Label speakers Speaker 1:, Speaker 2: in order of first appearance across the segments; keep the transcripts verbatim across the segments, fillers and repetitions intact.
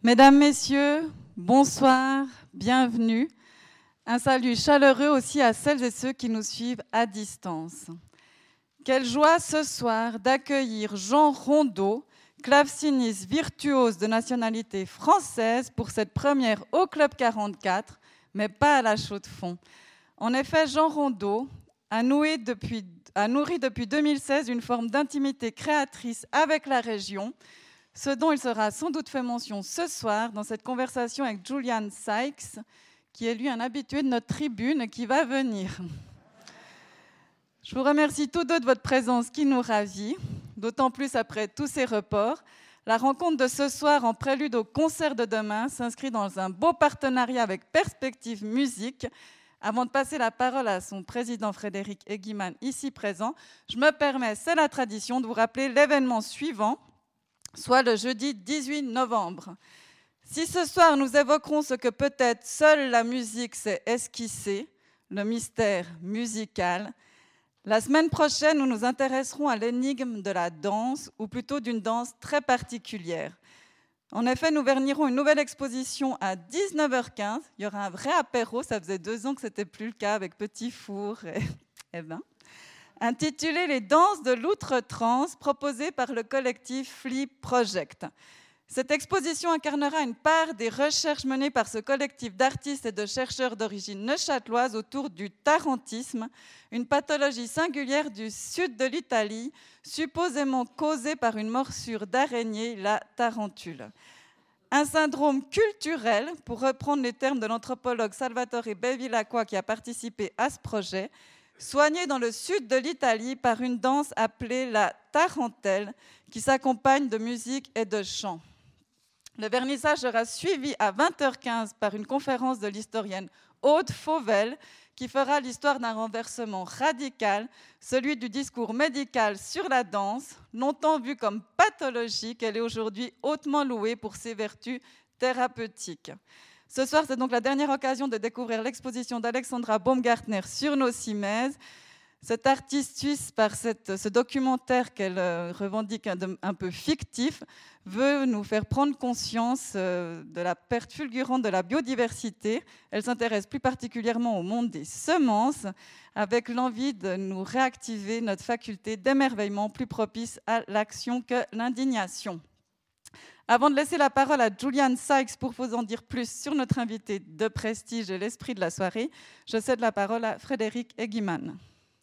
Speaker 1: Mesdames, Messieurs, bonsoir, bienvenue. Un salut chaleureux aussi à celles et ceux qui nous suivent à distance. Quelle joie ce soir d'accueillir Jean Rondeau, claveciniste virtuose de nationalité française pour cette première au Club quarante-quatre, mais pas à la Chaux-de-Fonds. En effet, Jean Rondeau a, noué depuis, a nourri depuis deux mille seize une forme d'intimité créatrice avec la région, ce dont il sera sans doute fait mention ce soir dans cette conversation avec Julian Sykes, qui est lui un habitué de notre tribune et qui va venir. Je vous remercie tous deux de votre présence qui nous ravit, d'autant plus après tous ces reports. La rencontre de ce soir en prélude au concert de demain s'inscrit dans un beau partenariat avec Perspective Musique. Avant de passer la parole à son président Frédéric Eghiman, ici présent, je me permets, c'est la tradition, de vous rappeler l'événement suivant, soit le jeudi dix-huit novembre. Si ce soir nous évoquerons ce que peut-être seule la musique sait esquisser, le mystère musical, la semaine prochaine nous nous intéresserons à l'énigme de la danse, ou plutôt d'une danse très particulière. En effet, nous vernirons une nouvelle exposition à dix-neuf heures quinze. Il y aura un vrai apéro, ça faisait deux ans que ce n'était plus le cas, avec petit four et, et vin, intitulé « Les danses de l'outre-trans » proposée par le collectif Flea Project. Cette exposition incarnera une part des recherches menées par ce collectif d'artistes et de chercheurs d'origine neuchâteloise autour du tarantisme, une pathologie singulière du sud de l'Italie, supposément causée par une morsure d'araignée, la tarentule. Un syndrome culturel, pour reprendre les termes de l'anthropologue Salvatore Bevilacqua qui a participé à ce projet, soigné dans le sud de l'Italie par une danse appelée la tarentelle, qui s'accompagne de musique et de chant. Le vernissage sera suivi à vingt heures quinze par une conférence de l'historienne Aude Fauvel, qui fera l'histoire d'un renversement radical, celui du discours médical sur la danse. Longtemps vue comme pathologique, elle est aujourd'hui hautement louée pour ses vertus thérapeutiques. Ce soir, c'est donc la dernière occasion de découvrir l'exposition d'Alexandra Baumgartner sur nos cimaises. Cette artiste suisse, par cette, ce documentaire qu'elle revendique un, un peu fictif, veut nous faire prendre conscience de la perte fulgurante de la biodiversité. Elle s'intéresse plus particulièrement au monde des semences, avec l'envie de nous réactiver notre faculté d'émerveillement plus propice à l'action que l'indignation. Avant de laisser la parole à Julian Sykes pour vous en dire plus sur notre invité de prestige et l'esprit de la soirée, je cède la parole à Frédéric Eghiman.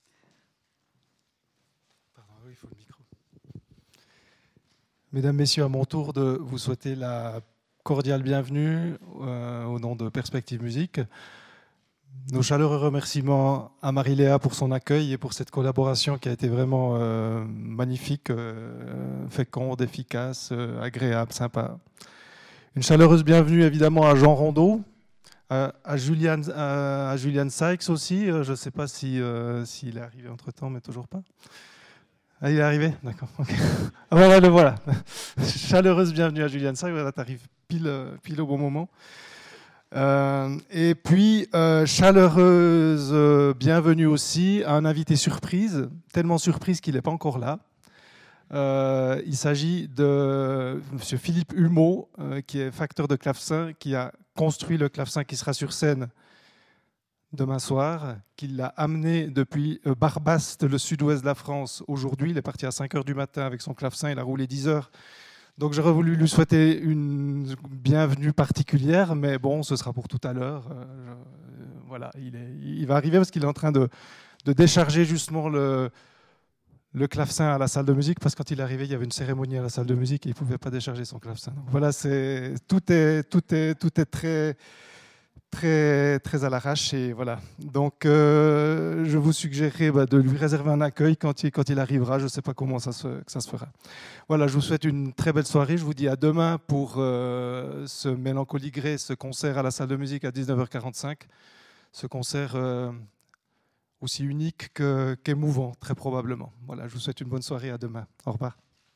Speaker 2: Il faut le micro. Mesdames, Messieurs, à mon tour de vous souhaiter la cordiale bienvenue euh, au nom de Perspective Musique. Nos chaleureux remerciements à Marie-Léa pour son accueil et pour cette collaboration qui a été vraiment euh, magnifique, euh, féconde, efficace, euh, agréable, sympa. Une chaleureuse bienvenue évidemment à Jean Rondeau, à, à, Julian, à, à Julian Sykes aussi. Je ne sais pas si, euh, s'il est arrivé entre-temps, mais toujours pas. Ah, il est arrivé? D'accord. Okay. Ah, voilà, le voilà. Chaleureuse bienvenue à Julian Sykes. Voilà, tu arrives pile, pile au bon moment. Euh, et puis, euh, chaleureuse euh, bienvenue aussi à un invité surprise, tellement surprise qu'il n'est pas encore là. Euh, il s'agit de M. Philippe Humeau, euh, qui est facteur de clavecin, qui a construit le clavecin qui sera sur scène demain soir, qui l'a amené depuis Barbaste, le sud-ouest de la France, aujourd'hui. Il est parti à cinq heures du matin avec son clavecin, il a roulé dix heures. Donc j'aurais voulu lui souhaiter une bienvenue particulière, mais bon, ce sera pour tout à l'heure. Euh, voilà, il, est, il va arriver parce qu'il est en train de, de décharger justement le, le clavecin à la salle de musique, parce que quand il est arrivé, il y avait une cérémonie à la salle de musique et il ne pouvait pas décharger son clavecin. Donc voilà, c'est, tout, est, tout, est, tout est très... Très, très à l'arrache. Et voilà. Donc, euh, je vous suggérerais bah, de lui réserver un accueil quand il, quand il arrivera. Je ne sais pas comment ça se, que ça se fera. Voilà, je vous souhaite une très belle soirée. Je vous dis à demain pour euh, ce Mélancolie Grey, ce concert à la salle de musique à dix-neuf heures quarante-cinq. Ce concert euh, aussi unique que, qu'émouvant, très probablement. Voilà, je vous souhaite une bonne soirée. À demain. Au revoir.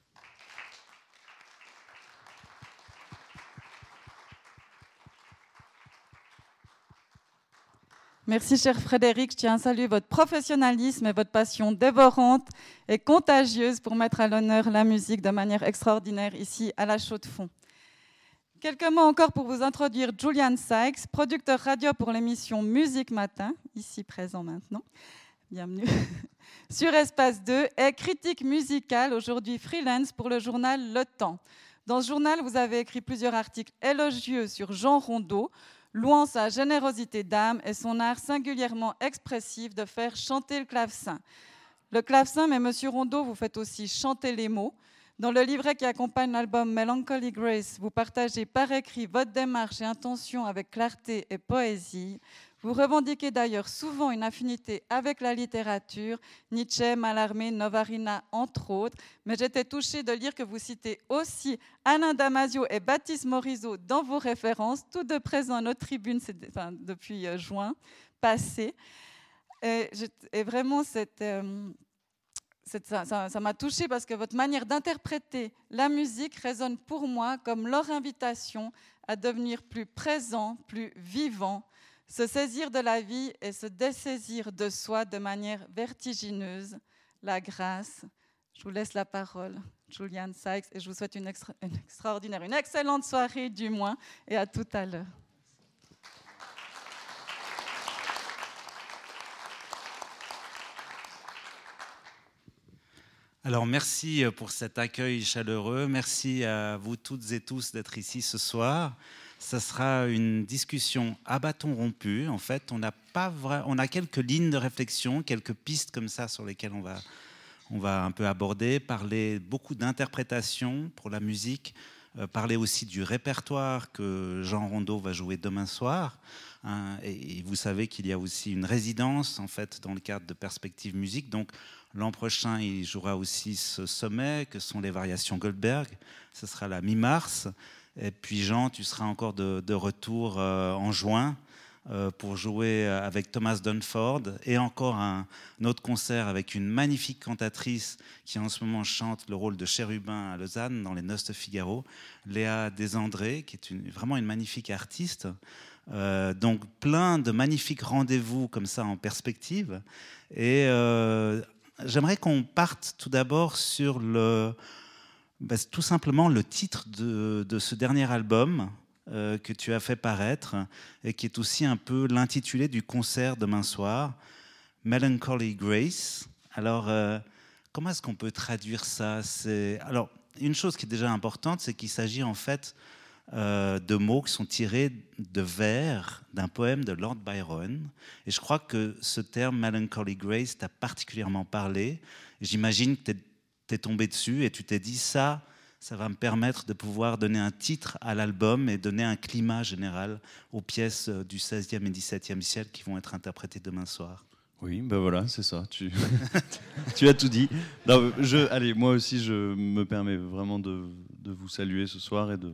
Speaker 1: Merci, cher Frédéric. Je tiens à saluer votre professionnalisme et votre passion dévorante et contagieuse pour mettre à l'honneur la musique de manière extraordinaire ici à la Chaux-de-Fonds. Quelques mots encore pour vous introduire Julian Sykes, producteur radio pour l'émission Musique Matin, ici présent maintenant. Bienvenue. Sur Espace deux, et critique musicale, aujourd'hui freelance pour le journal Le Temps. Dans ce journal, vous avez écrit plusieurs articles élogieux sur Jean Rondeau, louant sa générosité d'âme et son art singulièrement expressif de faire chanter le clavecin. Le clavecin, mais Monsieur Rondeau, vous faites aussi chanter les mots. Dans le livret qui accompagne l'album Melancholy Grace, vous partagez par écrit votre démarche et intention avec clarté et poésie. Vous revendiquez d'ailleurs souvent une affinité avec la littérature, Nietzsche, Mallarmé, Novarina, entre autres. Mais j'étais touchée de lire que vous citez aussi Alain Damasio et Baptiste Morisot dans vos références, tous deux présents à notre tribune enfin, depuis euh, juin passé. Et, et vraiment, cette, euh, cette, ça, ça, ça m'a touchée parce que votre manière d'interpréter la musique résonne pour moi comme leur invitation à devenir plus présent, plus vivant, se saisir de la vie et se dessaisir de soi de manière vertigineuse. La grâce. Je vous laisse la parole, Julian Sykes, et je vous souhaite une, extra, une extraordinaire, une excellente soirée du moins, et à tout à l'heure.
Speaker 3: Alors merci pour cet accueil chaleureux, merci à vous toutes et tous d'être ici ce soir. Ça sera une discussion à bâton rompu. En fait, on a, pas vra... on a quelques lignes de réflexion, quelques pistes comme ça sur lesquelles on va, on va un peu aborder, parler beaucoup d'interprétation pour la musique, euh, parler aussi du répertoire que Jean Rondeau va jouer demain soir. Hein, et, et vous savez qu'il y a aussi une résidence en fait dans le cadre de Perspective Musique. Donc l'an prochain, il jouera aussi ce sommet que sont les variations Goldberg. Ce sera la mi-mars. Et puis Jean, tu seras encore de, de retour euh, en juin euh, pour jouer avec Thomas Dunford et encore un, un autre concert avec une magnifique cantatrice qui en ce moment chante le rôle de Chérubin à Lausanne dans les Noces de Figaro, Léa Desandré, qui est une, vraiment une magnifique artiste. Euh, donc plein de magnifiques rendez-vous comme ça en perspective. Et euh, j'aimerais qu'on parte tout d'abord sur le... Ben, c'est tout simplement le titre de, de ce dernier album euh, que tu as fait paraître et qui est aussi un peu l'intitulé du concert demain soir, Melancholy Grace. Alors, euh, comment est-ce qu'on peut traduire ça ? C'est... Alors, une chose qui est déjà importante, c'est qu'il s'agit en fait euh, de mots qui sont tirés de vers d'un poème de Lord Byron. Et je crois que ce terme Melancholy Grace t'a particulièrement parlé. J'imagine que tu es t'es tombé dessus et tu t'es dit ça, ça va me permettre de pouvoir donner un titre à l'album et donner un climat général aux pièces du seizième et dix-septième siècle qui vont être interprétées demain soir.
Speaker 4: Oui, ben voilà, c'est ça. Tu, tu as tout dit. Non, je, allez, moi aussi, je me permets vraiment de, de vous saluer ce soir et de,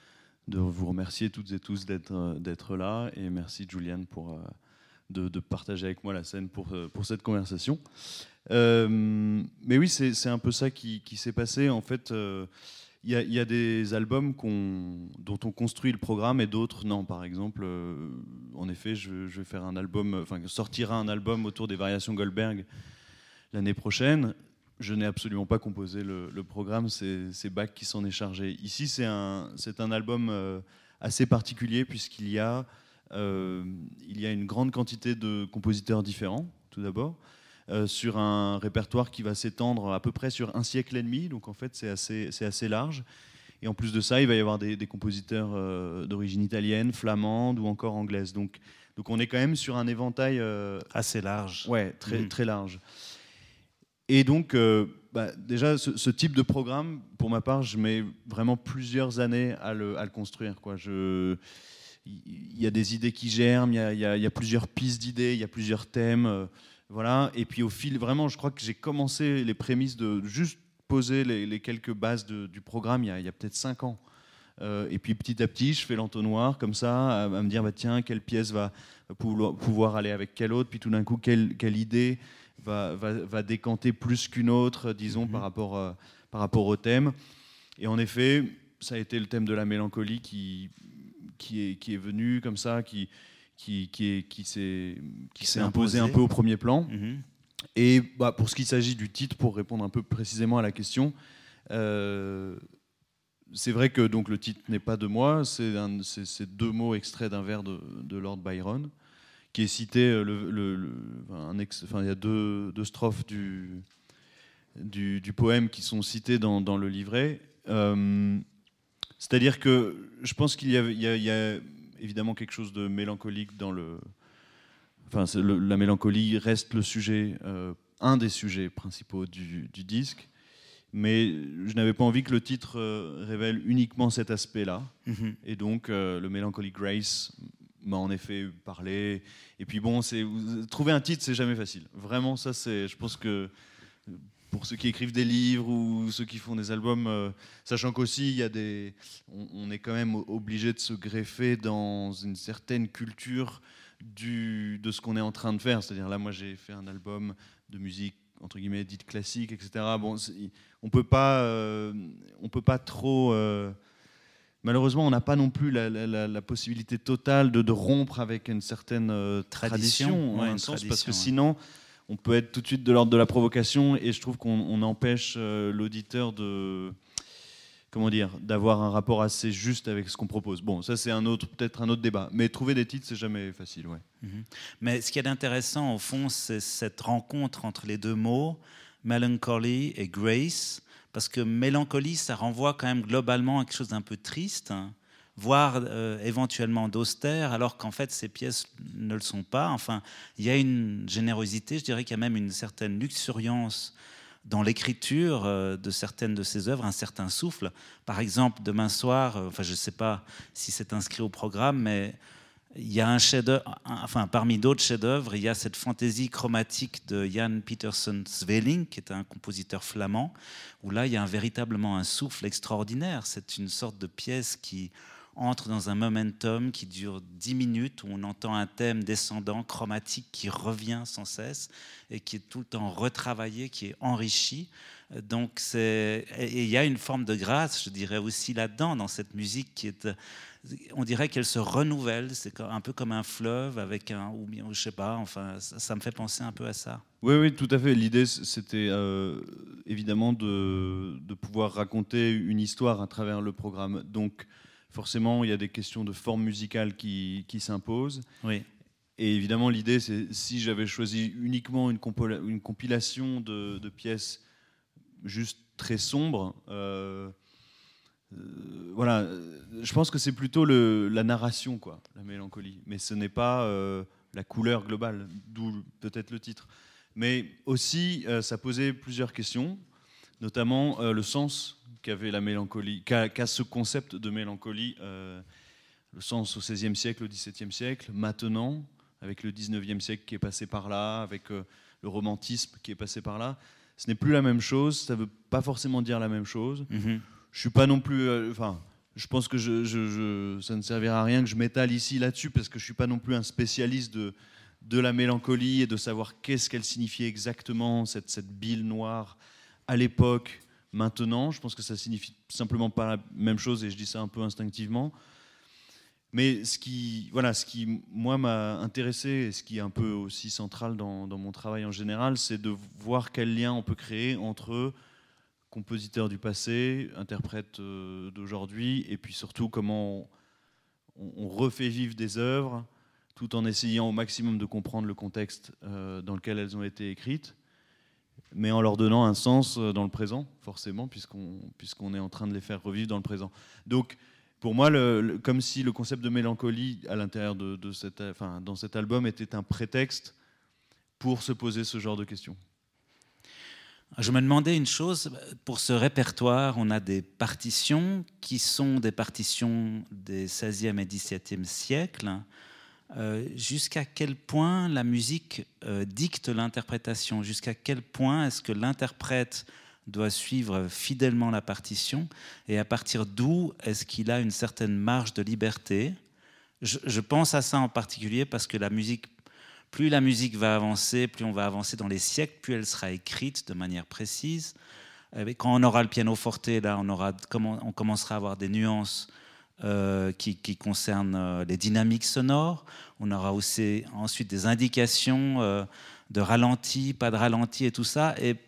Speaker 4: de vous remercier toutes et tous d'être, d'être là. Et merci, Julian, pour, de, de partager avec moi la scène pour, pour cette conversation. Euh, mais oui, c'est, c'est un peu ça qui, qui s'est passé. En fait, il euh, y, y a des albums qu'on, dont on construit le programme et d'autres non. Par exemple, euh, en effet, je, je vais faire un album, enfin, sortira un album autour des variations Goldberg l'année prochaine. Je n'ai absolument pas composé le, le programme, c'est, c'est Bach qui s'en est chargé. Ici, c'est un, c'est un album euh, assez particulier puisqu'il y a, euh, il y a une grande quantité de compositeurs différents, tout d'abord. Euh, sur un répertoire qui va s'étendre à peu près sur un siècle et demi, donc en fait c'est assez, c'est assez large. Et en plus de ça, il va y avoir des, des compositeurs euh, d'origine italienne, flamande ou encore anglaise. Donc, donc on est quand même sur un éventail euh,
Speaker 3: assez large.
Speaker 4: Ouais, très, mmh. très large. Et donc, euh, bah, déjà, ce, ce type de programme, pour ma part, je mets vraiment plusieurs années à le, à le construire, quoi. Je... Il y a des idées qui germent, il y a, il y a, il y a plusieurs pistes d'idées, il y a plusieurs thèmes. Euh, Voilà, et puis au fil, vraiment, je crois que j'ai commencé les prémices de juste poser les, les quelques bases de, du programme il y a, il y a peut-être cinq ans. Euh, et puis petit à petit, je fais l'entonnoir comme ça, à, à me dire, bah, tiens, quelle pièce va pouvoir, pouvoir aller avec quelle autre, puis tout d'un coup, quelle, quelle idée va, va, va décanter plus qu'une autre, disons, mm-hmm. par, rapport, euh, par rapport au thème. Et en effet, ça a été le thème de la mélancolie qui, qui, est, qui est venu comme ça, qui... qui, qui, est, qui, s'est, qui s'est imposé un peu au premier plan. Mmh. Et bah, pour ce qui s'agit du titre, pour répondre un peu précisément à la question, euh, c'est vrai que donc, le titre n'est pas de moi, c'est, un, c'est, c'est deux mots extraits d'un vers de, de Lord Byron, qui est cité, le, le, le, un ex, enfin, il y a deux, deux strophes du, du, du poème qui sont citées dans, dans le livret. Euh, c'est-à-dire que je pense qu'il y a, il y a, il y a évidemment quelque chose de mélancolique dans le... Enfin, c'est le, la mélancolie reste le sujet, euh, un des sujets principaux du, du disque. Mais je n'avais pas envie que le titre euh, révèle uniquement cet aspect-là. Mm-hmm. Et donc, euh, le Melancholy Grace m'a en effet parlé. Et puis bon, c'est, trouver un titre, c'est jamais facile. Vraiment, ça, c'est, je pense que pour ceux qui écrivent des livres ou ceux qui font des albums, euh, sachant qu'aussi, il y a des, on, on est quand même obligé de se greffer dans une certaine culture du, de ce qu'on est en train de faire. C'est-à-dire là, moi, j'ai fait un album de musique entre guillemets dite classique, et cetera. Bon, on peut pas, euh, on peut pas trop. Euh, malheureusement, on n'a pas non plus la, la, la possibilité totale de, de rompre avec une certaine euh, tradition, tradition
Speaker 3: ouais,
Speaker 4: en un sens,
Speaker 3: tradition,
Speaker 4: parce que
Speaker 3: ouais.
Speaker 4: sinon, on peut être tout de suite de l'ordre de la provocation, et je trouve qu'on on empêche euh, l'auditeur de, comment dire, d'avoir un rapport assez juste avec ce qu'on propose. Bon, ça c'est un autre, peut-être un autre débat. Mais trouver des titres, c'est jamais facile, ouais.
Speaker 3: Mm-hmm. Mais ce qui est intéressant, au fond, c'est cette rencontre entre les deux mots, melancholy et grace, parce que mélancolie, ça renvoie quand même globalement à quelque chose d'un peu triste, hein, voire euh, éventuellement d'austère, alors qu'en fait, ces pièces ne le sont pas. Enfin, il y a une générosité, je dirais qu'il y a même une certaine luxuriance dans l'écriture euh, de certaines de ses œuvres, un certain souffle. Par exemple, demain soir, euh, enfin, je ne sais pas si c'est inscrit au programme, mais il y a un chef-d'œuvre, enfin, parmi d'autres chefs-d'œuvre, il y a cette fantaisie chromatique de Jan Pieterszoon Sweelinck, qui est un compositeur flamand, où là, il y a un, véritablement un souffle extraordinaire. C'est une sorte de pièce qui entre dans un momentum qui dure dix minutes, où on entend un thème descendant, chromatique, qui revient sans cesse et qui est tout le temps retravaillé, qui est enrichi. Donc c'est... Et il y a une forme de grâce, je dirais, aussi là-dedans, dans cette musique qui est... On dirait qu'elle se renouvelle, c'est un peu comme un fleuve avec un... Ou bien, je sais pas, enfin, ça, ça me fait penser un peu à ça.
Speaker 4: Oui, oui, tout à fait. L'idée, c'était euh, évidemment de, de pouvoir raconter une histoire à travers le programme. Donc, forcément, il y a des questions de forme musicale qui, qui s'imposent.
Speaker 3: Oui.
Speaker 4: Et évidemment, l'idée, c'est si j'avais choisi uniquement une, compola- une compilation de, de pièces juste très sombres, euh, euh, voilà, je pense que c'est plutôt le, la narration, quoi, la mélancolie. Mais ce n'est pas euh, la couleur globale, d'où peut-être le titre. Mais aussi, euh, ça posait plusieurs questions, notamment euh, le sens qu'avait la mélancolie, qu'a, qu'a ce concept de mélancolie, euh, le sens au seizième siècle, au dix-septième siècle, maintenant, avec le dix-neuvième siècle qui est passé par là, avec euh, le romantisme qui est passé par là. Ce n'est plus la même chose, ça ne veut pas forcément dire la même chose. Mm-hmm. Je suis pas non plus... Enfin, euh, je pense que je, je, je, ça ne servira à rien que je m'étale ici là-dessus, parce que je ne suis pas non plus un spécialiste de, de la mélancolie et de savoir qu'est-ce qu'elle signifiait exactement, cette, cette bile noire, à l'époque. Maintenant, je pense que ça signifie simplement pas la même chose, et je dis ça un peu instinctivement. Mais ce qui, voilà, ce qui moi m'a intéressé, et ce qui est un peu aussi central dans, dans mon travail en général, c'est de voir quel lien on peut créer entre compositeurs du passé, interprètes euh, d'aujourd'hui, et puis surtout comment on, on refait vivre des œuvres, tout en essayant au maximum de comprendre le contexte euh, dans lequel elles ont été écrites, mais en leur donnant un sens dans le présent, forcément, puisqu'on, puisqu'on est en train de les faire revivre dans le présent. Donc, pour moi, le, le, comme si le concept de mélancolie à l'intérieur de, de cette, enfin, dans cet album était un prétexte pour se poser ce genre de questions.
Speaker 3: Je me demandais une chose, pour ce répertoire, on a des partitions qui sont des partitions des seizième et dix-septième siècles. Euh, jusqu'à quel point la musique euh, dicte l'interprétation? Jusqu'à quel point est-ce que l'interprète doit suivre fidèlement la partition? Et à partir d'où est-ce qu'il a une certaine marge de liberté? je, je pense à ça en particulier parce que la musique, plus la musique va avancer, plus on va avancer dans les siècles, plus elle sera écrite de manière précise. Et quand on aura le pianoforte, là, on, aura, on commencera à avoir des nuances Euh, qui, qui concerne euh, les dynamiques sonores. On aura aussi ensuite des indications euh, de ralenti, pas de ralenti et tout ça. Et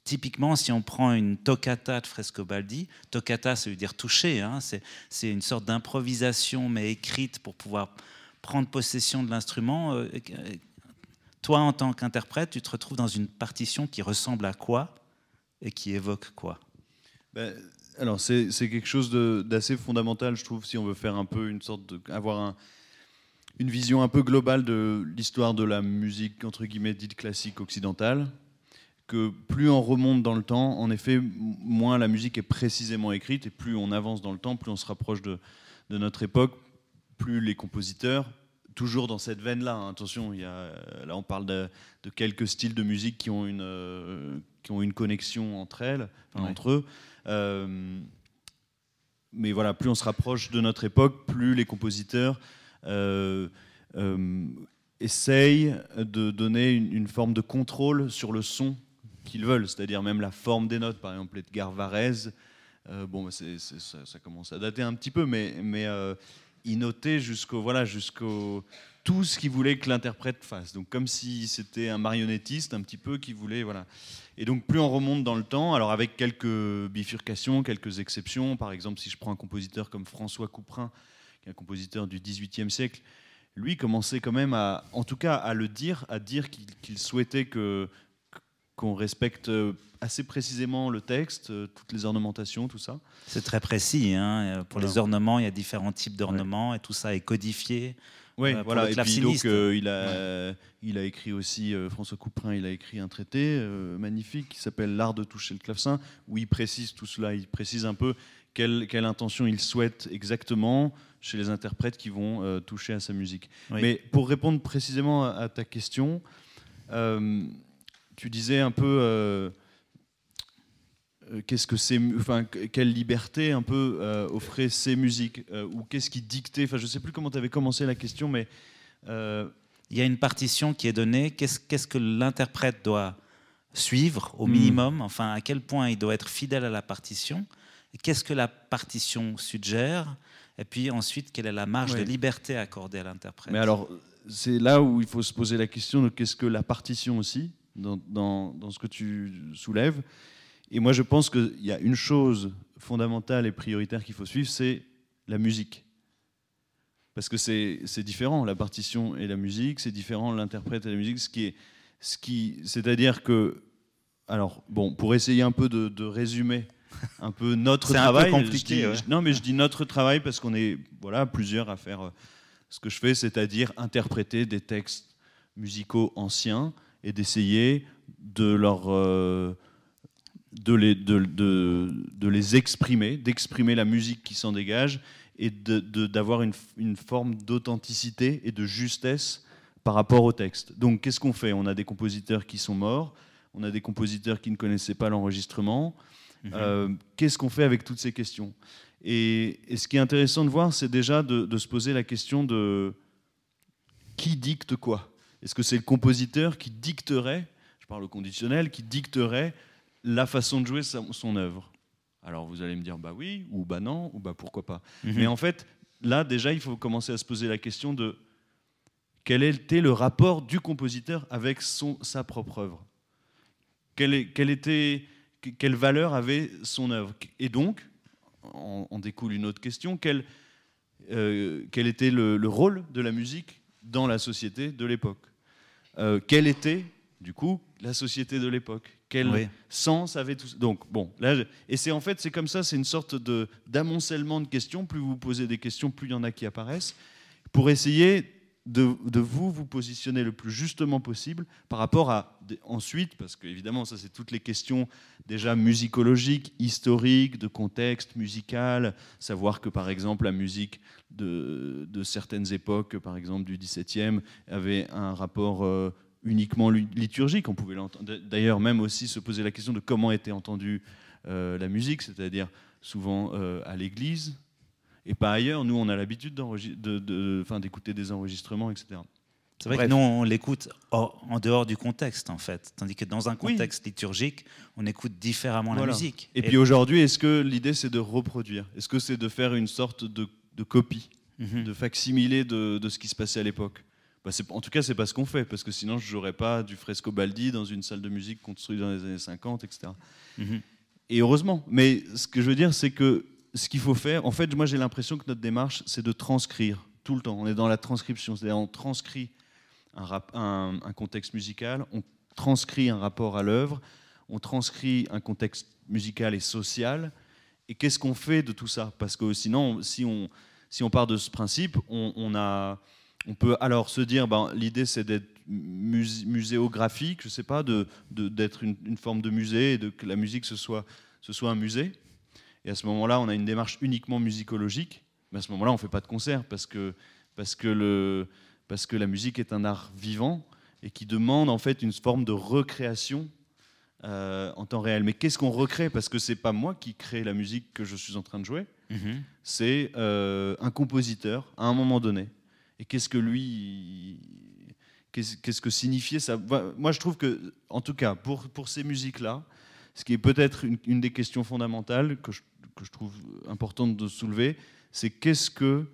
Speaker 3: typiquement, si on prend une toccata de Frescobaldi, toccata, ça veut dire toucher, hein, c'est, c'est une sorte d'improvisation, mais écrite pour pouvoir prendre possession de l'instrument. Euh, toi, en tant qu'interprète, tu te retrouves dans une partition qui ressemble à quoi et qui évoque quoi?
Speaker 4: Ben, alors, c'est, c'est quelque chose de, d'assez fondamental, je trouve, si on veut faire un peu une sorte de, avoir un, une vision un peu globale de l'histoire de la musique, entre guillemets, dite classique occidentale, que plus on remonte dans le temps, en effet, moins la musique est précisément écrite, et plus on avance dans le temps, plus on se rapproche de, de notre époque, plus les compositeurs, toujours dans cette veine-là, hein, attention, il y a, là on parle de, de quelques styles de musique qui ont une, euh, qui ont une connexion entre elles, enfin, ouais. entre eux, euh, mais voilà, plus on se rapproche de notre époque, plus les compositeurs euh, euh, essayent de donner une, une forme de contrôle sur le son qu'ils veulent, c'est-à-dire même la forme des notes. Par exemple, Edgar Varèse, euh, bon, c'est, c'est, ça, ça commence à dater un petit peu, mais, mais euh, il notait jusqu'au, voilà, jusqu'au tout ce qu'il voulait que l'interprète fasse. Donc comme si c'était un marionnettiste un petit peu qui voulait, voilà. Et donc plus on remonte dans le temps, alors avec quelques bifurcations, quelques exceptions. Par exemple, si je prends un compositeur comme François Couperin, qui est un compositeur du dix-huitième siècle, lui commençait quand même à, en tout cas, à le dire, à dire qu'il, qu'il souhaitait que qu'on respecte assez précisément le texte, toutes les ornementations, tout ça.
Speaker 3: C'est très précis, hein. Pour voilà. Les ornements, il y a différents types d'ornements, ouais. Et tout ça est codifié.
Speaker 4: Oui,
Speaker 3: euh,
Speaker 4: voilà. Et puis donc, euh, il, a,
Speaker 3: ouais.
Speaker 4: il a écrit aussi, euh, François Couperin, il a écrit un traité euh, magnifique qui s'appelle L'art de toucher le clavecin, où il précise tout cela, il précise un peu quelle, quelle intention il souhaite exactement chez les interprètes qui vont euh, toucher à sa musique. Oui. Mais pour répondre précisément à, à ta question, euh, tu disais un peu euh, euh, qu'est-ce que c'est, enfin quelle liberté un peu euh, offraient ces musiques euh, ou qu'est-ce qui dictait. Enfin, je sais plus comment tu avais commencé la question, mais
Speaker 3: euh... il y a une partition qui est donnée. Qu'est-ce, qu'est-ce que l'interprète doit suivre au minimum. Enfin, à quel point il doit être fidèle à la partition. Et qu'est-ce que la partition suggère. Et puis ensuite, quelle est la marge oui. de liberté accordée à l'interprète.
Speaker 4: Mais alors, c'est là où il faut se poser la question de qu'est-ce que la partition aussi. Dans, dans, dans ce que tu soulèves. Et moi, je pense qu'il y a une chose fondamentale et prioritaire qu'il faut suivre, c'est la musique. Parce que c'est, c'est différent, la partition et la musique, c'est différent, l'interprète et la musique, ce qui est, ce qui, c'est-à-dire que, alors, bon, pour essayer un peu de, de résumer un peu notre
Speaker 3: c'est
Speaker 4: travail,
Speaker 3: un peu compliqué,
Speaker 4: je dis,
Speaker 3: ouais.
Speaker 4: je, non, mais je dis notre travail parce qu'on est, voilà, plusieurs à faire ce que je fais, c'est-à-dire interpréter des textes musicaux anciens, et d'essayer de, leur, euh, de, les, de, de, de les exprimer, d'exprimer la musique qui s'en dégage et de, de, d'avoir une, une forme d'authenticité et de justesse par rapport au texte. Donc qu'est-ce qu'on fait ? On a des compositeurs qui sont morts, on a des compositeurs qui ne connaissaient pas l'enregistrement. Mmh. Euh, qu'est-ce qu'on fait avec toutes ces questions ? et, et ce qui est intéressant de voir, c'est déjà de, de se poser la question de qui dicte quoi ? Est-ce que c'est le compositeur qui dicterait, je parle au conditionnel, qui dicterait la façon de jouer son, son œuvre ? Alors vous allez me dire bah oui, ou bah non, ou bah pourquoi pas. Mm-hmm. Mais en fait, là déjà, il faut commencer à se poser la question de quel était le rapport du compositeur avec son, sa propre œuvre ? Quelle, est, quelle, était, quelle valeur avait son œuvre ? Et donc, en, en découle une autre question, quel, euh, quel était le, le rôle de la musique dans la société de l'époque. Euh, quelle était, du coup, la société de l'époque ? Quel oui. sens avait tout ça ? Donc, bon, là, je... et c'est en fait, c'est comme ça, c'est une sorte de, d'amoncellement de questions. Plus vous posez des questions, plus il y en a qui apparaissent, pour essayer de, de vous, vous positionner le plus justement possible par rapport à, ensuite, parce qu'évidemment, ça, c'est toutes les questions déjà musicologiques, historiques, de contexte musical, savoir que, par exemple, la musique de, de certaines époques, par exemple du dix-septième, avait un rapport euh, uniquement liturgique. On pouvait l'entendre. D'ailleurs, même aussi se poser la question de comment était entendue euh, la musique, c'est-à-dire souvent euh, à l'église, et pas ailleurs. Nous, on a l'habitude de, de, enfin, d'écouter des enregistrements, et cetera.
Speaker 3: C'est vrai Bref. que nous, on l'écoute en dehors du contexte, en fait. Tandis que dans un contexte oui. liturgique, on écoute différemment voilà. la musique.
Speaker 4: Et, et puis aujourd'hui, est-ce que l'idée, c'est de reproduire ? Est-ce que c'est de faire une sorte de, de copie, mm-hmm. de facsimilé de, de ce qui se passait à l'époque ? Bah c'est, en tout cas, c'est pas ce qu'on fait, parce que sinon, je jouerais pas du Frescobaldi dans une salle de musique construite dans les années cinquante, et cetera. Mm-hmm. Et heureusement. Mais ce que je veux dire, c'est que ce qu'il faut faire, en fait, moi, j'ai l'impression que notre démarche, c'est de transcrire tout le temps. On est dans la transcription, c'est-à-dire on transcrit un, rap, un, un contexte musical, on transcrit un rapport à l'œuvre, on transcrit un contexte musical et social. Et qu'est-ce qu'on fait de tout ça? Parce que sinon, si on, si on part de ce principe, on, on, a, on peut alors se dire, ben, l'idée c'est d'être musé, muséographique, je ne sais pas, de, de, d'être une, une forme de musée, et de, que la musique ce soit, ce soit un musée. Et à ce moment-là, on a une démarche uniquement musicologique. Mais à ce moment-là, on ne fait pas de concert, parce que, parce, que le, parce que la musique est un art vivant et qui demande en fait une forme de recréation euh, en temps réel. Mais qu'est-ce qu'on recrée? Parce que ce n'est pas moi qui crée la musique que je suis en train de jouer, mmh. c'est euh, un compositeur à un moment donné. Et qu'est-ce que lui... Qu'est-ce, qu'est-ce que signifiait ça? Moi, je trouve que, en tout cas, pour, pour ces musiques-là, ce qui est peut-être une, une des questions fondamentales que je, que je trouve importante de soulever, c'est qu'est-ce que,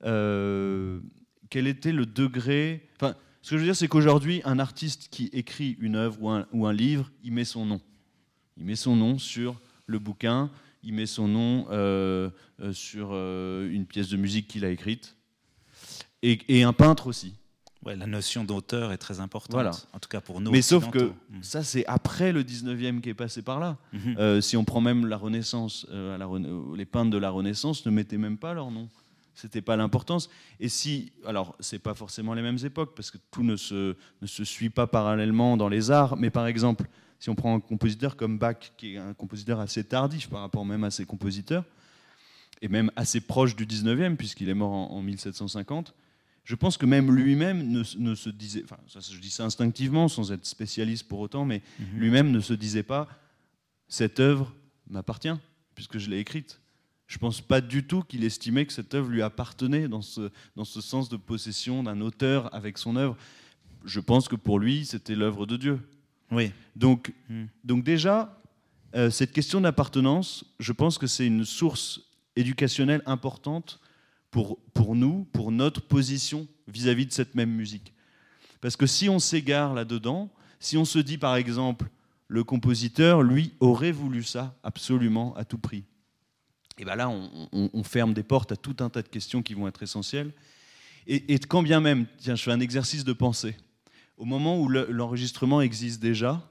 Speaker 4: euh, quel était le degré... Enfin, ce que je veux dire, c'est qu'aujourd'hui, un artiste qui écrit une œuvre ou un, ou un livre, il met son nom. Il met son nom sur le bouquin, il met son nom euh, euh, sur euh, une pièce de musique qu'il a écrite, et, et un peintre aussi.
Speaker 3: Ouais, la notion d'auteur est très importante,
Speaker 4: voilà.
Speaker 3: En tout cas pour nous.
Speaker 4: Mais sauf que
Speaker 3: mmh.
Speaker 4: ça, c'est après le dix-neuvième qui est passé par là. Mmh. Euh, si on prend même la Renaissance, euh, la Rena... les peintres de la Renaissance ne mettaient même pas leur nom. C'était pas l'importance. Et si, alors, c'est pas forcément les mêmes époques, parce que tout ne se, ne se suit pas parallèlement dans les arts, mais par exemple, si on prend un compositeur comme Bach, qui est un compositeur assez tardif par rapport même à ses compositeurs, et même assez proche du dix-neuvième, puisqu'il est mort en, en mille sept cent cinquante, je pense que même lui-même ne, ne se disait, enfin, ça, je dis ça instinctivement, sans être spécialiste pour autant, mais mmh. lui-même ne se disait pas « cette œuvre m'appartient, puisque je l'ai écrite ». Je ne pense pas du tout qu'il estimait que cette œuvre lui appartenait dans ce, dans ce sens de possession d'un auteur avec son œuvre. Je pense que pour lui, c'était l'œuvre de Dieu.
Speaker 3: Oui.
Speaker 4: Donc,
Speaker 3: mmh.
Speaker 4: donc déjà, euh, cette question d'appartenance, je pense que c'est une source éducationnelle importante pour, pour nous, pour notre position vis-à-vis de cette même musique. Parce que si on s'égare là-dedans, si on se dit par exemple, le compositeur, lui, aurait voulu ça absolument à tout prix, et bien là, on, on, on ferme des portes à tout un tas de questions qui vont être essentielles. Et, et quand bien même, tiens, je fais un exercice de pensée. Au moment où le, l'enregistrement existe déjà,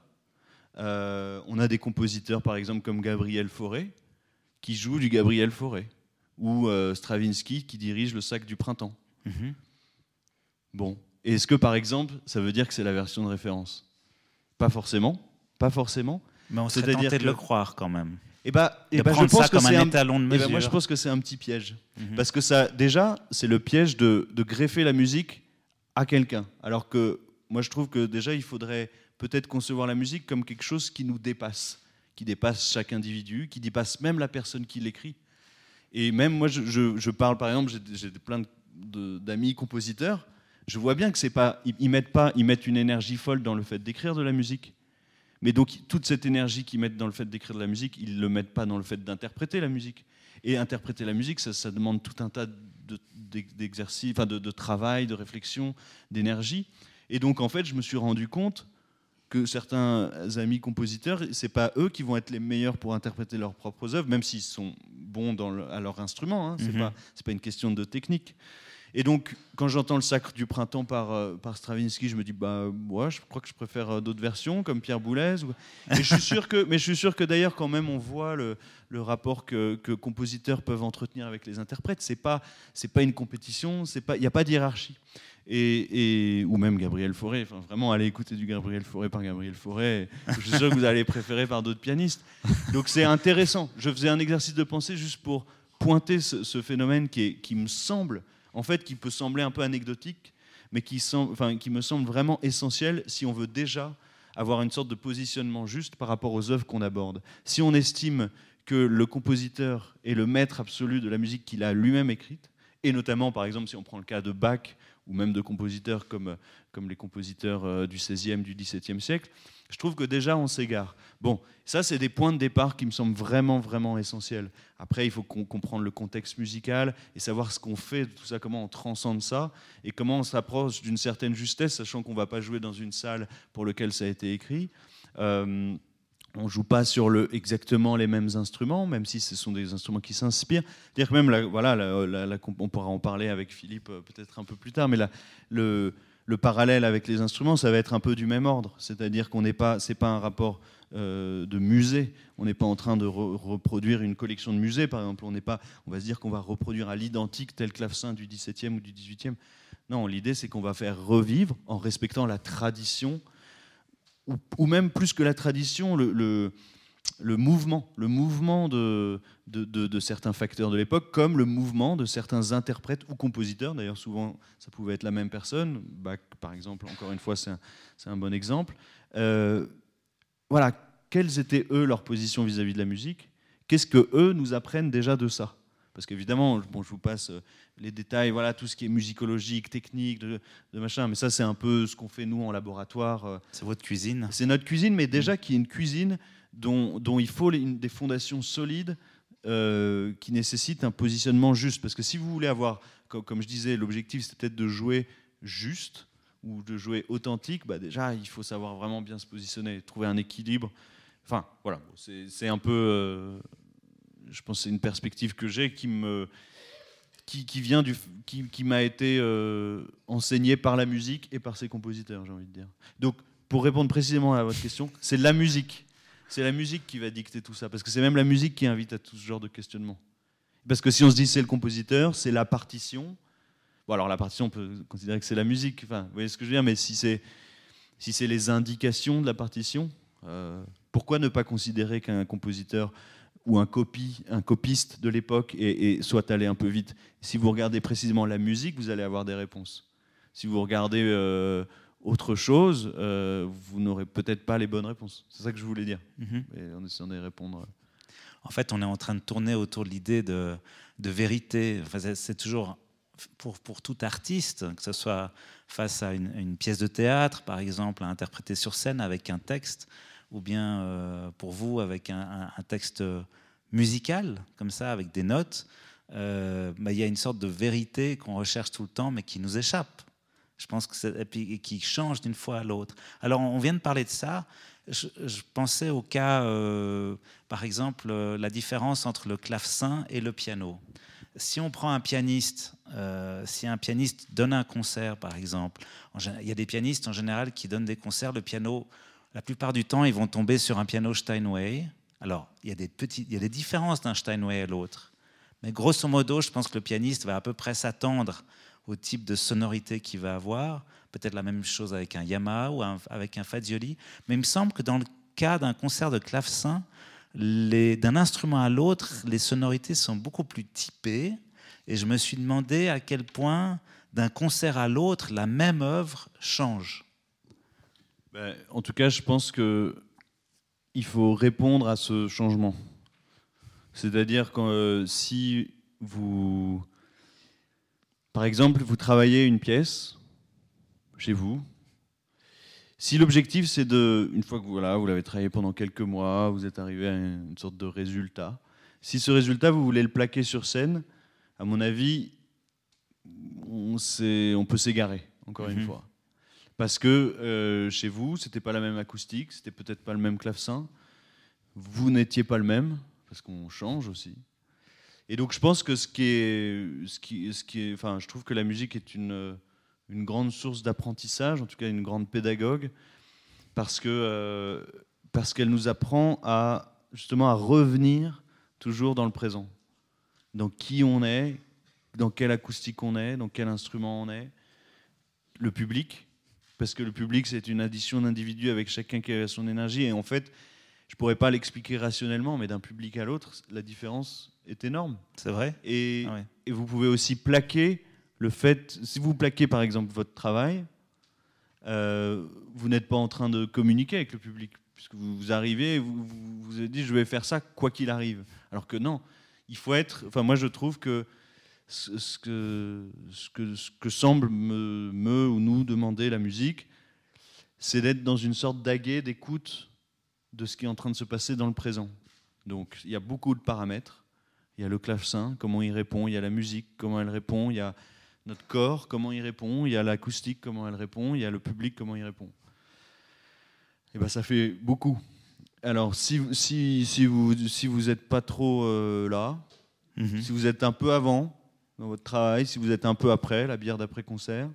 Speaker 4: euh, on a des compositeurs, par exemple, comme Gabriel Fauré, qui jouent du Gabriel Fauré, ou euh, Stravinsky, qui dirige le Sac du Printemps. Mm-hmm. Bon. Et est-ce que, par exemple, ça veut dire que c'est la version de référence? Pas forcément. Pas forcément.
Speaker 3: Mais on serait tenté de le croire quand même.
Speaker 4: Et bah, et
Speaker 3: de
Speaker 4: bah,
Speaker 3: prendre
Speaker 4: je pense
Speaker 3: ça
Speaker 4: que
Speaker 3: comme
Speaker 4: c'est
Speaker 3: un
Speaker 4: un
Speaker 3: étalon de mesure.
Speaker 4: Et bah, moi, je pense que c'est un petit piège.
Speaker 3: Mm-hmm.
Speaker 4: Parce que ça, déjà, c'est le piège de, de greffer la musique à quelqu'un. Alors que moi, je trouve que déjà, il faudrait peut-être concevoir la musique comme quelque chose qui nous dépasse, qui dépasse chaque individu, qui dépasse même la personne qui l'écrit. Et même moi, je, je, je parle, par exemple, j'ai, j'ai plein de, de, d'amis compositeurs. Je vois bien que c'est pas, ils, ils mettent pas, ils mettent une énergie folle dans le fait d'écrire de la musique. Mais donc, toute cette énergie qu'ils mettent dans le fait d'écrire de la musique, ils ne le mettent pas dans le fait d'interpréter la musique. Et interpréter la musique, ça, ça demande tout un tas de, d'exercices, enfin de, de travail, de réflexion, d'énergie. Et donc, en fait, je me suis rendu compte que certains amis compositeurs, ce n'est pas eux qui vont être les meilleurs pour interpréter leurs propres œuvres, même s'ils sont bons dans le, à leur instrument. Hein, ce n'est mm-hmm. pas, c'est pas une question de technique. Et donc, quand j'entends le Sacre du Printemps par, euh, par Stravinsky, je me dis, bah, ouais, je crois que je préfère euh, d'autres versions, comme Pierre Boulez. Ou... Et je suis sûr que, mais je suis sûr que d'ailleurs, quand même, on voit le, le rapport que, que compositeurs peuvent entretenir avec les interprètes. C'est pas, c'est pas une compétition, il n'y a pas de hiérarchie. Et, et, ou même Gabriel Fauré. Enfin, vraiment, allez écouter du Gabriel Fauré par Gabriel Fauré. Je suis sûr que vous allez préférer par d'autres pianistes. Donc, c'est intéressant. Je faisais un exercice de pensée juste pour pointer ce, ce phénomène qui, est, qui me semble... en fait, qui peut sembler un peu anecdotique, mais qui, semble, enfin, qui me semble vraiment essentiel si on veut déjà avoir une sorte de positionnement juste par rapport aux œuvres qu'on aborde. Si on estime que le compositeur est le maître absolu de la musique qu'il a lui-même écrite, et notamment, par exemple, si on prend le cas de Bach, ou même de compositeurs comme, comme les compositeurs euh, du seizième, du dix-septième siècle, je trouve que déjà on s'égare. Bon, ça c'est des points de départ qui me semblent vraiment, vraiment essentiels. Après, il faut qu'on comprenne le contexte musical et savoir ce qu'on fait, tout ça, comment on transcende ça et comment on s'approche d'une certaine justesse, sachant qu'on ne va pas jouer dans une salle pour laquelle ça a été écrit. Euh, on ne joue pas sur le, exactement les mêmes instruments, même si ce sont des instruments qui s'inspirent. C'est-à-dire que même, la, voilà, la, la, la, on pourra en parler avec Philippe peut-être un peu plus tard, mais la, le... Le parallèle avec les instruments, ça va être un peu du même ordre. C'est-à-dire qu'on n'est pas, c'est pas un rapport euh, de musée. On n'est pas en train de re- reproduire une collection de musées, par exemple. On n'est pas, on va se dire qu'on va reproduire à l'identique tel clavecin du dix-septième ou du dix-huitième. Non, l'idée, c'est qu'on va faire revivre en respectant la tradition, ou, ou même plus que la tradition, le, le, le mouvement, le mouvement de, de, de, de certains facteurs de l'époque, comme le mouvement de certains interprètes ou compositeurs. D'ailleurs, souvent, ça pouvait être la même personne. Bach, par exemple, encore une fois, c'est un, c'est un bon exemple. Euh, voilà, quelles étaient, eux, leurs positions vis-à-vis de la musique? Qu'est-ce que eux nous apprennent déjà de ça? Parce qu'évidemment, bon, je vous passe les détails, voilà, tout ce qui est musicologique, technique, de, de machin, mais ça, c'est un peu ce qu'on fait, nous, en laboratoire.
Speaker 3: C'est votre cuisine?
Speaker 4: C'est notre cuisine, mais déjà mmh. qui est une cuisine dont, dont il faut les, des fondations solides, euh, qui nécessitent un positionnement juste. Parce que si vous voulez avoir, comme, comme je disais, l'objectif, c'est peut-être de jouer juste ou de jouer authentique, bah déjà, il faut savoir vraiment bien se positionner, trouver un équilibre. Enfin, voilà, c'est, c'est un peu... Euh, je pense que c'est une perspective que j'ai qui me... Qui, qui, vient du, qui, qui m'a été euh, enseignée par la musique et par ses compositeurs, j'ai envie de dire. Donc, pour répondre précisément à votre question, c'est la musique. C'est la musique qui va dicter tout ça, parce que c'est même la musique qui invite à tout ce genre de questionnement. Parce que si on se dit c'est le compositeur, c'est la partition. Bon, alors la partition, on peut considérer que c'est la musique. Enfin, vous voyez ce que je veux dire, mais si c'est, si c'est les indications de la partition, euh, pourquoi ne pas considérer qu'un compositeur ou un, copie, un copiste de l'époque et, et soit allé un peu vite? Si vous regardez précisément la musique, vous allez avoir des réponses. Si vous regardez euh, autre chose, euh, vous n'aurez peut-être pas les bonnes réponses. C'est ça que je voulais dire. Mm-hmm. Et en essayant de répondre.
Speaker 3: En fait, on est en train de tourner autour de l'idée de, de vérité. Enfin, c'est, c'est toujours, pour, pour tout artiste, que ce soit face à une, une pièce de théâtre, par exemple, à interpréter sur scène avec un texte, ou bien euh, pour vous avec un, un, un texte musical, comme ça, avec des notes, euh, bah, y a une sorte de vérité qu'on recherche tout le temps, mais qui nous échappe. Je pense que c'est, et puis, et qui change d'une fois à l'autre. Alors, on vient de parler de ça. Je, je pensais au cas, euh, par exemple, euh, la différence entre le clavecin et le piano. Si on prend un pianiste, euh, si un pianiste donne un concert, par exemple, il y a des pianistes en général qui donnent des concerts, le piano... La plupart du temps, ils vont tomber sur un piano Steinway. Alors, il y a des, petits, il y a des différences d'un Steinway à l'autre. Mais grosso modo, je pense que le pianiste va à peu près s'attendre au type de sonorité qu'il va avoir. Peut-être la même chose avec un Yamaha ou un, avec un Fazioli. Mais il me semble que dans le cas d'un concert de clavecin, les, d'un instrument à l'autre, les sonorités sont beaucoup plus typées. Et je me suis demandé à quel point, d'un concert à l'autre, la même œuvre change.
Speaker 4: En tout cas, je pense qu'il faut répondre à ce changement. C'est-à-dire que euh, si vous, par exemple, vous travaillez une pièce chez vous, si l'objectif c'est de, une fois que voilà, vous l'avez travaillé pendant quelques mois, vous êtes arrivé à une sorte de résultat, si ce résultat vous voulez le plaquer sur scène, à mon avis, on, on peut s'égarer, encore mmh. une fois. Parce que euh, chez vous, c'était pas la même acoustique, c'était peut-être pas le même clavecin, vous n'étiez pas le même, parce qu'on change aussi. Et donc je pense que ce qui est, ce qui, ce qui est, enfin, je trouve que la musique est une, une grande source d'apprentissage, en tout cas une grande pédagogue, parce que euh, parce qu'elle nous apprend à justement à revenir toujours dans le présent, dans qui on est, dans quelle acoustique on est, dans quel instrument on est, le public. Parce que le public, c'est une addition d'individus avec chacun qui a son énergie. Et en fait, je ne pourrais pas l'expliquer rationnellement, mais d'un public à l'autre, la différence est énorme.
Speaker 3: C'est vrai.
Speaker 4: Et,
Speaker 3: ah ouais.
Speaker 4: et vous pouvez aussi plaquer le fait... Si vous plaquez, par exemple, votre travail, euh, vous n'êtes pas en train de communiquer avec le public. Puisque vous arrivez et vous, vous vous avez dit, je vais faire ça quoi qu'il arrive. Alors que non, il faut être... Enfin, moi, je trouve que ce, ce, que, ce, que, ce que semble me, me ou nous demander la musique, c'est d'être dans une sorte d'aguet, d'écoute de ce qui est en train de se passer dans le présent. Donc il y a beaucoup de paramètres. Il y a le clavecin, comment il répond, il y a la musique, comment elle répond, il y a notre corps, comment il répond, il y a l'acoustique, comment elle répond, il y a le public, comment il répond. Et ben ça fait beaucoup. Alors si, si, si vous si vous n'êtes pas trop euh, là, mm-hmm. si vous êtes un peu avant dans votre travail, si vous êtes un peu après, la bière d'après-concert,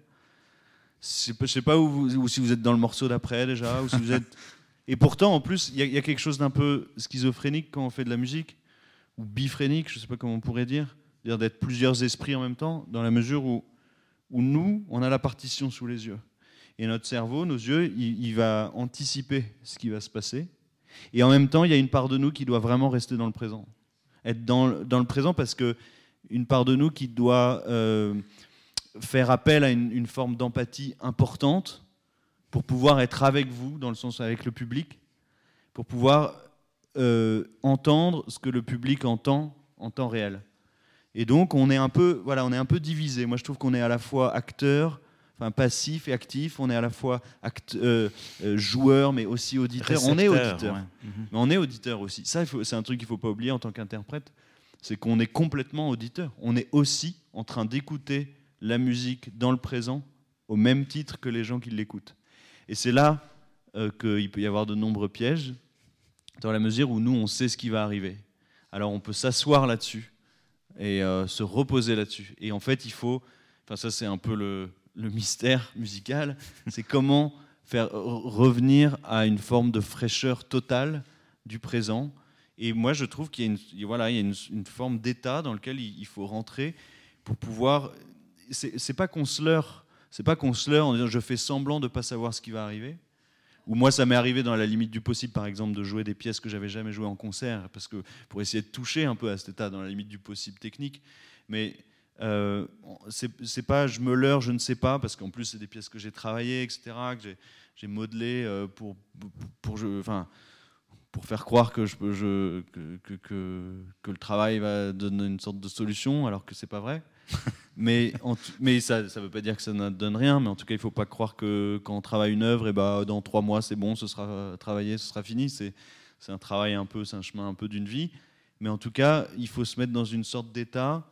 Speaker 4: je ne sais pas où vous, ou si vous êtes dans le morceau d'après déjà, ou si vous êtes... Et pourtant, en plus, il y, y a quelque chose d'un peu schizophrénique quand on fait de la musique, ou bifrénique, je ne sais pas comment on pourrait dire, c'est-à-dire d'être plusieurs esprits en même temps, dans la mesure où, où nous, on a la partition sous les yeux. Et notre cerveau, nos yeux, il, il va anticiper ce qui va se passer. Et en même temps, il y a une part de nous qui doit vraiment rester dans le présent. Être dans, dans le présent parce qu'une part de nous qui doit euh, faire appel à une, une forme d'empathie importante pour pouvoir être avec vous, dans le sens avec le public, pour pouvoir euh, entendre ce que le public entend en temps réel. Et donc, on est un peu, voilà, on est un peu divisé. Moi, je trouve qu'on est à la fois acteur, enfin passif et actif. On est à la fois act, euh, euh, joueur, mais aussi auditeur.
Speaker 3: Récepteur,
Speaker 4: on est auditeur,
Speaker 3: ouais. mm-hmm.
Speaker 4: mais on est auditeur aussi. Ça, il faut, c'est un truc qu'il ne faut pas oublier en tant qu'interprète, c'est qu'on est complètement auditeur. On est aussi en train d'écouter la musique dans le présent au même titre que les gens qui l'écoutent. Et c'est là euh, qu'il peut y avoir de nombreux pièges, dans la mesure où nous, on sait ce qui va arriver. Alors, on peut s'asseoir là-dessus et euh, se reposer là-dessus. Et en fait, il faut... Enfin, ça, c'est un peu le, le mystère musical. C'est comment faire revenir à une forme de fraîcheur totale du présent. Et moi, je trouve qu'il y a une, voilà, il y a une, une forme d'état dans lequel il, il faut rentrer pour pouvoir... C'est, c'est pas qu'on se leurre. C'est pas qu'on se leurre en disant je fais semblant de ne pas savoir ce qui va arriver. Ou moi, ça m'est arrivé dans la limite du possible, par exemple, de jouer des pièces que j'avais jamais jouées en concert, parce que pour essayer de toucher un peu à cet état, dans la limite du possible technique. Mais euh, c'est, c'est pas je me leurre, je ne sais pas, parce qu'en plus c'est des pièces que j'ai travaillées, et cetera, que j'ai, j'ai modelées euh, pour pour, pour je, enfin. pour faire croire que, je, je, que, que, que, que le travail va donner une sorte de solution, alors que c'est pas vrai. mais en t- mais ça ne veut pas dire que ça ne donne rien, mais en tout cas, il ne faut pas croire que quand on travaille une œuvre, et bah, dans trois mois, c'est bon, ce sera travaillé, ce sera fini. C'est, c'est un travail un peu, c'est un chemin un peu d'une vie. Mais en tout cas, il faut se mettre dans une sorte d'état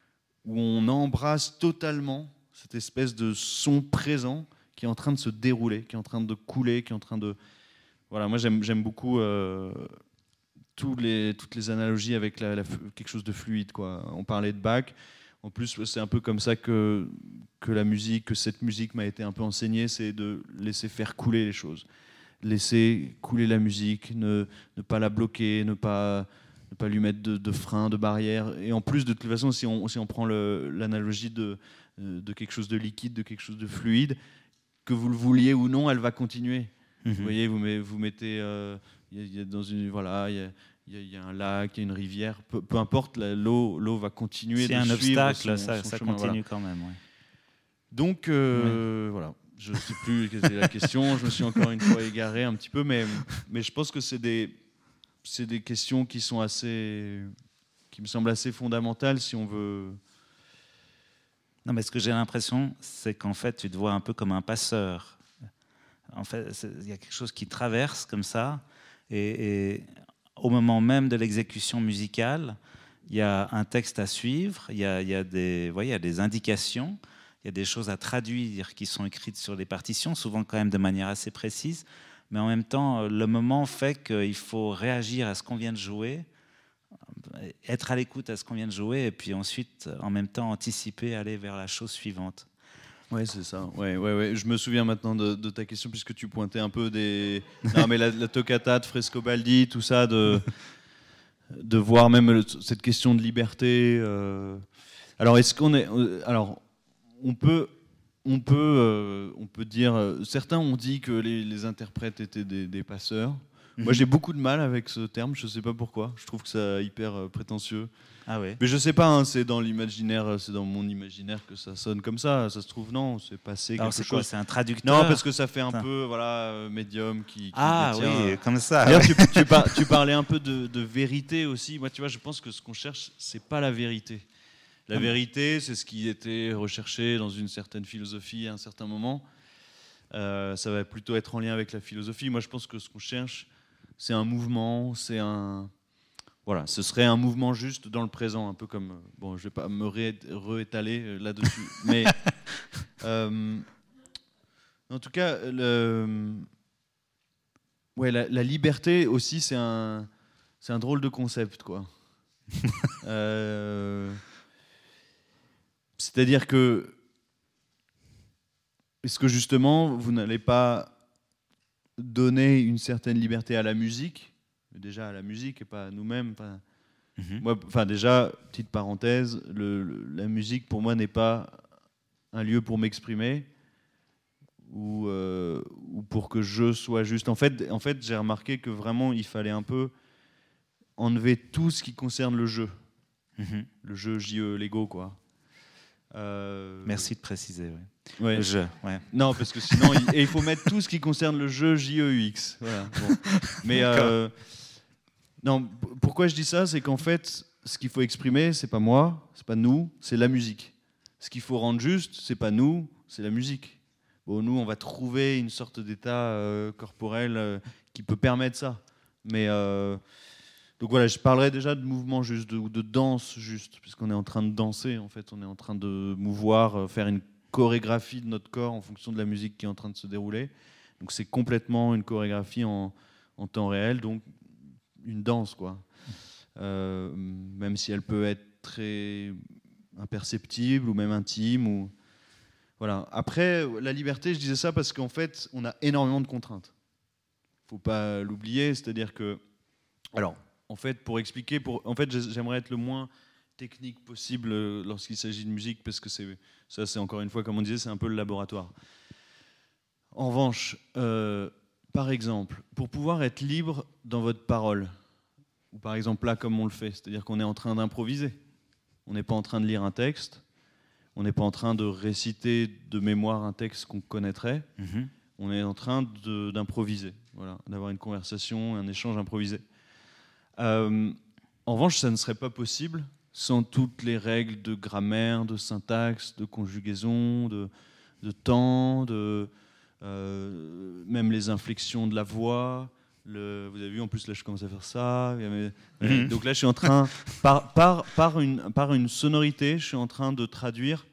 Speaker 4: où on embrasse totalement cette espèce de son présent qui est en train de se dérouler, qui est en train de couler, qui est en train de... Voilà, moi j'aime, j'aime beaucoup euh, tous les, toutes les analogies avec la, la, quelque chose de fluide, quoi. On parlait de Bach, en plus c'est un peu comme ça que, que la musique, que cette musique m'a été un peu enseignée, c'est de laisser faire couler les choses, laisser couler la musique, ne, ne pas la bloquer, ne pas, ne pas lui mettre de, de frein, de barrière. Et en plus, de toute façon, si on, si on prend le, l'analogie de, de quelque chose de liquide, de quelque chose de fluide, que vous le vouliez ou non, elle va continuer. Mmh. Vous voyez, vous, met, vous mettez, euh, y a, y a dans une, voilà, il y a, y, a, y a un lac, il y a une rivière, peu, peu importe, la, l'eau, l'eau va continuer.
Speaker 3: C'est
Speaker 4: de
Speaker 3: un
Speaker 4: suivre
Speaker 3: obstacle,
Speaker 4: son,
Speaker 3: ça,
Speaker 4: son
Speaker 3: ça
Speaker 4: chemin,
Speaker 3: continue
Speaker 4: voilà.
Speaker 3: quand même. Ouais.
Speaker 4: Donc euh, ouais. voilà, je ne sais plus quelle était la question. Je me suis encore une fois égaré un petit peu, mais mais je pense que c'est des c'est des questions qui sont assez, qui me semblent assez fondamentales si on veut.
Speaker 3: Non, mais ce que j'ai l'impression, c'est qu'en fait, tu te vois un peu comme un passeur. En fait, il y a quelque chose qui traverse comme ça, et, et au moment même de l'exécution musicale, il y a un texte à suivre, il y a, il y a des, vous voyez, il y a des indications, il y a des choses à traduire qui sont écrites sur les partitions, souvent quand même de manière assez précise, mais en même temps, le moment fait qu'il faut réagir à ce qu'on vient de jouer, être à l'écoute à ce qu'on vient de jouer, et puis ensuite, en même temps, anticiper, aller vers la chose suivante.
Speaker 4: Ouais, c'est ça. Ouais, ouais, ouais. Je me souviens maintenant de, de ta question, puisque tu pointais un peu des... Non, mais la, la toccata de Frescobaldi, tout ça, de, de voir même le, cette question de liberté. Euh... Alors, est-ce qu'on est... Alors, on peut... On peut, euh, on peut dire... Certains ont dit que les, les interprètes étaient des, des passeurs. Mm-hmm. Moi, j'ai beaucoup de mal avec ce terme, je ne sais pas pourquoi. Je trouve que c'est hyper euh, prétentieux.
Speaker 3: Ah ouais.
Speaker 4: Mais je sais pas, hein, c'est dans l'imaginaire, c'est dans mon imaginaire que ça sonne comme ça. Ça se trouve non, c'est passé
Speaker 3: Alors
Speaker 4: quelque
Speaker 3: c'est
Speaker 4: chose.
Speaker 3: Quoi, c'est un traducteur.
Speaker 4: Non, parce que ça fait un
Speaker 3: Putain.
Speaker 4: peu, voilà, euh, médium qui. qui
Speaker 3: ah
Speaker 4: détient,
Speaker 3: oui,
Speaker 4: euh...
Speaker 3: comme ça.
Speaker 4: D'ailleurs, tu, tu, par, tu parlais un peu de, de vérité aussi. Moi, tu vois, je pense que ce qu'on cherche, c'est pas la vérité. La vérité, c'est ce qui était recherché dans une certaine philosophie à un certain moment. Euh, ça va plutôt être en lien avec la philosophie. Moi, je pense que ce qu'on cherche, c'est un mouvement, c'est un... Voilà, ce serait un mouvement juste dans le présent, un peu comme... Bon, je ne vais pas me ré- réétaler là-dessus, mais... Euh, en tout cas, le... ouais, la, la liberté aussi, c'est un, c'est un drôle de concept, quoi. euh... C'est-à-dire que... Est-ce que justement, vous n'allez pas donner une certaine liberté à la musique, déjà à la musique et pas à nous-mêmes. Enfin, mm-hmm. moi, enfin déjà, petite parenthèse, le, le, la musique pour moi n'est pas un lieu pour m'exprimer ou, euh, ou pour que je sois juste. En fait, en fait, j'ai remarqué que vraiment il fallait un peu enlever tout ce qui concerne le jeu, mm-hmm. le jeu J E, l'ego, quoi.
Speaker 3: Euh... Merci de préciser. Oui.
Speaker 4: Ouais.
Speaker 3: Le jeu, ouais.
Speaker 4: Non, parce que sinon, il, et il faut mettre tout ce qui concerne le jeu J E U X. Voilà, bon. Mais euh, non, p- pourquoi je dis ça, c'est qu'en fait, ce qu'il faut exprimer, c'est pas moi, c'est pas nous, c'est la musique. Ce qu'il faut rendre juste, c'est pas nous, c'est la musique. Bon, nous, on va trouver une sorte d'état euh, corporel euh, qui peut permettre ça. Mais euh, donc voilà, je parlerai déjà de mouvement juste, de, de danse juste, puisqu'on est en train de danser, en fait, on est en train de mouvoir, euh, faire une chorégraphie de notre corps en fonction de la musique qui est en train de se dérouler. Donc c'est complètement une chorégraphie en, en temps réel, donc une danse, quoi. Euh, même si elle peut être très imperceptible ou même intime. Ou... Voilà. Après, la liberté, je disais ça parce qu'en fait, on a énormément de contraintes. Il ne faut pas l'oublier, c'est-à-dire que... Alors, en fait, pour expliquer, pour... en fait, j'aimerais être le moins technique possible lorsqu'il s'agit de musique, parce que c'est, ça, c'est encore une fois, comme on disait, c'est un peu le laboratoire. En revanche, euh, par exemple, pour pouvoir être libre dans votre parole, ou par exemple là, comme on le fait, c'est-à-dire qu'on est en train d'improviser, on n'est pas en train de lire un texte, on n'est pas en train de réciter de mémoire un texte qu'on connaîtrait, mm-hmm. on est en train de, d'improviser, voilà, d'avoir une conversation, un échange improvisé. Euh, en revanche, ça ne serait pas possible sans toutes les règles de grammaire, de syntaxe, de conjugaison, de, de temps, de, euh, même les inflexions de la voix. Le, vous avez vu, en plus, là, je commence à faire ça. Mm-hmm. Donc là, je suis en train, par, par, par, une, par une sonorité, je suis en train de traduire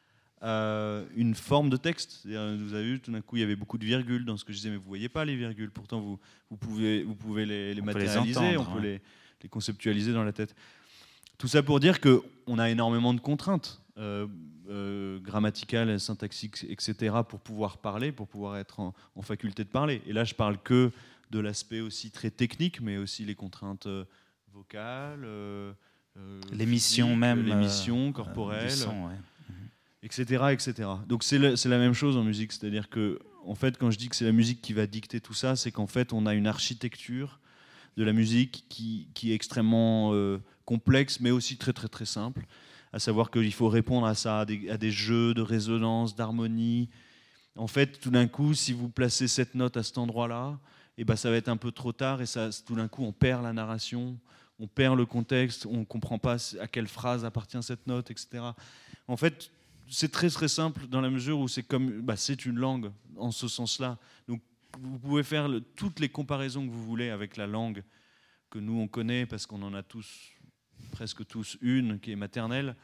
Speaker 4: euh, une forme de texte. C'est-à-dire, vous avez vu, tout d'un coup, il y avait beaucoup de virgules dans ce que je disais, mais vous ne voyez pas les virgules. Pourtant, vous, vous, pouvez, vous pouvez les, les on matérialiser, peut les entendre, on peut ouais. les, les conceptualiser dans la tête. Tout ça pour dire qu'on a énormément de contraintes euh, euh, grammaticales, syntaxiques, et cetera pour pouvoir parler, pour pouvoir être en, en faculté de parler. Et là, je parle que de l'aspect aussi très technique, mais aussi les contraintes euh, vocales, euh,
Speaker 3: l'émission physiques, même,
Speaker 4: l'émission corporelle,
Speaker 3: euh, son, ouais.
Speaker 4: et cetera, et cetera. Donc c'est, le, c'est la même chose en musique, c'est-à-dire que, en fait, quand je dis que c'est la musique qui va dicter tout ça, c'est qu'en fait, on a une architecture de la musique qui, qui est extrêmement euh, complexe, mais aussi très très très simple, à savoir qu'il faut répondre à ça, à des, à des jeux de résonance, d'harmonie. En fait, tout d'un coup, si vous placez cette note à cet endroit-là, eh ben, ça va être un peu trop tard, et ça, tout d'un coup, on perd la narration, on perd le contexte, on ne comprend pas à quelle phrase appartient cette note, et cetera. En fait, c'est très très simple dans la mesure où c'est comme, bah, c'est une langue en ce sens-là. Donc, vous pouvez faire le, toutes les comparaisons que vous voulez avec la langue que nous on connaît, parce qu'on en a tous, presque tous une qui est maternelle,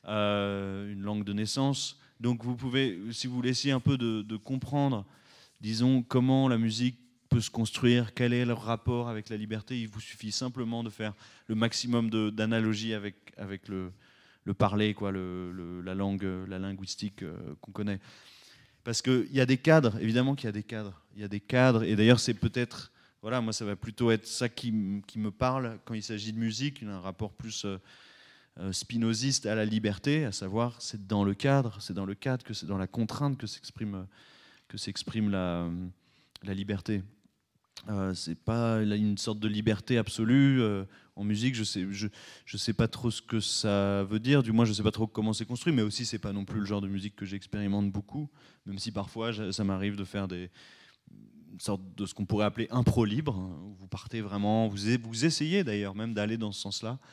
Speaker 4: euh, une langue de naissance. Donc vous pouvez, si vous laissiez un peu de, de comprendre, disons, comment la musique peut se construire, quel est leur rapport avec la liberté, il vous suffit simplement de faire le maximum de, d'analogie avec, avec le, le parler, quoi, le, le, la langue, la linguistique euh, qu'on connaît. Parce qu'il y a des cadres, évidemment qu'il y a des cadres. Il y a des cadres, et d'ailleurs c'est peut-être, voilà, moi ça va plutôt être ça qui, m- qui me parle quand il s'agit de musique, un rapport plus euh, euh, spinoziste à la liberté, à savoir c'est dans le cadre, c'est dans le cadre, que c'est dans la contrainte que s'exprime, que s'exprime la, la liberté. Euh, c'est pas une sorte de liberté absolue euh, en musique. Je sais, je, je sais pas trop ce que ça veut dire. Du moins, je sais pas trop comment c'est construit. Mais aussi, c'est pas non plus le genre de musique que j'expérimente beaucoup. Même si parfois, ça m'arrive de faire des une sorte de ce qu'on pourrait appeler impro libre. Où vous partez vraiment, vous, vous essayez d'ailleurs même d'aller dans ce sens-là,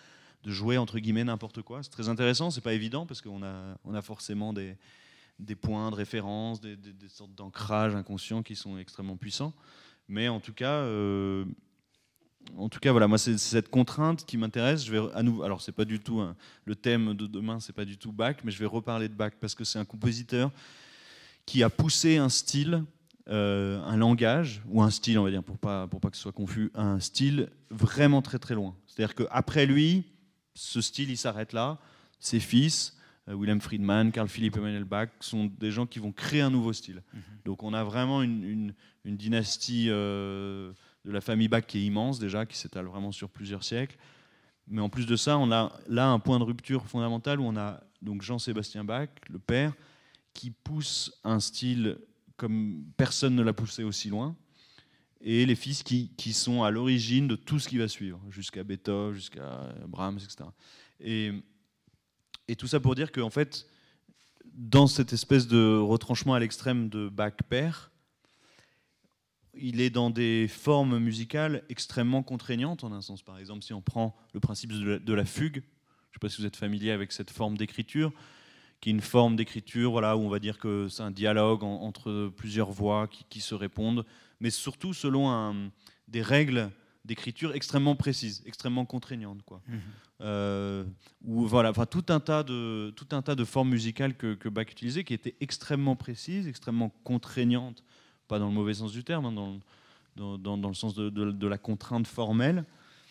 Speaker 4: de jouer entre guillemets n'importe quoi. C'est très intéressant, c'est pas évident parce qu'on a, on a forcément des, des points de référence, des, des, des sortes d'ancrage inconscient qui sont extrêmement puissants. Mais en tout cas, euh, en tout cas, voilà, moi c'est, c'est cette contrainte qui m'intéresse. Je vais à nouveau, alors c'est pas du tout hein, le thème de demain, c'est pas du tout Bach, mais je vais reparler de Bach parce que c'est un compositeur qui a poussé un style, euh, un langage ou un style, on va dire, pour pas pour pas que ce soit confus, un style vraiment très très loin. C'est-à-dire qu'après lui, ce style il s'arrête là. Ses fils, euh, Wilhelm Friedman, Carl Philipp Emanuel Bach, sont des gens qui vont créer un nouveau style. Mm-hmm. Donc on a vraiment une, une, une dynastie euh, de la famille Bach qui est immense déjà, qui s'étale vraiment sur plusieurs siècles. Mais en plus de ça, on a là un point de rupture fondamental où on a donc Jean-Sébastien Bach, le père, qui pousse un style comme personne ne l'a poussé aussi loin, et les fils qui, qui sont à l'origine de tout ce qui va suivre, jusqu'à Beethoven, jusqu'à Brahms, et cetera. Et, et tout ça pour dire qu'en fait, dans cette espèce de retranchement à l'extrême de Bach père, il est dans des formes musicales extrêmement contraignantes, en un sens. Par exemple, si on prend le principe de la, de la fugue, je ne sais pas si vous êtes familier avec cette forme d'écriture, qui est une forme d'écriture voilà, où on va dire que c'est un dialogue en, entre plusieurs voix qui, qui se répondent, mais surtout selon un, des règles d'écriture extrêmement précises, extrêmement contraignantes. Quoi. Mmh. Euh, où, voilà, enfin, tout, un tas de, tout un tas de formes musicales que, que Bach utilisait qui étaient extrêmement précises, extrêmement contraignantes, pas dans le mauvais sens du terme, hein, dans, dans, dans, dans le sens de, de, de la contrainte formelle.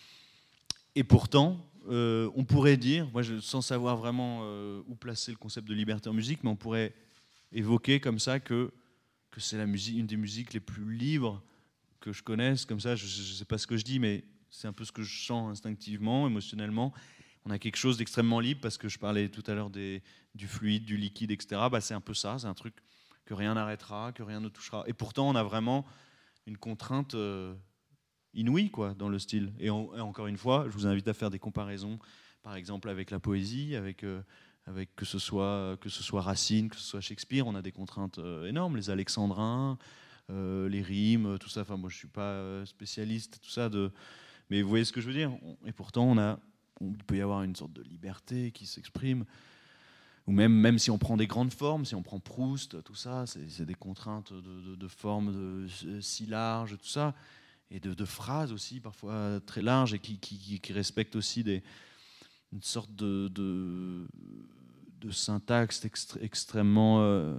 Speaker 4: Et pourtant, euh, on pourrait dire, moi, je, sans savoir vraiment euh, où placer le concept de liberté en musique, mais on pourrait évoquer comme ça que, que c'est la musique, une des musiques les plus libres que je connaisse. Comme ça, je ne sais pas ce que je dis, mais c'est un peu ce que je sens instinctivement, émotionnellement. On a quelque chose d'extrêmement libre, parce que je parlais tout à l'heure des, du fluide, du liquide, et cetera. Bah, c'est un peu ça, c'est un truc que rien n'arrêtera, que rien ne touchera. Et pourtant, on a vraiment une contrainte euh, inouïe quoi, dans le style. Et, on, et encore une fois, je vous invite à faire des comparaisons, par exemple avec la poésie, avec, euh, avec que, ce soit, que ce soit Racine, que ce soit Shakespeare, on a des contraintes euh, énormes, les alexandrins, euh, les rimes, tout ça. Enfin, moi, je ne suis pas spécialiste, tout ça, de... mais vous voyez ce que je veux dire. Et pourtant, on a, on peut y avoir une sorte de liberté qui s'exprime. Ou même, même si on prend des grandes formes, si on prend Proust, tout ça, c'est, c'est des contraintes de, de, de formes de, si larges, tout ça, et de, de phrases aussi, parfois très larges, et qui, qui, qui respectent aussi des, une sorte de, de, de syntaxe extré, extrêmement, euh,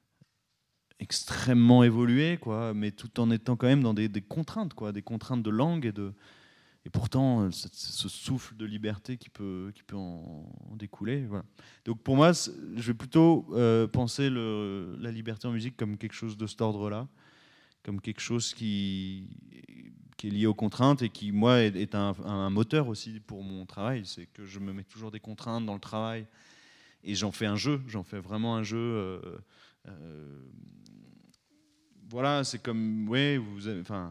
Speaker 4: extrêmement évoluée, quoi, mais tout en étant quand même dans des, des contraintes, quoi, des contraintes de langue et de... Et pourtant, c'est ce souffle de liberté qui peut, qui peut en, en découler. Voilà. Donc pour moi, je vais plutôt euh, penser le, la liberté en musique comme quelque chose de cet ordre-là, comme quelque chose qui, qui est lié aux contraintes et qui, moi, est, est un, un moteur aussi pour mon travail. C'est que je me mets toujours des contraintes dans le travail et j'en fais un jeu, j'en fais vraiment un jeu. Euh, euh, voilà, c'est comme... Ouais, vous avez... Enfin,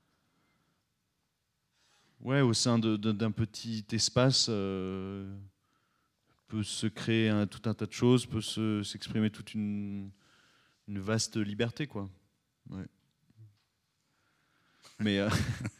Speaker 4: ouais, au sein de, de, d'un petit espace, euh, peut se créer un, tout un tas de choses, peut se, s'exprimer toute une, une vaste liberté, quoi. Ouais. Mais euh,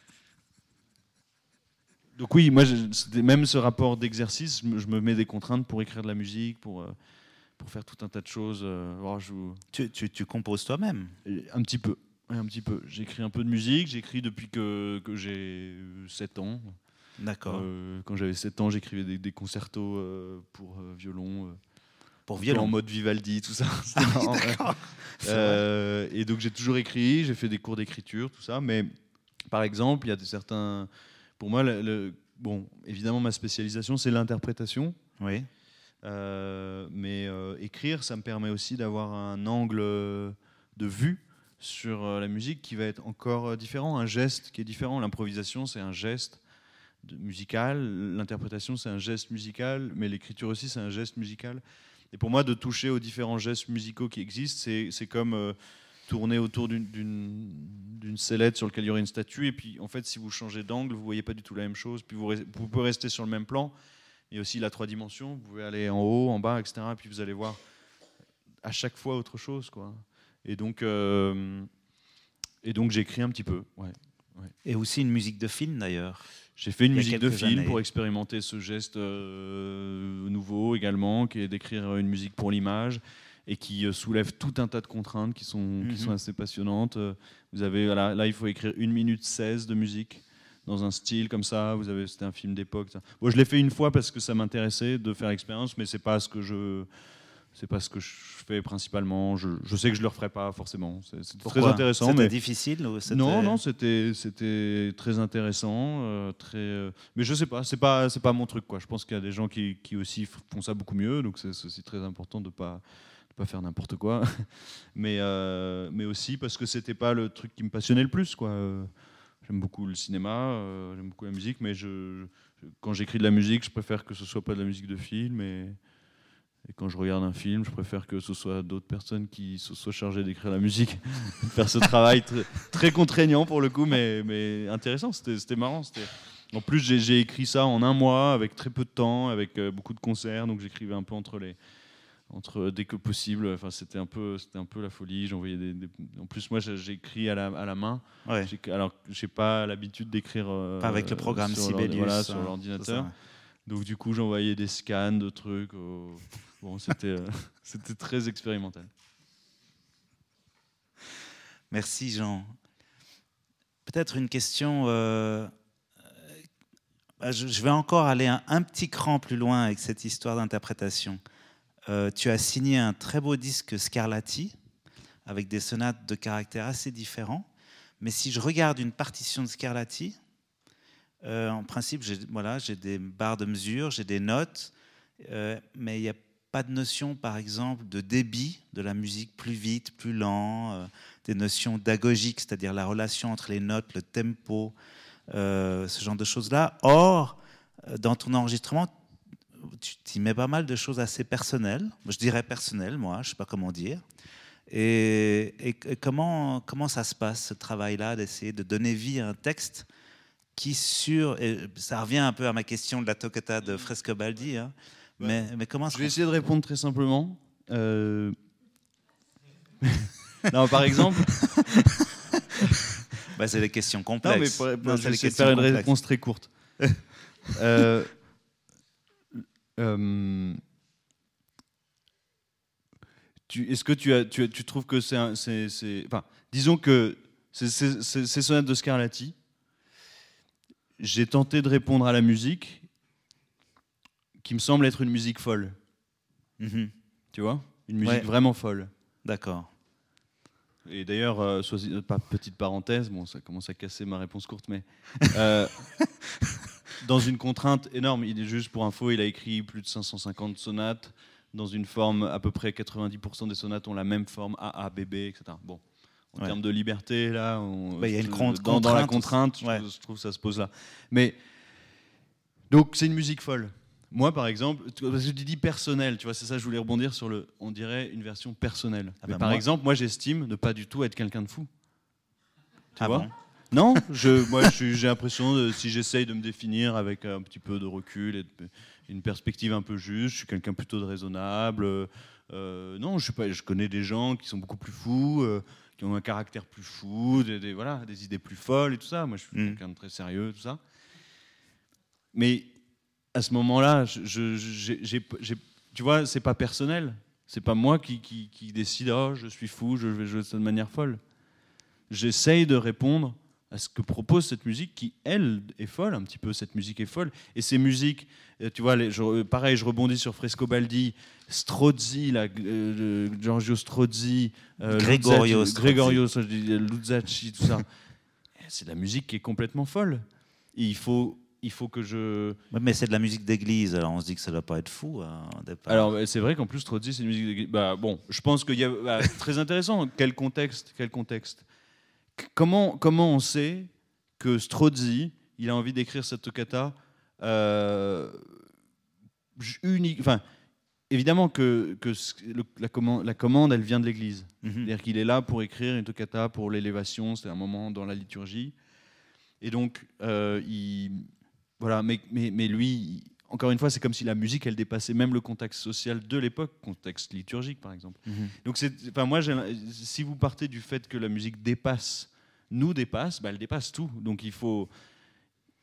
Speaker 4: donc oui, moi, je, même ce rapport d'exercice, je me, je me mets des contraintes pour écrire de la musique, pour, pour faire tout un tas de choses. Alors, je vous...
Speaker 3: tu, tu, tu composes toi-même?
Speaker 4: Un petit peu. Un petit peu. J'écris un peu de musique, j'écris depuis que, que j'ai sept ans.
Speaker 3: D'accord.
Speaker 4: Euh, quand j'avais sept ans, j'écrivais des, des concertos euh, pour euh, violon. Euh,
Speaker 3: pour violon.
Speaker 4: En mode Vivaldi, tout ça.
Speaker 3: Ah, marrant, d'accord.
Speaker 4: Ouais. Euh, et donc j'ai toujours écrit, j'ai fait des cours d'écriture, tout ça. Mais par exemple, il y a des certains... Pour moi, le, le... bon, évidemment, ma spécialisation, c'est l'interprétation.
Speaker 3: Oui.
Speaker 4: Euh, mais euh, écrire, ça me permet aussi d'avoir un angle de vue sur la musique qui va être encore différent, un geste qui est différent. L'improvisation, c'est un geste musical, l'interprétation, c'est un geste musical, mais l'écriture aussi, c'est un geste musical. Et pour moi, de toucher aux différents gestes musicaux qui existent, c'est, c'est comme euh, tourner autour d'une, d'une, d'une sellette sur laquelle il y aurait une statue, et puis en fait, si vous changez d'angle, vous ne voyez pas du tout la même chose, puis vous, vous pouvez rester sur le même plan. Il y a aussi la trois dimensions, vous pouvez aller en haut, en bas, et cetera, et puis vous allez voir à chaque fois autre chose, quoi. Et donc, euh, et donc j'écris un petit peu. Ouais, ouais.
Speaker 3: Et aussi une musique de film d'ailleurs.
Speaker 4: J'ai fait une
Speaker 3: Il y a
Speaker 4: musique de
Speaker 3: quelques
Speaker 4: film
Speaker 3: années.
Speaker 4: pour expérimenter ce geste euh, nouveau également, qui est d'écrire une musique pour l'image et qui euh, soulève tout un tas de contraintes qui sont,
Speaker 3: Mhm.
Speaker 4: qui sont assez passionnantes. Euh, Vous avez, voilà, là, il faut écrire une minute seize de musique dans un style comme ça. Vous avez, c'était un film d'époque. ça. Bon, je l'ai fait une fois parce que ça m'intéressait de faire l'expérience, mais c'est pas ce que je, c'est pas ce que je fais principalement. Je, je sais que je le referai pas forcément. C'est, c'est très intéressant.
Speaker 3: C'était
Speaker 4: mais
Speaker 3: difficile ou c'était...
Speaker 4: non, non, c'était, c'était très intéressant, euh, très. euh, Mais je sais pas, c'est pas, c'est pas mon truc quoi. Je pense qu'il y a des gens qui, qui aussi font ça beaucoup mieux, donc c'est, c'est aussi très important de pas, de pas faire n'importe quoi. mais, euh, mais aussi parce que c'était pas le truc qui me passionnait le plus quoi. Euh, J'aime beaucoup le cinéma, euh, j'aime beaucoup la musique, mais je, je- quand j'écris de la musique, je préfère que ce soit pas de la musique de film et. Et quand je regarde un film, je préfère que ce soit d'autres personnes qui se soient chargées d'écrire la musique, de faire ce travail très, très contraignant pour le coup, mais, mais intéressant, c'était, c'était marrant. C'était... En plus, j'ai, j'ai écrit ça en un mois, avec très peu de temps, avec euh, beaucoup de concerts, donc j'écrivais un peu entre les, entre dès que possible. Enfin, c'était un peu, c'était un peu la folie. J'envoyais des, des- En plus, moi, j'ai- j'écris à la, à la main.
Speaker 3: Ouais.
Speaker 4: J'ai- alors, j'ai pas l'habitude d'écrire euh,
Speaker 3: Pas avec le programme
Speaker 4: sur l'ordi-
Speaker 3: Sibelius.
Speaker 4: voilà, sur
Speaker 3: hein,
Speaker 4: l'ordinateur.
Speaker 3: c'est ça.
Speaker 4: Donc du coup, j'envoyais des scans de trucs. au- Bon, c'était, euh, c'était très expérimental.
Speaker 3: Merci Jean. Peut-être une question. euh, euh, je, je vais encore aller un, un petit cran plus loin avec cette histoire d'interprétation. Euh, tu as signé un très beau disque Scarlatti avec des sonates de caractère assez différents. Mais si je regarde une partition de Scarlatti, euh, en principe, j'ai, voilà, j'ai des barres de mesure, j'ai des notes, euh, mais il n'y a pas de notion, par exemple, de débit de la musique, plus vite, plus lent, euh, des notions d'agogique, c'est-à-dire la relation entre les notes, le tempo, euh, ce genre de choses-là. Or, euh, dans ton enregistrement, tu y mets pas mal de choses assez personnelles. Je dirais personnelles, moi, je ne sais pas comment dire. Et, et, et comment, comment ça se passe, ce travail-là, d'essayer de donner vie à un texte qui, sur... Et ça revient un peu à ma question de la toccata de Frescobaldi, hein, mais, mais comment
Speaker 4: Je vais essayer de répondre très simplement. Euh... non, par exemple.
Speaker 3: bah, c'est des questions
Speaker 4: Non,
Speaker 3: complexes.
Speaker 4: mais pour,
Speaker 3: Non,
Speaker 4: je
Speaker 3: c'est
Speaker 4: vais
Speaker 3: des
Speaker 4: essayer de
Speaker 3: questions
Speaker 4: faire une
Speaker 3: complexes.
Speaker 4: réponse très courte. euh, euh, tu, est-ce que tu, as, tu, as, tu trouves que c'est, un, c'est, c'est enfin, disons que ces, ces, ces, ces sonates de Scarlatti, j'ai tenté de répondre à la musique qui me semble être une musique folle.
Speaker 3: Mm-hmm.
Speaker 4: Tu vois, une musique
Speaker 3: Ouais.
Speaker 4: vraiment folle.
Speaker 3: D'accord.
Speaker 4: Et d'ailleurs, euh, soit, pas petite parenthèse, bon, ça commence à casser ma réponse courte, mais euh, dans une contrainte énorme, il est juste pour info, il a écrit plus de cinq cent cinquante sonates dans une forme, à peu près quatre-vingt-dix pour cent des sonates ont la même forme, A A, B B, et cetera. Bon, en
Speaker 3: Ouais.
Speaker 4: termes de liberté, là, on,
Speaker 3: Bah, il y a une
Speaker 4: je-
Speaker 3: con-
Speaker 4: dans, dans la
Speaker 3: contrainte
Speaker 4: contrainte, je,
Speaker 3: aussi. Ouais.
Speaker 4: trouve, je trouve que ça se pose là. Mais donc, c'est une musique folle. Moi, par exemple, tu- parce que tu dis personnel, tu vois, c'est ça, je voulais rebondir sur le, on dirait une version personnelle.
Speaker 3: Ah
Speaker 4: Mais
Speaker 3: bah
Speaker 4: par
Speaker 3: moi-
Speaker 4: exemple, moi, j'estime ne pas du tout être quelqu'un de fou. Tu
Speaker 3: Ah
Speaker 4: vois
Speaker 3: bon.
Speaker 4: Non, je, moi, je suis- j'ai l'impression, de, si j'essaye de me définir avec un petit peu de recul et de- une perspective un peu juste, je suis quelqu'un plutôt de raisonnable. Euh, non, je, suis pas, je connais des gens qui sont beaucoup plus fous, euh, qui ont un caractère plus fou, des, des- voilà, des idées plus folles et tout ça. Moi, je suis
Speaker 3: Mm.
Speaker 4: quelqu'un de très sérieux, tout ça. Mais à ce moment-là, je, je- j'ai- j'ai- j'ai- tu vois, c'est pas personnel. C'est pas moi qui, qui, qui décide, oh, je suis fou, je vais jouer de cette manière folle. J'essaye de répondre à ce que propose cette musique qui, elle, est folle, un petit peu, cette musique est folle. Et ces musiques, euh, tu vois, les, je, pareil, je rebondis sur Frescobaldi, Strozzi, là, euh, Giorgio Strozzi, euh,
Speaker 3: Gregorio
Speaker 4: Luzzati-
Speaker 3: Strozzi.
Speaker 4: Gregorio, ça, je dis, Luzzati, tout ça. C'est de la musique qui est complètement folle. Et il faut, il faut que je...
Speaker 3: Ouais, mais c'est de la musique d'église, alors on se dit que ça ne doit pas être fou hein, au départ.
Speaker 4: Alors c'est vrai qu'en plus Strozzi c'est une musique d'église. Bah, bon, je pense qu'il y a bah, très intéressant. Quel contexte, quel contexte. C- Comment comment on sait que Strozzi il a envie d'écrire cette toccata euh, unique. Enfin évidemment que que ce- le- la commande la commande elle vient de l'Église.
Speaker 3: Mhm.
Speaker 4: C'est-à-dire qu'il est là pour écrire une toccata pour l'élévation. C'est un moment dans la liturgie. Et donc euh, il voilà, mais, mais, mais lui, encore une fois, c'est comme si la musique, elle dépassait même le contexte social de l'époque, contexte liturgique, par exemple.
Speaker 3: Mhm.
Speaker 4: Donc, c'est, enfin, moi, j'ai, si vous partez du fait que la musique dépasse, nous dépasse, bah, elle dépasse tout. Donc, il faut,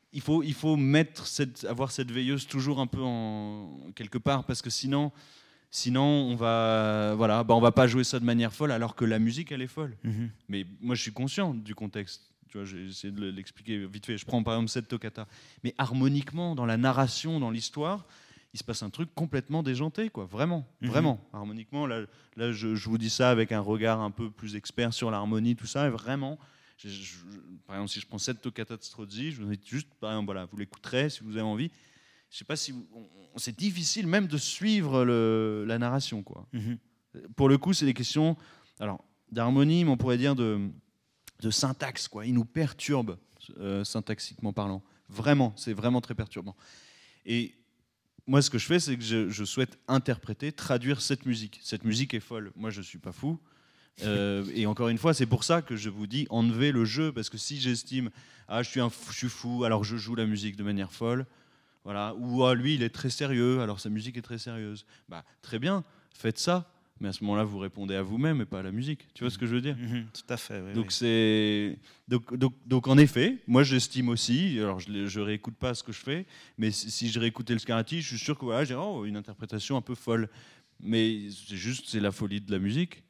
Speaker 4: il faut, il faut mettre cette, avoir cette veilleuse toujours un peu en quelque part, parce que sinon, sinon on va, voilà, bah on va pas jouer ça de manière folle, alors que la musique elle est folle. Mm-hmm. Mais moi je suis conscient du contexte. Tu vois, j'ai essayé de l'expliquer vite fait. Je prends par exemple cette toccata, mais harmoniquement, dans la narration, dans l'histoire, il se passe un truc complètement déjanté, quoi. Vraiment, mm-hmm. vraiment. Harmoniquement, là, là je, je vous dis ça avec un regard un peu plus expert sur l'harmonie, tout ça, et vraiment. Je, je, par exemple, si je prends cette toccata de Strozzi, je vous dis juste, par exemple, voilà, vous l'écouterez si vous avez envie. Je sais pas si vous, on, c'est difficile même de suivre le, la narration, quoi. Mm-hmm. Pour le coup, c'est des questions, alors d'harmonie, mais on pourrait dire de, de syntaxe, quoi. Il nous perturbe euh, syntaxiquement parlant. Vraiment, c'est vraiment très perturbant. Et moi, ce que je fais, c'est que je, je souhaite interpréter, traduire cette musique. Cette musique est folle. Moi, je suis pas fou. Euh, et encore une fois, c'est pour ça que je vous dis enlevez le jeu, parce que si j'estime ah je suis un fou, je suis fou, alors je joue la musique de manière folle, voilà, ou ah, lui il est très sérieux, alors sa musique est très sérieuse, bah très bien, faites ça, mais à ce moment-là vous répondez à vous-même et pas à la musique. Tu vois ce que je veux dire?
Speaker 3: Mmh, tout à fait. Oui,
Speaker 4: donc
Speaker 3: oui.
Speaker 4: c'est donc, donc donc en effet, moi j'estime aussi, alors je, je réécoute pas ce que je fais, mais si, si je réécoutais le Scarlatti, je suis sûr que voilà, j'ai oh, une interprétation un peu folle, mais c'est juste c'est la folie de la musique.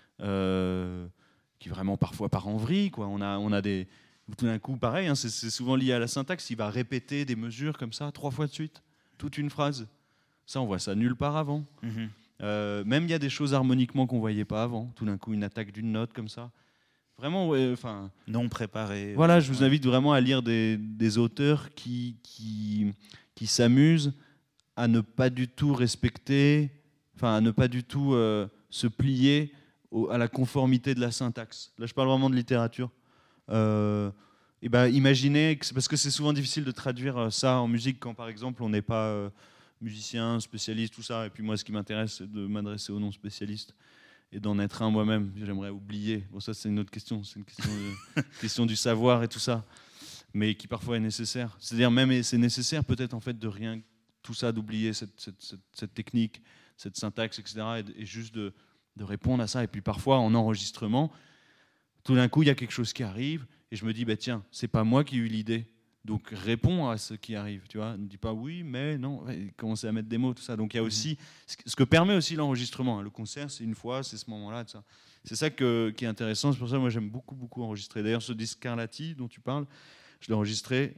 Speaker 4: Euh, qui vraiment parfois part en vrille, quoi. On a, on a des, tout d'un coup, pareil, hein, c'est, c'est souvent lié à la syntaxe. Il va répéter des mesures comme ça trois fois de suite, toute une phrase. Ça, on voit ça nulle part avant. Mm-hmm. Euh, même il y a des choses harmoniquement qu'on voyait pas avant. Tout d'un coup, une attaque d'une note comme ça. Vraiment, ouais, enfin.
Speaker 3: Non préparé.
Speaker 4: Voilà, je vous invite vraiment à lire des, des auteurs qui, qui, qui s'amusent à ne pas du tout respecter, enfin, à ne pas du tout euh, se plier à la conformité de la syntaxe. Là, je parle vraiment de littérature. Euh, et ben, imaginez, que parce que c'est souvent difficile de traduire ça en musique quand, par exemple, on n'est pas euh, musicien, spécialiste, tout ça. Et puis moi, ce qui m'intéresse, c'est de m'adresser aux non-spécialistes et d'en être un moi-même. J'aimerais oublier. Bon, ça, c'est une autre question. C'est une question, de, question du savoir et tout ça, mais qui parfois est nécessaire. C'est-à-dire même, c'est nécessaire peut-être en fait de rien, tout ça, d'oublier cette, cette, cette, cette technique, cette syntaxe, et cetera, et, et juste de de répondre à ça. Et puis parfois, en enregistrement, tout d'un coup, il y a quelque chose qui arrive et je me dis, bah, tiens, c'est pas moi qui ai eu l'idée. Donc, réponds à ce qui arrive. Tu vois, ne dis pas oui, mais non. Commencez à mettre des mots, tout ça. Donc, il y a aussi ce que permet aussi l'enregistrement. Hein. Le concert, c'est une fois, c'est ce moment-là. Tout ça. C'est ça que, qui est intéressant. C'est pour ça que moi, j'aime beaucoup, beaucoup enregistrer. D'ailleurs, ce disque Scarlatti dont tu parles, je l'ai enregistré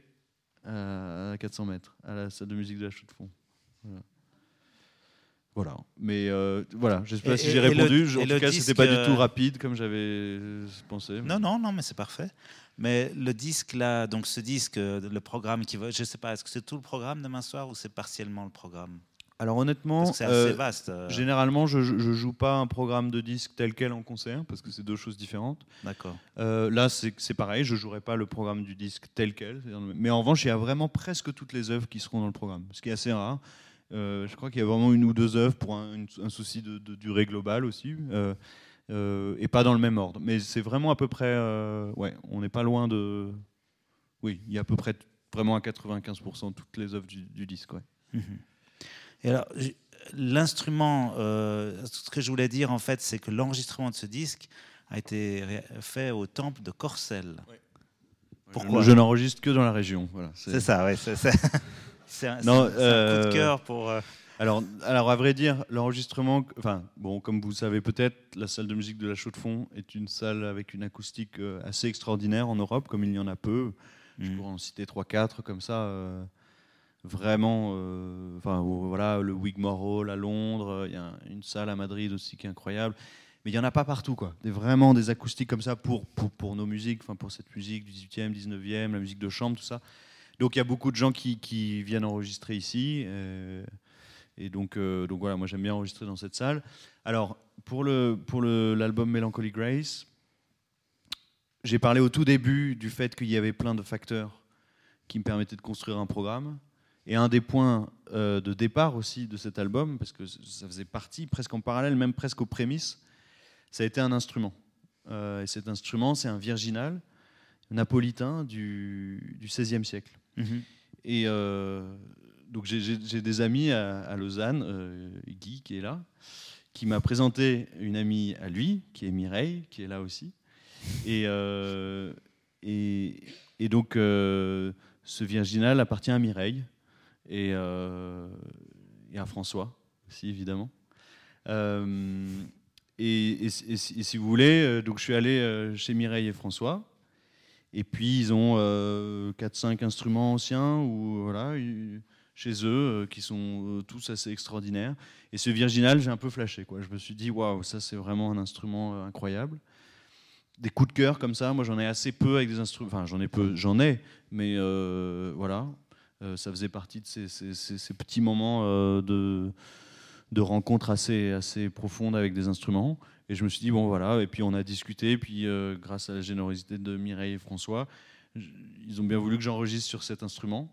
Speaker 4: à quatre cents mètres, à la salle de musique de la Chaux-de-Fonds. Voilà. Voilà, mais euh, voilà, je ne sais pas et, si j'ai répondu. Le, en tout cas, ce n'était pas du tout rapide comme j'avais pensé.
Speaker 3: Non, non, non, mais c'est parfait. Mais le disque là, donc ce disque, le programme qui va, je ne sais pas, est-ce que c'est tout le programme demain soir ou c'est partiellement le programme?
Speaker 4: Alors honnêtement,
Speaker 3: c'est assez euh, vaste.
Speaker 4: Généralement, je ne joue pas un programme de disque tel quel en concert parce que c'est deux choses différentes.
Speaker 3: D'accord.
Speaker 4: Euh, là, c'est, c'est pareil, je ne jouerai pas le programme du disque tel quel. Mais en revanche, il y a vraiment presque toutes les œuvres qui seront dans le programme, ce qui est assez rare. Euh, je crois qu'il y a vraiment une ou deux œuvres pour un, une, un souci de, de durée globale aussi, euh, euh, et pas dans le même ordre. Mais c'est vraiment à peu près, euh, ouais, on n'est pas loin de, oui, il y a à peu près vraiment à quatre-vingt-quinze pour cent toutes les œuvres du, du disque. Ouais.
Speaker 3: Mmh. Et alors, l'instrument, euh, ce que je voulais dire en fait, c'est que l'enregistrement de ce disque a été fait au temple de Corcelles. Ouais.
Speaker 4: Pourquoi ? Je, je n'enregistre que dans la région. Voilà,
Speaker 3: c'est... c'est ça, oui. C'est, c'est... C'est un,
Speaker 4: non,
Speaker 3: c'est
Speaker 4: euh,
Speaker 3: un coup de cœur pour... Euh...
Speaker 4: Alors, alors, à vrai dire, l'enregistrement... Enfin, bon, comme vous le savez peut-être, la salle de musique de la Chaux-de-Fonds est une salle avec une acoustique assez extraordinaire en Europe, comme il y en a peu. Mmh. Je pourrais en citer trois quatre comme ça. Euh, vraiment... Euh, enfin, voilà, le Wigmore Hall à Londres, il y a une salle à Madrid aussi qui est incroyable. Mais il n'y en a pas partout, quoi. Des, vraiment des acoustiques comme ça pour, pour, pour nos musiques, enfin, pour cette musique du dix-huitième, dix-neuvième, la musique de chambre, tout ça. Donc il y a beaucoup de gens qui, qui viennent enregistrer ici. Euh, et donc, euh, donc voilà, moi j'aime bien enregistrer dans cette salle. Alors, pour, le, pour le, l'album Melancholy Grace, j'ai parlé au tout début du fait qu'il y avait plein de facteurs qui me permettaient de construire un programme. Et un des points euh, de départ aussi de cet album, parce que ça faisait partie presque en parallèle, même presque aux prémices, ça a été un instrument. Euh, et cet instrument, c'est un virginal napolitain du, du seizième siècle. Mmh. Et euh, donc j'ai, j'ai, j'ai des amis à, à Lausanne, euh, Guy qui est là, qui m'a présenté une amie à lui, qui est Mireille, qui est là aussi. Et, euh, et, et donc, euh, ce virginal appartient à Mireille et, euh, et à François aussi, évidemment. Euh, et, et, et, et si vous voulez, donc je suis allé chez Mireille et François. Et puis, ils ont euh, quatre cinq instruments anciens ou, voilà, chez eux euh, qui sont euh, tous assez extraordinaires. Et ce virginal, j'ai un peu flashé, quoi. Je me suis dit, waouh, ça, c'est vraiment un instrument euh, incroyable. Des coups de cœur comme ça, moi, j'en ai assez peu avec des instruments. Enfin, j'en ai peu, j'en ai, mais euh, voilà. Euh, ça faisait partie de ces, ces, ces, ces petits moments euh, de, de rencontres assez, assez profondes avec des instruments. Et je me suis dit, bon voilà, et puis on a discuté, et puis euh, grâce à la générosité de Mireille et François, ils ont bien voulu que j'enregistre sur cet instrument.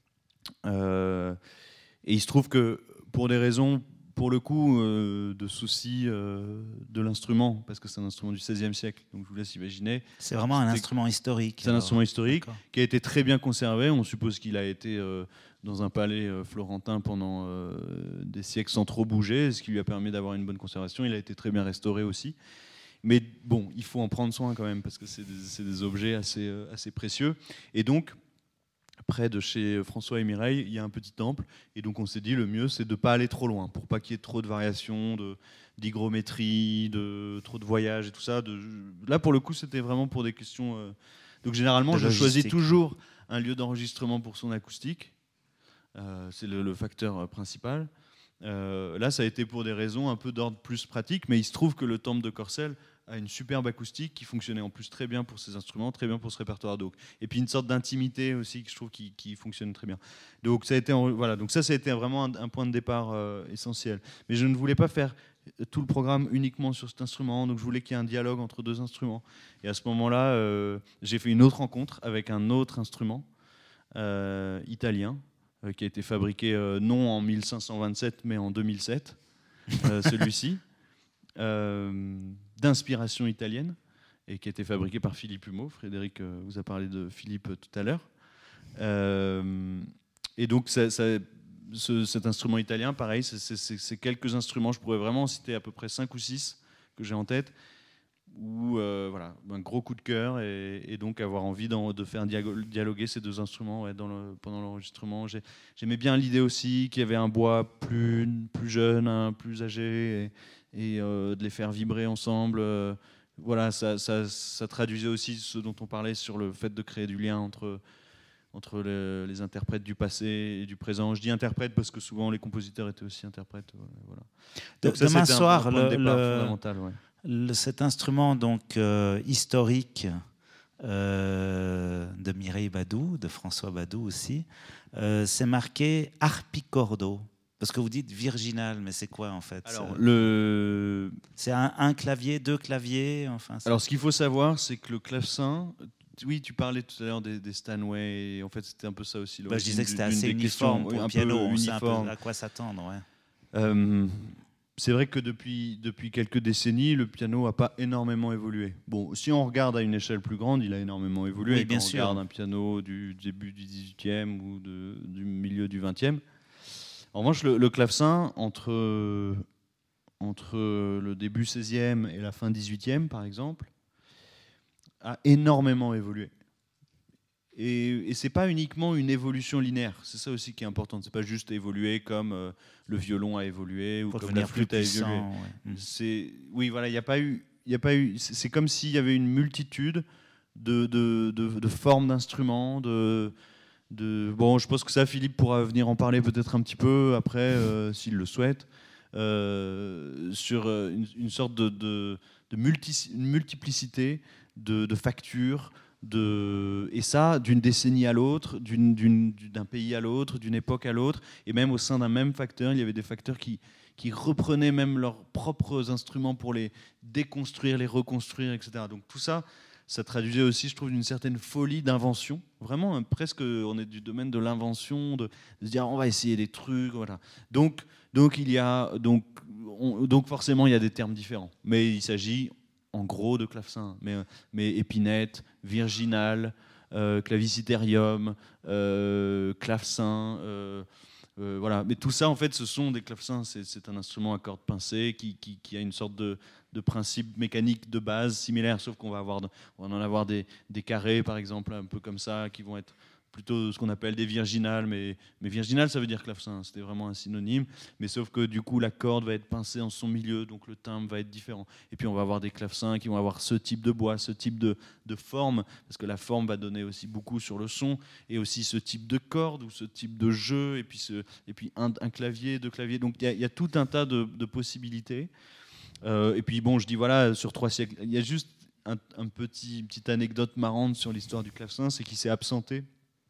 Speaker 4: Euh, et il se trouve que pour des raisons, pour le coup, euh, de soucis euh, de l'instrument, parce que c'est un instrument du seizième siècle, donc je vous laisse imaginer.
Speaker 3: C'est vraiment un instrument historique.
Speaker 4: C'est un instrument historique
Speaker 3: D'accord.
Speaker 4: qui a été très bien conservé. On suppose qu'il a été euh, dans un palais euh, florentin pendant euh, des siècles sans trop bouger, ce qui lui a permis d'avoir une bonne conservation. Il a été très bien restauré aussi. Mais bon, il faut en prendre soin quand même, parce que c'est des, c'est des objets assez, euh, assez précieux. Et donc, près de chez François et Mireille, il y a un petit temple. Et donc, on s'est dit, le mieux, c'est de ne pas aller trop loin, pour pas qu'il y ait trop de variations, de, d'hygrométrie, de, trop de voyages et tout ça. De, là, pour le coup, c'était vraiment pour des questions... Euh, donc, généralement,
Speaker 3: de
Speaker 4: je
Speaker 3: logistique.
Speaker 4: choisis toujours un lieu d'enregistrement pour son acoustique. Euh, c'est le, le facteur principal. Euh, là, ça a été pour des raisons un peu d'ordre plus pratique, mais il se trouve que le temple de Corcelles a une superbe acoustique qui fonctionnait en plus très bien pour ces instruments, très bien pour ce répertoire. Donc, et puis une sorte d'intimité aussi que je trouve qui, qui fonctionne très bien. Donc ça a été, voilà, donc ça, ça a été vraiment un, un point de départ euh, essentiel. Mais je ne voulais pas faire tout le programme uniquement sur cet instrument, donc je voulais qu'il y ait un dialogue entre deux instruments. Et à ce moment-là, euh, j'ai fait une autre rencontre avec un autre instrument euh, italien, euh, qui a été fabriqué euh, non en mille cinq cent vingt-sept, mais en deux mille sept, euh, celui-ci. Euh, d'inspiration italienne et qui a été fabriqué par Philippe Humeau. Frédéric euh, vous a parlé de Philippe euh, tout à l'heure. Euh, et donc ça, ça, ce, cet instrument italien, pareil, c'est, c'est, c'est, c'est quelques instruments, je pourrais vraiment citer à peu près cinq ou six que j'ai en tête, où euh, voilà, un gros coup de cœur et, et donc avoir envie de faire dialoguer ces deux instruments ouais, dans le, pendant l'enregistrement. J'ai, j'aimais bien l'idée aussi qu'il y avait un bois plus, plus jeune, un plus âgé, et, et euh, de les faire vibrer ensemble. Euh, voilà, ça, ça, ça traduisait aussi ce dont on parlait sur le fait de créer du lien entre, entre les, les interprètes du passé et du présent. Je dis interprètes parce que souvent les compositeurs étaient aussi interprètes. Voilà. Donc
Speaker 3: De,
Speaker 4: ça,
Speaker 3: demain
Speaker 4: c'était
Speaker 3: soir,
Speaker 4: un, un point
Speaker 3: le,
Speaker 4: de départ
Speaker 3: le,
Speaker 4: fondamental. Ouais.
Speaker 3: le, cet instrument donc, euh, historique euh, de Mireille Badou, de François Badou aussi, euh, c'est marqué harpicordo. Parce que vous dites virginal, mais c'est quoi en fait?
Speaker 4: Alors,
Speaker 3: c'est,
Speaker 4: le...
Speaker 3: c'est un, un clavier, deux claviers enfin,
Speaker 4: Alors, ce qu'il faut savoir, c'est que le clavecin, oui, tu parlais tout à l'heure des, des Steinway, et en fait, c'était un peu ça aussi.
Speaker 3: Bah, je disais que c'était assez uniforme pour le piano, on sait un peu à quoi s'attendre. Ouais.
Speaker 4: Euh, c'est vrai que depuis, depuis quelques décennies, le piano n'a pas énormément évolué. Bon, si on regarde à une échelle plus grande, il a énormément évolué.
Speaker 3: Oui, bien
Speaker 4: Quand on
Speaker 3: sûr.
Speaker 4: regarde un piano du début du dix-huitième ou de, du milieu du vingtième. En revanche, le, le clavecin, entre, entre le début seizième et la fin dix-huitième, par exemple, a énormément évolué. Et, et ce n'est pas uniquement une évolution linéaire. C'est ça aussi qui est important. Ce n'est pas juste évoluer comme euh, le violon a évolué ou
Speaker 3: pour
Speaker 4: comme la flûte a évolué.
Speaker 3: Ouais.
Speaker 4: C'est, oui, voilà, il n'y a pas eu... Y a pas eu c'est, c'est comme s'il y avait une multitude de, de, de, de formes d'instruments, de... De, bon, je pense que ça, Philippe pourra venir en parler peut-être un petit peu après, euh, s'il le souhaite, euh, sur une, une sorte de, de, de multi, une multiplicité de, de factures, de, et ça, d'une décennie à l'autre, d'une, d'une, d'un pays à l'autre, d'une époque à l'autre, et même au sein d'un même facteur, il y avait des facteurs qui, qui reprenaient même leurs propres instruments pour les déconstruire, les reconstruire, et cetera. Donc tout ça, ça traduisait aussi, je trouve, une certaine folie d'invention. Vraiment, hein, presque, on est du domaine de l'invention, de, de se dire, on va essayer des trucs, voilà. Donc, donc il y a, donc, on, donc forcément, il y a des termes différents. Mais il s'agit, en gros, de clavecin. Mais, mais épinette, virginal, euh, clavicitérium, euh, clavecin. Euh, Euh, voilà. Mais tout ça, en fait, ce sont des clavecins. C'est, c'est un instrument à cordes pincées qui, qui, qui a une sorte de, de principe mécanique de base similaire, sauf qu'on va, avoir, on va en avoir des, des carrés, par exemple, un peu comme ça, qui vont être plutôt ce qu'on appelle des virginales, mais, mais virginal ça veut dire clavecin, c'était vraiment un synonyme, mais sauf que du coup la corde va être pincée en son milieu, donc le timbre va être différent. Et puis on va avoir des clavecins qui vont avoir ce type de bois, ce type de, de forme, parce que la forme va donner aussi beaucoup sur le son, et aussi ce type de corde ou ce type de jeu, et puis, ce, et puis un, un clavier, deux claviers, donc il y, y a tout un tas de, de possibilités. Euh, et puis bon, je dis voilà, sur trois siècles, il y a juste un, un petit, une petite anecdote marrante sur l'histoire du clavecin, c'est qu'il s'est absenté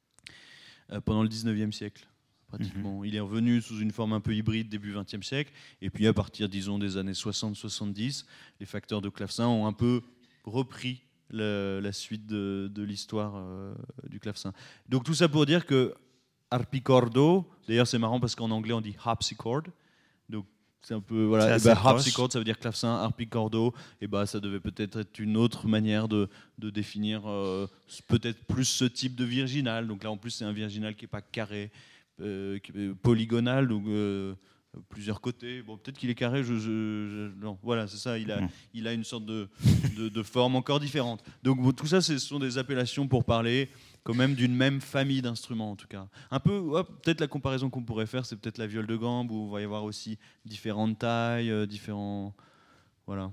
Speaker 4: pendant le dix-neuvième siècle, pratiquement. Mmh. Il est revenu sous une forme un peu hybride début vingtième siècle, et puis à partir, disons, des années soixante soixante-dix, les facteurs de clavecin ont un peu repris le, la suite de, de l'histoire euh, du clavecin. Donc tout ça pour dire que harpicordo, d'ailleurs c'est marrant parce qu'en anglais on dit harpsichord, donc c'est un peu voilà, bah, harpsichord ça veut dire clavecin, harpicordo, et bah ça devait peut-être être une autre manière de, de définir euh, peut-être plus ce type de virginal. Donc là en plus c'est un virginal qui est pas carré, euh, qui est polygonal, donc euh, plusieurs côtés. Bon peut-être qu'il est carré, je, je, je non voilà c'est ça. Il a mmh. il a une sorte de, de, de forme encore différente. Donc bon, tout ça ce sont des appellations pour parler quand même d'une même famille d'instruments en tout cas. Un peu, oh, peut-être la comparaison qu'on pourrait faire, c'est peut-être la viole de gambe, où il va y avoir aussi différentes tailles, euh, différents... Voilà.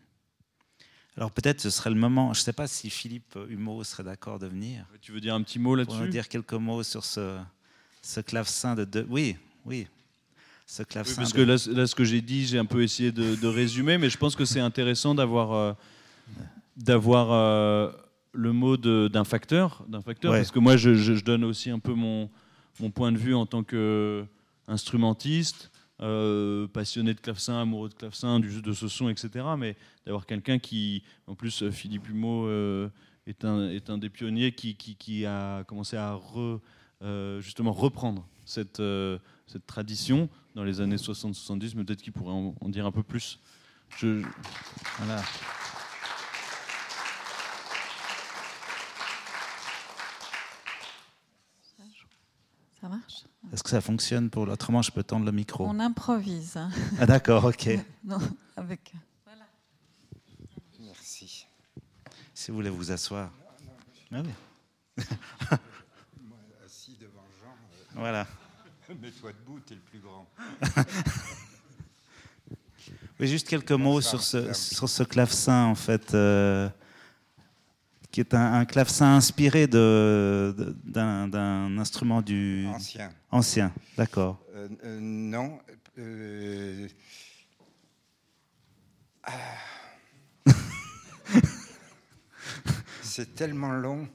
Speaker 3: Alors peut-être ce serait le moment, je ne sais pas si Philippe Humeau serait d'accord de venir.
Speaker 4: Tu veux dire un petit mot là-dessus ?
Speaker 3: Pour dire quelques mots sur ce, ce clavecin de deux... Oui, oui. Ce clavecin
Speaker 4: oui, parce
Speaker 3: de...
Speaker 4: que là, là, ce que j'ai dit, j'ai un peu essayé de, de résumer, mais je pense que c'est intéressant d'avoir... Euh, d'avoir euh, le mot de, d'un facteur, d'un facteur ouais. Parce que moi, je, je, je donne aussi un peu mon, mon point de vue en tant qu'instrumentiste, euh, passionné de clavecin, amoureux de clavecin, du, de ce son, et cetera. Mais d'avoir quelqu'un qui, en plus, Philippe Humeau euh, est, un, est un des pionniers qui, qui, qui a commencé à re, euh, justement reprendre cette, euh, cette tradition dans les années soixante soixante-dix, mais peut-être qu'il pourrait en, en dire un peu plus. Je, voilà.
Speaker 1: Ça marche ?
Speaker 3: Est-ce que ça fonctionne pour l'autrement, je peux tendre le micro.
Speaker 1: On improvise.
Speaker 3: Ah d'accord, ok.
Speaker 1: Non, avec.
Speaker 5: Voilà. Merci.
Speaker 3: Si vous voulez vous asseoir. Ah oui.
Speaker 5: Moi, assis devant Jean. Euh,
Speaker 3: voilà.
Speaker 5: Mets-toi debout, t'es le plus grand.
Speaker 3: Oui, juste quelques mots sur ce, sur ce clavecin, en fait, euh, qui est un, un clavecin inspiré de, de, d'un, d'un instrument du...
Speaker 5: Ancien.
Speaker 3: Ancien, d'accord.
Speaker 5: Euh, euh, non. Euh... Ah. C'est tellement long.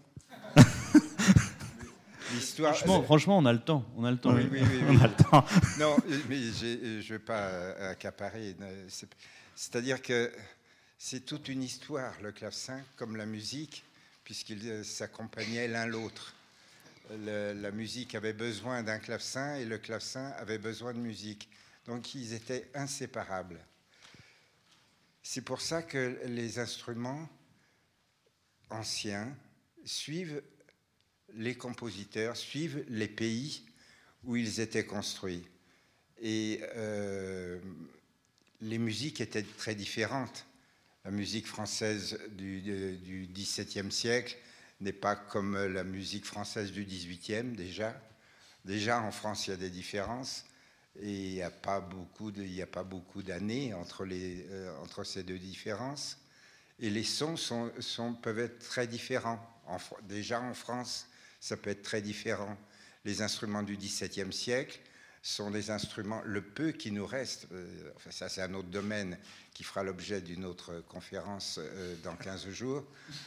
Speaker 5: L'histoire.
Speaker 4: Franchement, franchement, on a le temps. On a le temps.
Speaker 5: Oui, oui, oui, oui.
Speaker 3: On a le temps.
Speaker 5: Non, mais j'ai, je ne vais pas accaparer. C'est-à-dire que c'est toute une histoire, le clavecin, comme la musique, puisqu'ils s'accompagnaient l'un l'autre. Le, la musique avait besoin d'un clavecin et le clavecin avait besoin de musique. Donc ils étaient inséparables. C'est pour ça que les instruments anciens suivent les compositeurs, suivent les pays où ils étaient construits. Et euh, les musiques étaient très différentes. La musique française du, du dix-septième siècle n'est pas comme la musique française du dix-huitième, déjà. Déjà, en France, il y a des différences. Et il n'y a pas beaucoup de, il n'y a pas beaucoup d'années entre, les, euh, entre ces deux différences. Et les sons sont, sont, peuvent être très différents. En, déjà, en France, ça peut être très différent. Les instruments du dix-septième siècle sont des instruments, le peu qui nous reste, euh, enfin ça c'est un autre domaine qui fera l'objet d'une autre conférence euh, dans quinze jours.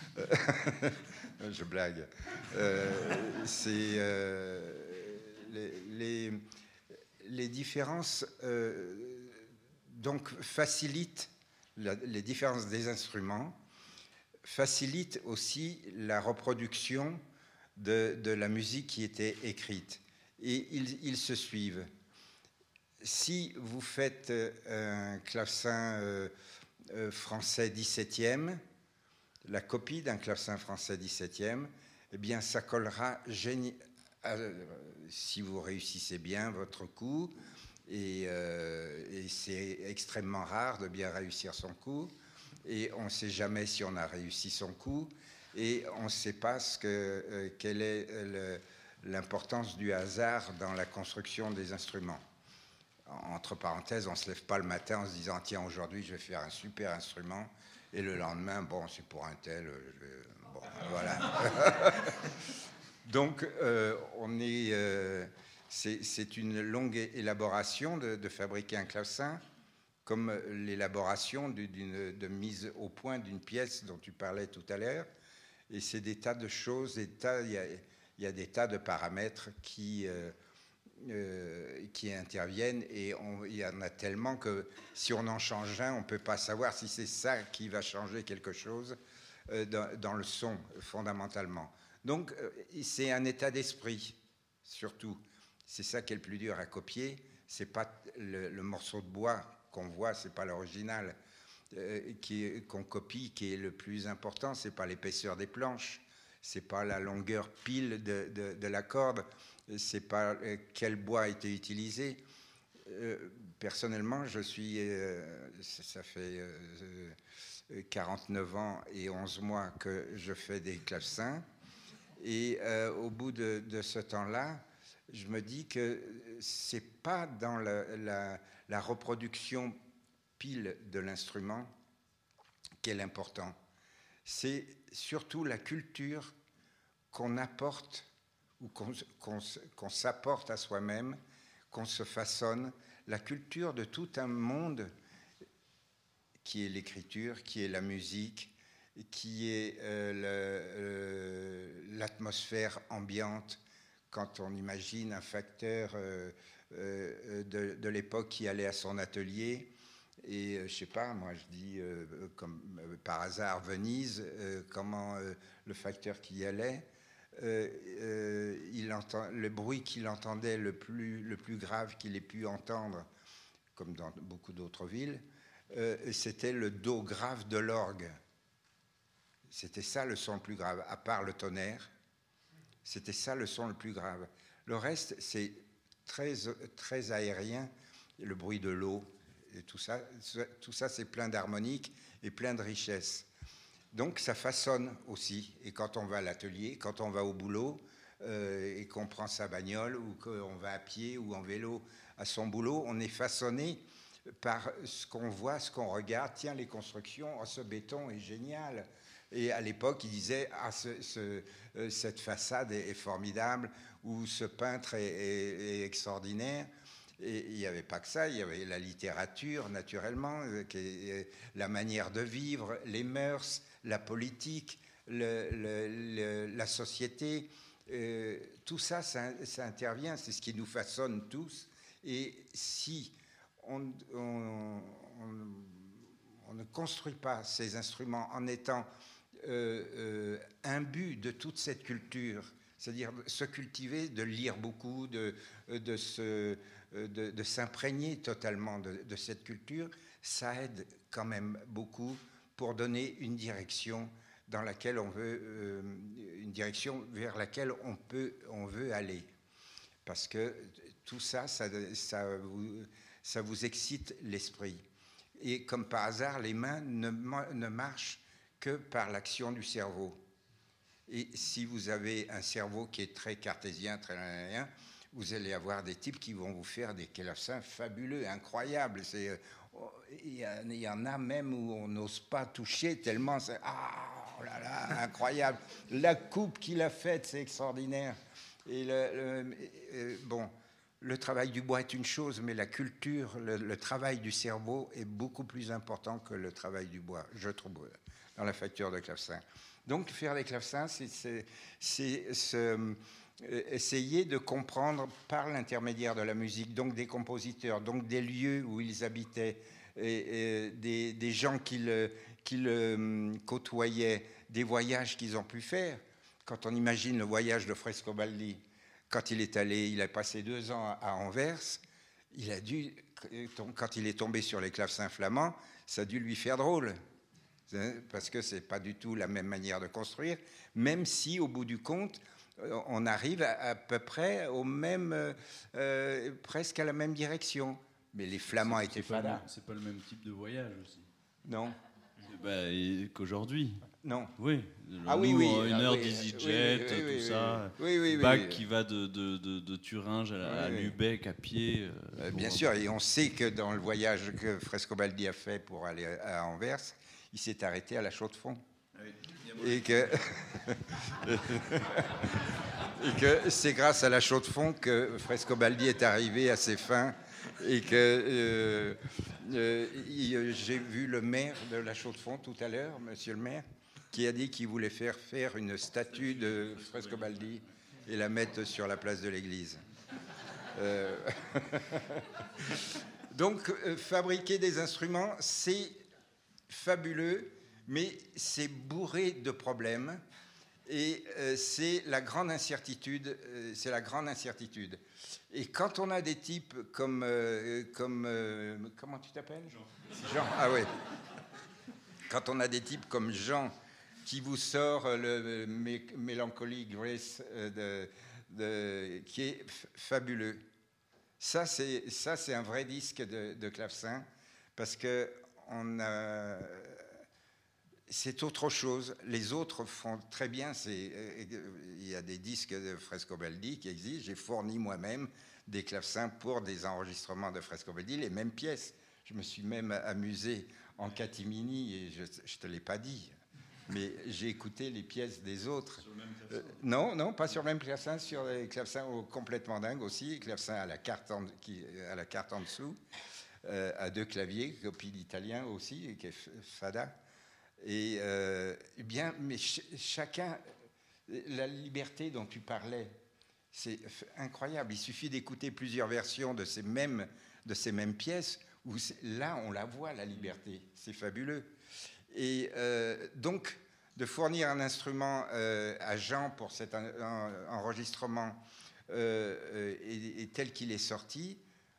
Speaker 5: Je blague. Euh, c'est euh, les, les, les différences euh, donc facilitent la, les différences des instruments, facilitent aussi la reproduction de, de la musique qui était écrite. Et ils, ils se suivent. Si vous faites un clavecin euh, euh, français dix-septième, la copie d'un clavecin français dix-septième, eh bien, ça collera génie- euh, si vous réussissez bien votre coup, et, euh, et c'est extrêmement rare de bien réussir son coup, et on ne sait jamais si on a réussi son coup. et on ne sait pas ce que, euh, quelle est le, l'importance du hasard dans la construction des instruments. Entre parenthèses, on ne se lève pas le matin en se disant « Tiens, aujourd'hui, je vais faire un super instrument », et le lendemain, bon, c'est pour un tel, je vais... bon, voilà. Donc, euh, on est, euh, c'est, c'est une longue élaboration de, de fabriquer un clavecin, comme l'élaboration d'une, de mise au point d'une pièce dont tu parlais tout à l'heure. Et c'est des tas de choses, des tas, il y a, il y a des tas de paramètres qui, euh, euh, qui interviennent, et on, il y en a tellement que si on en change un, on ne peut pas savoir si c'est ça qui va changer quelque chose euh, dans, dans le son, fondamentalement. Donc, euh, c'est un état d'esprit, surtout. C'est ça qui est le plus dur à copier. C'est pas le, le morceau de bois qu'on voit, c'est pas l'original euh, qui, qu'on copie qui est le plus important. C'est pas l'épaisseur des planches, c'est pas la longueur pile de, de, de la corde, c'est pas euh, quel bois a été utilisé. Euh, personnellement, je suis, euh, ça fait euh, quarante-neuf ans et onze mois que je fais des clavecins. Et euh, au bout de, de ce temps-là, je me dis que c'est pas dans la, la, la reproduction pile de l'instrument qu'est l'important. C'est surtout la culture qu'on apporte ou qu'on, qu'on, qu'on s'apporte à soi-même, qu'on se façonne, la culture de tout un monde qui est l'écriture, qui est la musique, qui est euh, le, euh, l'atmosphère ambiante. Quand on imagine un facteur euh, euh, de, de l'époque qui allait à son atelier, et euh, je sais pas, moi je dis euh, comme euh, par hasard Venise, euh, comment euh, le facteur qui y allait, euh, euh, il entend, le bruit qu'il entendait le plus, le plus grave qu'il ait pu entendre, comme dans beaucoup d'autres villes, euh, c'était le do grave de l'orgue. C'était ça le son le plus grave, à part le tonnerre. C'était ça le son le plus grave. Le reste, c'est très, très aérien, le bruit de l'eau, et tout ça, tout ça c'est plein d'harmoniques et plein de richesses. Donc ça façonne aussi. Et quand on va à l'atelier, quand on va au boulot, euh, et qu'on prend sa bagnole, ou qu'on va à pied ou en vélo à son boulot, on est façonné par ce qu'on voit, ce qu'on regarde. Tiens, les constructions, oh, ce béton est génial. Et à l'époque, il disait ah, ce, ce, euh, cette façade est, est formidable, ou ce peintre est, est, est extraordinaire. Et il n'y avait pas que ça, il y avait la littérature, naturellement, euh, qui est, la manière de vivre, les mœurs, la politique, le, le, le, la société. Euh, tout ça, ça, ça intervient, c'est ce qui nous façonne tous. Et si on, on, on, on ne construit pas ces instruments en étant euh, euh, imbu de toute cette culture, c'est-à-dire se cultiver, de lire beaucoup, de, de, se, de, de s'imprégner totalement de, de cette culture, ça aide quand même beaucoup pour donner une direction dans laquelle on veut, euh, une direction vers laquelle on peut, on veut aller, parce que tout ça, ça, ça, vous, ça vous excite l'esprit. Et comme par hasard, les mains ne, ne marchent que par l'action du cerveau. Et si vous avez un cerveau qui est très cartésien, très linéaire, vous allez avoir des types qui vont vous faire des clavecins fabuleux, incroyables. C'est, il y en a même où on n'ose pas toucher tellement c'est ah oh là là, incroyable. La coupe qu'il a faite, c'est extraordinaire. Et le, le, euh, bon, le travail du bois est une chose, mais la culture, le, le travail du cerveau est beaucoup plus important que le travail du bois, je trouve, dans la facture de clavecin. Donc, faire des clavecins, c'est, c'est, c'est, c'est euh, essayer de comprendre par l'intermédiaire de la musique, donc des compositeurs, donc des lieux où ils habitaient, et, et des, des gens qui le, qui le côtoyaient, des voyages qu'ils ont pu faire. Quand on imagine le voyage de Frescobaldi, quand il est allé, il a passé deux ans à Anvers, il a dû, quand il est tombé sur les clavecins flamands, ça a dû lui faire drôle. Parce que ce n'est pas du tout la même manière de construire, même si, au bout du compte, on arrive à, à peu près au même, euh, presque à la même direction. Mais les Flamands
Speaker 4: c'est,
Speaker 5: étaient
Speaker 4: c'est pas
Speaker 5: fadas.
Speaker 4: C'est pas le même type de voyage aussi.
Speaker 5: Non.
Speaker 4: Bah, qu'aujourd'hui.
Speaker 5: Non.
Speaker 4: Oui.
Speaker 5: Ah
Speaker 4: nous,
Speaker 5: oui, oui.
Speaker 4: Une
Speaker 5: ah,
Speaker 4: heure
Speaker 5: oui,
Speaker 4: d'EasyJet,
Speaker 5: oui, oui,
Speaker 4: tout
Speaker 5: oui,
Speaker 4: ça.
Speaker 5: Oui, oui, oui.
Speaker 4: Bach
Speaker 5: oui.
Speaker 4: qui va de, de, de, de Thuringe à,
Speaker 5: Oui,
Speaker 4: à
Speaker 5: oui.
Speaker 4: Lübeck à pied.
Speaker 5: Euh,
Speaker 4: pour-
Speaker 5: bien sûr, et on sait que dans le voyage que Frescobaldi a fait pour aller à Anvers, il s'est arrêté à la Chaux-de-Fonds. Et que, et que c'est grâce à la Chaux-de-Fonds que Frescobaldi est arrivé à ses fins. Et que euh, euh, il- j'ai vu le maire de la Chaux-de-Fonds tout à l'heure, monsieur le maire, qui a dit qu'il voulait faire faire une statue de Frescobaldi et la mettre sur la place de l'église. Euh, Donc, euh, fabriquer des instruments, c'est fabuleux, mais c'est bourré de problèmes. Et euh, c'est la grande incertitude. Euh, c'est la grande incertitude. Et quand on a des types comme, euh, comme euh, comment tu t'appelles? Jean. Jean. Ah oui. Quand on a des types comme Jean qui vous sort le mé Melancholy Grace euh, de, de, qui est fabuleux. Ça, c'est ça, c'est un vrai disque de, de clavecin parce que on a c'est autre chose. Les autres font très bien. Il y a des disques de Frescobaldi qui existent. J'ai fourni moi-même des clavecins pour des enregistrements de Frescobaldi, les mêmes pièces. Je me suis même amusé en catimini, et je ne te l'ai pas dit, mais j'ai écouté les pièces des autres. Sur le même clavecin. Euh, non, non, pas sur le même clavecin, sur les clavecins complètement dingues aussi, clavecin à la carte en, qui, à la carte en dessous, euh, à deux claviers, copie d'italien aussi, qui est Fada. Et euh, eh bien, mais ch chacun, la liberté dont tu parlais, c'est incroyable. Il suffit d'écouter plusieurs versions de ces mêmes, de ces mêmes pièces, où là, on la voit, la liberté. C'est fabuleux. Et euh, donc, de fournir un instrument euh, à Jean pour cet en, en, enregistrement euh, et, et tel qu'il est sorti,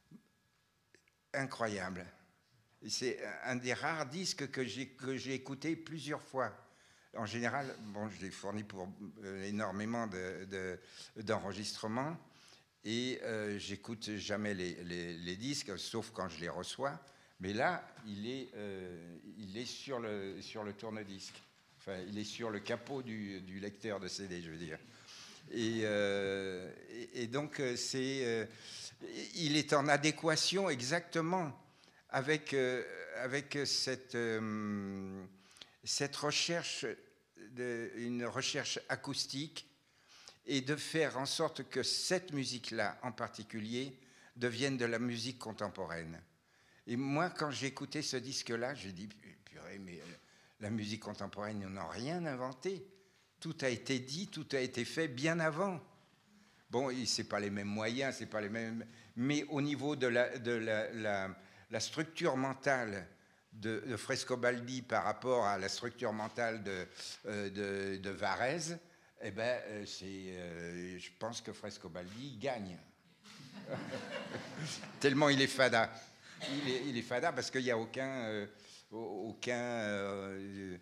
Speaker 5: incroyable. C'est un des rares disques que j'ai que j'ai écouté plusieurs fois. En général, bon, je l'ai fourni pour euh, énormément de, de, d'enregistrements et euh, j'écoute jamais les, les, les disques, sauf quand je les reçois. Mais là, il est, euh, il est sur le, sur le tourne-disque. Enfin, il est sur le capot du, du lecteur de C D, je veux dire. Et, euh, et, et donc, c'est, euh, il est en adéquation exactement avec, euh, avec cette, euh, cette recherche, de, une recherche acoustique, et de faire en sorte que cette musique-là, en particulier, devienne de la musique contemporaine. Et moi, quand j'ai écouté ce disque-là, j'ai dit, purée, mais la musique contemporaine, ils n'ont rien inventé. Tout a été dit, tout a été fait bien avant. Bon, ce n'est pas les mêmes moyens, c'est pas les mêmes... Mais au niveau de la... De la, la La structure mentale de, de Frescobaldi par rapport à la structure mentale de, euh, de, de Varèse, eh ben, euh, c'est, euh, je pense que Frescobaldi gagne. Tellement il est fada. Il est, il est fada parce qu'il n'y a aucun... Euh, aucun euh,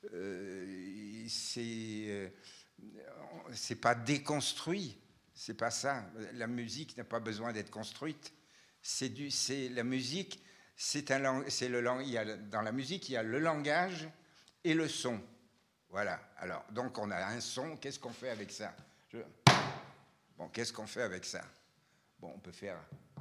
Speaker 5: euh, c'est, euh, c'est pas déconstruit. C'est pas ça. La musique n'a pas besoin d'être construite. C'est du, c'est la musique, c'est un, c'est le, il y a, dans la musique, il y a le langage et le son. Voilà. Alors, donc, on a un son. Qu'est-ce qu'on fait avec ça? Je, bon, qu'est-ce qu'on fait avec ça? Bon, on peut faire,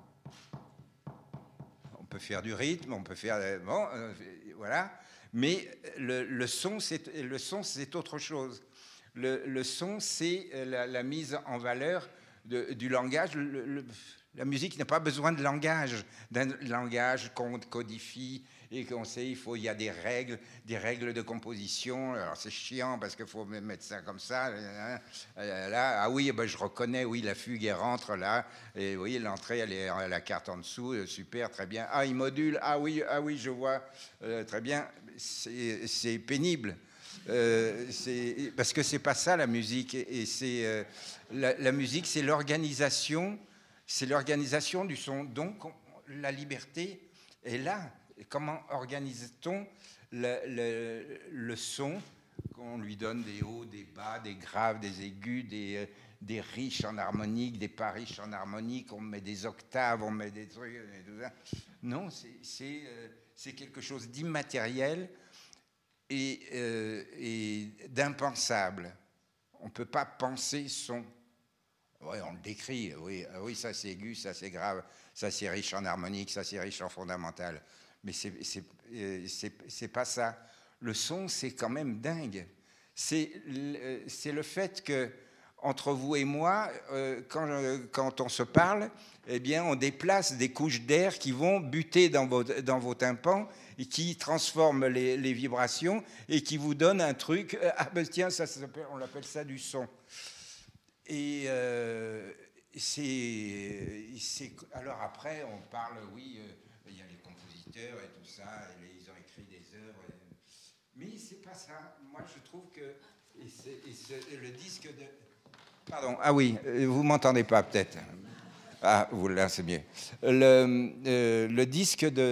Speaker 5: on peut faire du rythme, on peut faire, bon, euh, voilà. Mais le, le son, c'est, le son, c'est autre chose. Le, le son, c'est la, la mise en valeur de, du langage. Le, le, La musique n'a pas besoin de langage, d'un langage qu'on codifie et qu'on sait, il faut, il y a des règles, des règles de composition. Alors c'est chiant parce qu'il faut mettre ça comme ça. Là, ah oui, ben je reconnais, oui, la fugue elle rentre là, et oui, l'entrée elle est à la carte en dessous, super, très bien. Ah, il module, ah oui, ah oui, je vois, euh, très bien. C'est, c'est pénible. Euh, c'est, parce que c'est pas ça la musique, et c'est euh, la, la musique, c'est l'organisation. C'est l'organisation du son. Donc, on, la liberté est là. Et comment organise-t-on le, le, le son? On lui donne des hauts, des bas, des graves, des aigus, des, des riches en harmonique, des pas riches en harmonique. On met des octaves, on met des trucs. Et tout ça. Non, c'est, c'est, euh, c'est quelque chose d'immatériel. et, euh, et d'impensable. On ne peut pas penser son. Oui, on le décrit, oui, oui, ça c'est aigu, ça c'est grave, ça c'est riche en harmonique, ça c'est riche en fondamental. Mais c'est, c'est, c'est, c'est pas ça. Le son, c'est quand même dingue. C'est le, c'est le fait que, entre vous et moi, euh, quand, quand on se parle, eh bien, on déplace des couches d'air qui vont buter dans vos, dans vos tympans et qui transforment les, les vibrations et qui vous donnent un truc. Ah ben tiens, ça, ça on l'appelle ça du son. Et euh, c'est, c'est. Alors après, on parle, oui, euh, il y a les compositeurs et tout ça, et les, ils ont écrit des œuvres. Et, mais c'est pas ça. Moi, je trouve que. Et c'est, et c'est, le disque de. Pardon, ah oui, vous m'entendez pas peut-être. Ah, vous, là, c'est mieux. Le, euh, le disque de,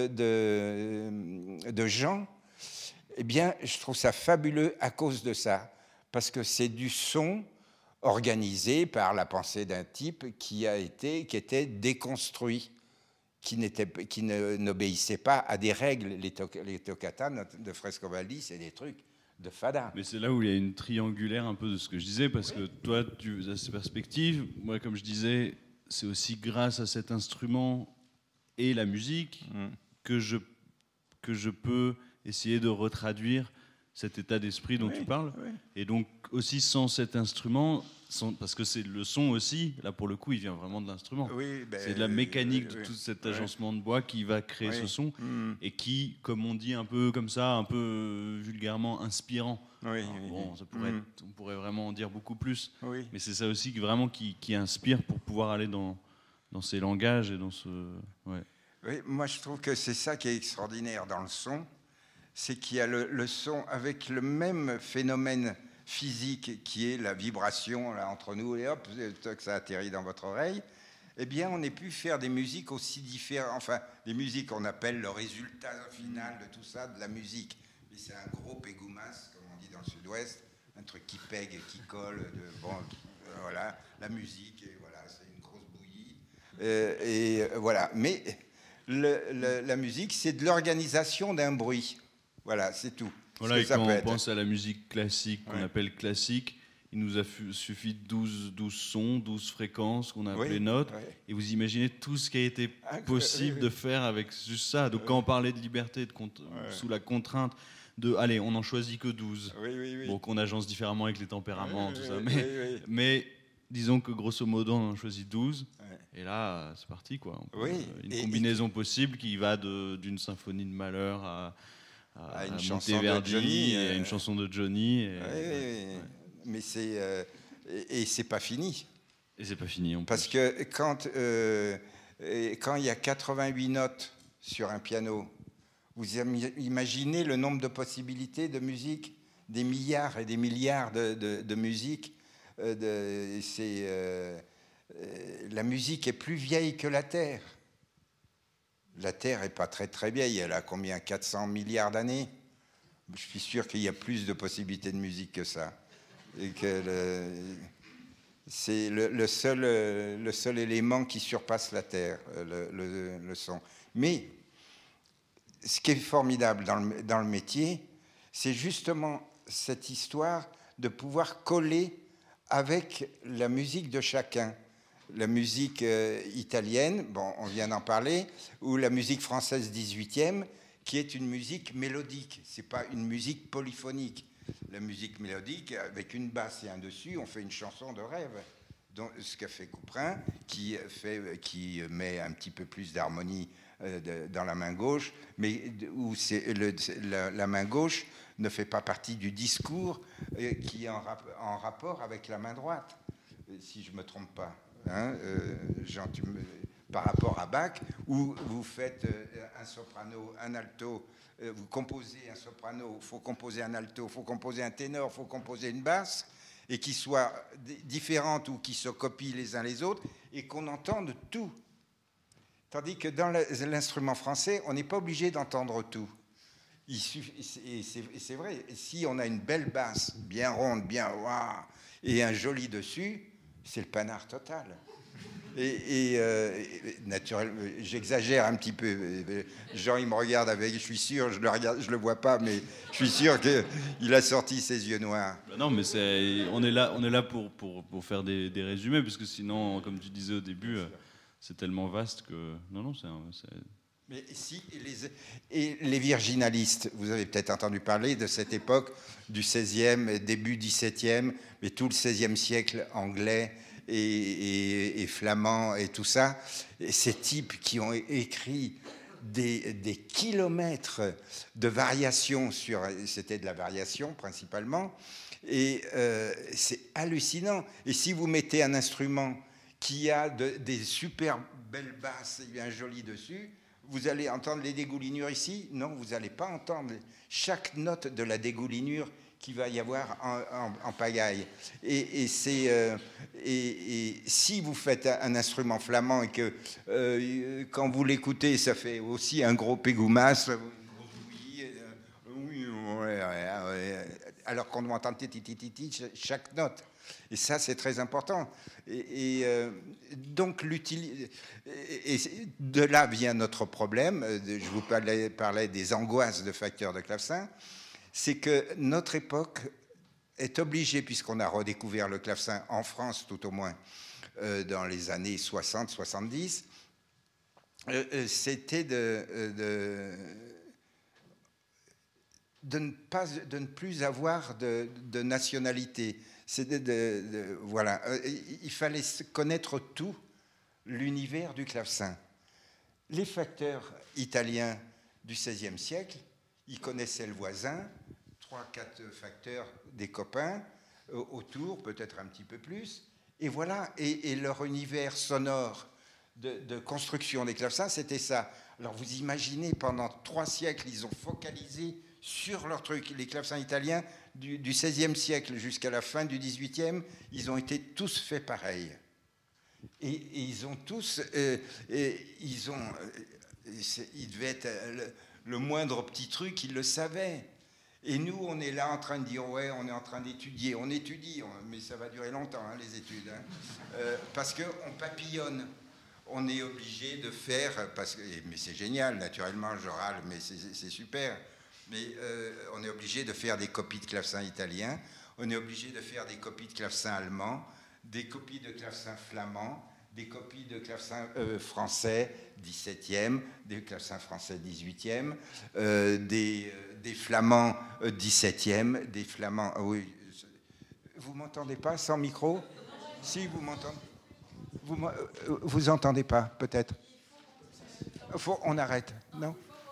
Speaker 5: de, de Jean, eh bien, je trouve ça fabuleux à cause de ça. Parce que c'est du son organisé par la pensée d'un type qui, a été, qui était déconstruit, qui, n'était, qui ne, n'obéissait pas à des règles. Les, to, les toccata de Frescobaldi, c'est des trucs de fada.
Speaker 4: Mais c'est là où il y a une triangulaire un peu de ce que je disais, parce oui. que toi, tu as ces perspectives. Moi, comme je disais, c'est aussi grâce à cet instrument et la musique mmh. que, je, que je peux essayer de retraduire cet état d'esprit dont oui, tu parles. Oui. Et donc, aussi sans cet instrument, sans, parce que c'est le son aussi, là pour le coup, il vient vraiment de l'instrument. Oui, ben, c'est de la mécanique euh, de oui, tout cet agencement oui. de bois qui va créer oui. ce son mmh. et qui, comme on dit un peu comme ça, un peu vulgairement inspirant. Oui, Alors, oui, bon, ça pourrait mmh. être, on pourrait vraiment en dire beaucoup plus. Oui. Mais c'est ça aussi qui, vraiment qui, qui inspire pour pouvoir aller dans, dans ces langages et dans ce... Ouais.
Speaker 5: Oui, moi je trouve que c'est ça qui est extraordinaire dans le son. C'est qu'il y a le, le son avec le même phénomène physique qui est la vibration là, entre nous, et hop, que ça atterrit dans votre oreille, eh bien, on ait pu faire des musiques aussi différentes, enfin, des musiques qu'on appelle le résultat final de tout ça, de la musique. Mais c'est un gros pégoumas, comme on dit dans le sud-ouest, un truc qui pègue et qui colle, de, bon, euh, voilà, la musique, et voilà, c'est une grosse bouillie. Euh, et euh, voilà, mais le, le, la musique, c'est de l'organisation d'un bruit. Voilà, c'est tout.
Speaker 4: Voilà, et quand on être. pense à la musique classique, qu'on ouais. appelle classique, il nous a suffi de douze, douze sons, douze fréquences qu'on a appelées oui, notes. Ouais. Et vous imaginez tout ce qui a été ah, possible oui, de faire avec juste ça. Donc ouais. quand on parlait de liberté, de cont- ouais. sous la contrainte de, allez, on n'en choisit que douze. Oui, oui, oui. Bon, qu'on agence différemment avec les tempéraments, oui, tout oui, ça. Oui, mais, oui, oui. mais disons que grosso modo, on en choisit douze. Ouais. Et là, c'est parti, quoi. On peut, oui. Une et, combinaison et... possible qui va de, d'une symphonie de malheur à... à,
Speaker 5: à une
Speaker 4: à
Speaker 5: chanson
Speaker 4: Verdi,
Speaker 5: de Johnny,
Speaker 4: euh... une chanson de Johnny. Et,
Speaker 5: oui, oui, oui. Ouais. Mais c'est euh, et, et c'est pas fini.
Speaker 4: Et c'est pas fini. En
Speaker 5: Parce
Speaker 4: plus.
Speaker 5: que quand euh, quand il y a quatre-vingt-huit notes sur un piano, vous imaginez le nombre de possibilités de musique, des milliards et des milliards de, de, de musique. Euh, de, c'est euh, la musique est plus vieille que la Terre. La Terre n'est pas très très vieille, elle a combien, quatre cents milliards d'années? Je suis sûr qu'il y a plus de possibilités de musique que ça. Et que le, c'est le, le, seul, le seul élément qui surpasse la Terre, le, le, le son. Mais ce qui est formidable dans le, dans le métier, c'est justement cette histoire de pouvoir coller avec la musique de chacun. La musique euh, italienne, bon, on vient d'en parler, ou la musique française dix-huitième, qui est une musique mélodique, c'est pas une musique polyphonique. La musique mélodique, avec une basse et un dessus, on fait une chanson de rêve. Donc, ce qu'a fait Couperin, qui, fait, qui met un petit peu plus d'harmonie euh, de, dans la main gauche, mais où c'est le, la, la main gauche ne fait pas partie du discours euh, qui est en, rap, en rapport avec la main droite, si je ne me trompe pas. Hein, euh, Jean, tu me, par rapport à Bach, où vous faites euh, un soprano, un alto, euh, vous composez un soprano, il faut composer un alto, il faut composer un ténor, il faut composer une basse, et qui soient d- différentes ou qui se copient les uns les autres, et qu'on entende tout. Tandis que dans l'instrument français, on n'est pas obligé d'entendre tout. Il suffit, et c'est, et c'est vrai, si on a une belle basse, bien ronde, bien waouh, et un joli dessus, c'est le panard total. Et, et, euh, et naturellement, j'exagère un petit peu. Jean, il me regarde avec, je suis sûr, je le regarde, je le vois pas, mais je suis sûr qu'il a sorti ses yeux noirs.
Speaker 4: Non, mais c'est, on est là, on est là pour, pour, pour faire des, des résumés, parce que sinon, comme tu disais au début, c'est tellement vaste que... Non, non, c'est... c'est...
Speaker 5: Mais si, et les, et les virginalistes, vous avez peut-être entendu parler de cette époque du seizième, début dix-septième, mais tout le seizième siècle anglais et, et, et flamand et tout ça. Et ces types qui ont écrit des, des kilomètres de variations sur... C'était de la variation principalement. Et euh, c'est hallucinant. Et si vous mettez un instrument qui a de, des super belles basses et un joli dessus... Vous allez entendre les dégoulinures ici? Non, vous n'allez pas entendre chaque note de la dégoulinure qu'il va y avoir en, en, en pagaille. Et, et, c'est, euh, et, et si vous faites un instrument flamand et que euh, quand vous l'écoutez, ça fait aussi un gros pégoumas, alors qu'on doit entendre titi chaque note. Et ça, c'est très important. Et, et euh, donc, l'utilité... Et de là vient notre problème. Je vous parlais, parlais des angoisses de facteurs de clavecin. C'est que notre époque est obligée, puisqu'on a redécouvert le clavecin en France, tout au moins, euh, dans les années soixante soixante-dix, euh, c'était de... de de ne, pas, de ne plus avoir de, de nationalité. C'est de, de, de, voilà. Il fallait connaître tout l'univers du clavecin. Les facteurs italiens du seizième siècle, ils connaissaient le voisin, trois, quatre facteurs des copains euh, autour, peut-être un petit peu plus, et voilà. Et, et leur univers sonore de, de construction des clavecins, c'était ça. Alors vous imaginez, pendant trois siècles, ils ont focalisé sur leur truc. Les clavecins italiens du, du seizième siècle jusqu'à la fin du dix-huitième, ils ont été tous faits pareil. Et, et ils ont tous... Euh, et ils ont... Euh, ils devaient être... Le, le moindre petit truc, ils le savaient. Et nous, on est là en train de dire, ouais, on est en train d'étudier. On étudie, on, mais ça va durer longtemps, hein, les études. Hein. Euh, parce qu'on papillonne. On est obligé de faire... Parce que, mais c'est génial, naturellement, je râle, mais c'est, c'est super. Mais euh, on est obligé de faire des copies de clavecin italien, on est obligé de faire des copies de clavecin allemand, des copies de clavecin flamand, des copies de clavecin euh, français dix-septième, des clavecins français dix-huitième, euh, des, euh, des flamands euh, dix-septième, des flamands... Euh, oui, vous m'entendez pas sans micro? Si, vous m'entendez. Vous euh, vous entendez pas, peut-être. Faut, on arrête, non?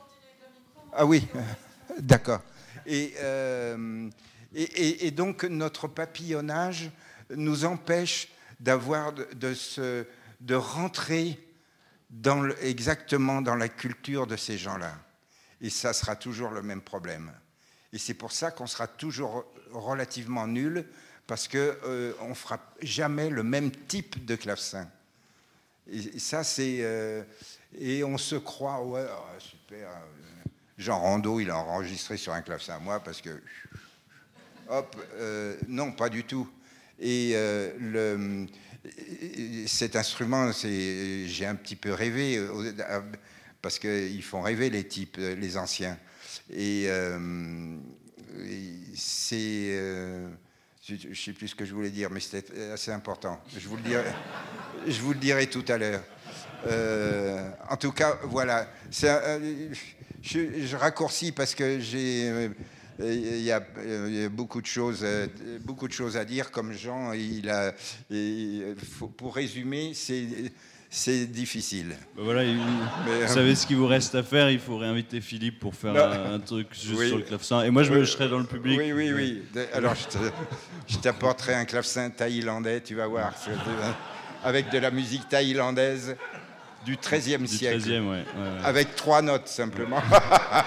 Speaker 5: Ah oui. D'accord. Et, euh, et, et, et donc, notre papillonnage nous empêche d'avoir de, de, se, de rentrer dans le, exactement dans la culture de ces gens-là. Et ça sera toujours le même problème. Et c'est pour ça qu'on sera toujours relativement nul, parce qu'on euh, ne fera jamais le même type de clavecin. Et, et ça, c'est... Euh, et on se croit, ouais, oh, super... Jean Rondeau, il a enregistré sur un clavecin à moi parce que, hop, euh, non, pas du tout. Et euh, le, cet instrument, c'est, j'ai un petit peu rêvé, parce qu'ils font rêver les types, les anciens. Et euh, c'est... Euh, je ne sais plus ce que je voulais dire, mais c'était assez important. Je vous le dirai, je vous le dirai tout à l'heure. Euh, en tout cas, voilà. C'est un, je, je raccourcis parce que j'ai, il y a, il y a beaucoup de choses, beaucoup de choses à dire. Comme Jean, il a, il faut, pour résumer, c'est, c'est difficile.
Speaker 4: Ben voilà, il, Mais, vous euh, savez ce qu'il vous reste à faire. Il faut réinviter Philippe pour faire un, un truc juste oui. sur le clavecin. Et moi, je, me, je serai dans le public.
Speaker 5: Oui, oui, oui. Alors, je, te, je t'apporterai un clavecin thaïlandais. Tu vas voir, avec de la musique thaïlandaise. Du treizième siècle,
Speaker 4: treizième, ouais, ouais, ouais.
Speaker 5: Avec trois notes simplement.
Speaker 4: Vous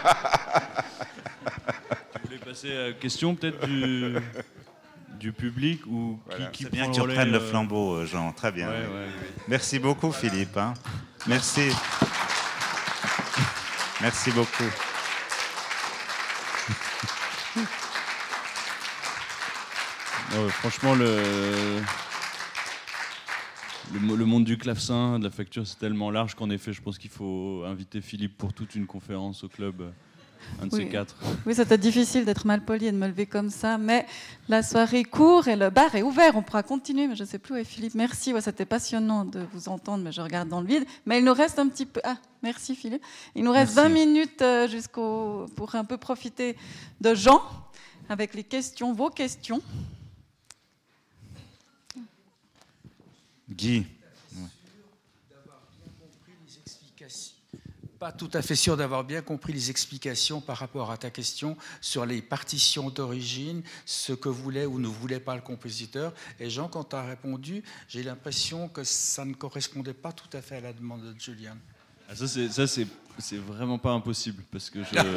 Speaker 4: voulez passer à la question peut-être du, du public ou
Speaker 3: voilà.
Speaker 4: qui, qui
Speaker 3: C'est bien que tu reprennes euh... le flambeau, Jean. Très bien.
Speaker 4: Ouais, ouais, ouais.
Speaker 3: Merci beaucoup, voilà. Philippe. Hein. Merci. Merci beaucoup.
Speaker 4: Non, franchement, le... le, le monde du clavecin, de la facture, c'est tellement large qu'en effet, je pense qu'il faut inviter Philippe pour toute une conférence au club, un de
Speaker 1: Oui.
Speaker 4: ces quatre.
Speaker 1: Oui, c'était difficile d'être mal poli et de me lever comme ça, mais la soirée court et le bar est ouvert. On pourra continuer, mais je ne sais plus où est Philippe. Merci, ouais, c'était passionnant de vous entendre, mais je regarde dans le vide. Mais il nous reste un petit peu... Ah, merci Philippe. Il nous reste
Speaker 3: Merci.
Speaker 1: vingt minutes euh, jusqu'au... pour un peu profiter de Jean, avec les questions, vos questions.
Speaker 3: Guy.
Speaker 6: Pas tout à fait sûr d'avoir bien compris les explications par rapport à ta question sur les partitions d'origine, ce que voulait ou ne voulait pas le compositeur. Et Jean, quand tu as répondu, j'ai l'impression que ça ne correspondait pas tout à fait à la demande de Julian.
Speaker 4: Ah, ça, c'est, ça c'est, c'est vraiment pas impossible, parce que je...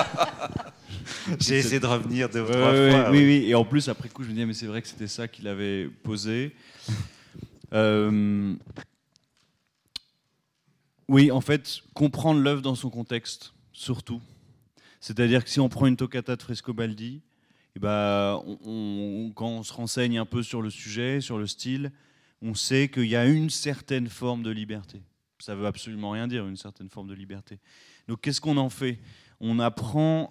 Speaker 3: J'ai essayé de revenir deux ou
Speaker 4: Ouais,
Speaker 3: trois
Speaker 4: ouais,
Speaker 3: fois.
Speaker 4: oui,
Speaker 3: oui.
Speaker 4: oui, et en plus, après coup, je me disais, mais c'est vrai que c'était ça qu'il avait posé. Euh... Oui, en fait, comprendre l'œuvre dans son contexte, surtout. C'est-à-dire que si on prend une toccata de Frescobaldi, eh ben, on, on, quand on se renseigne un peu sur le sujet, sur le style, on sait qu'il y a une certaine forme de liberté. Ça ne veut absolument rien dire, une certaine forme de liberté. Donc qu'est-ce qu'on en fait? On apprend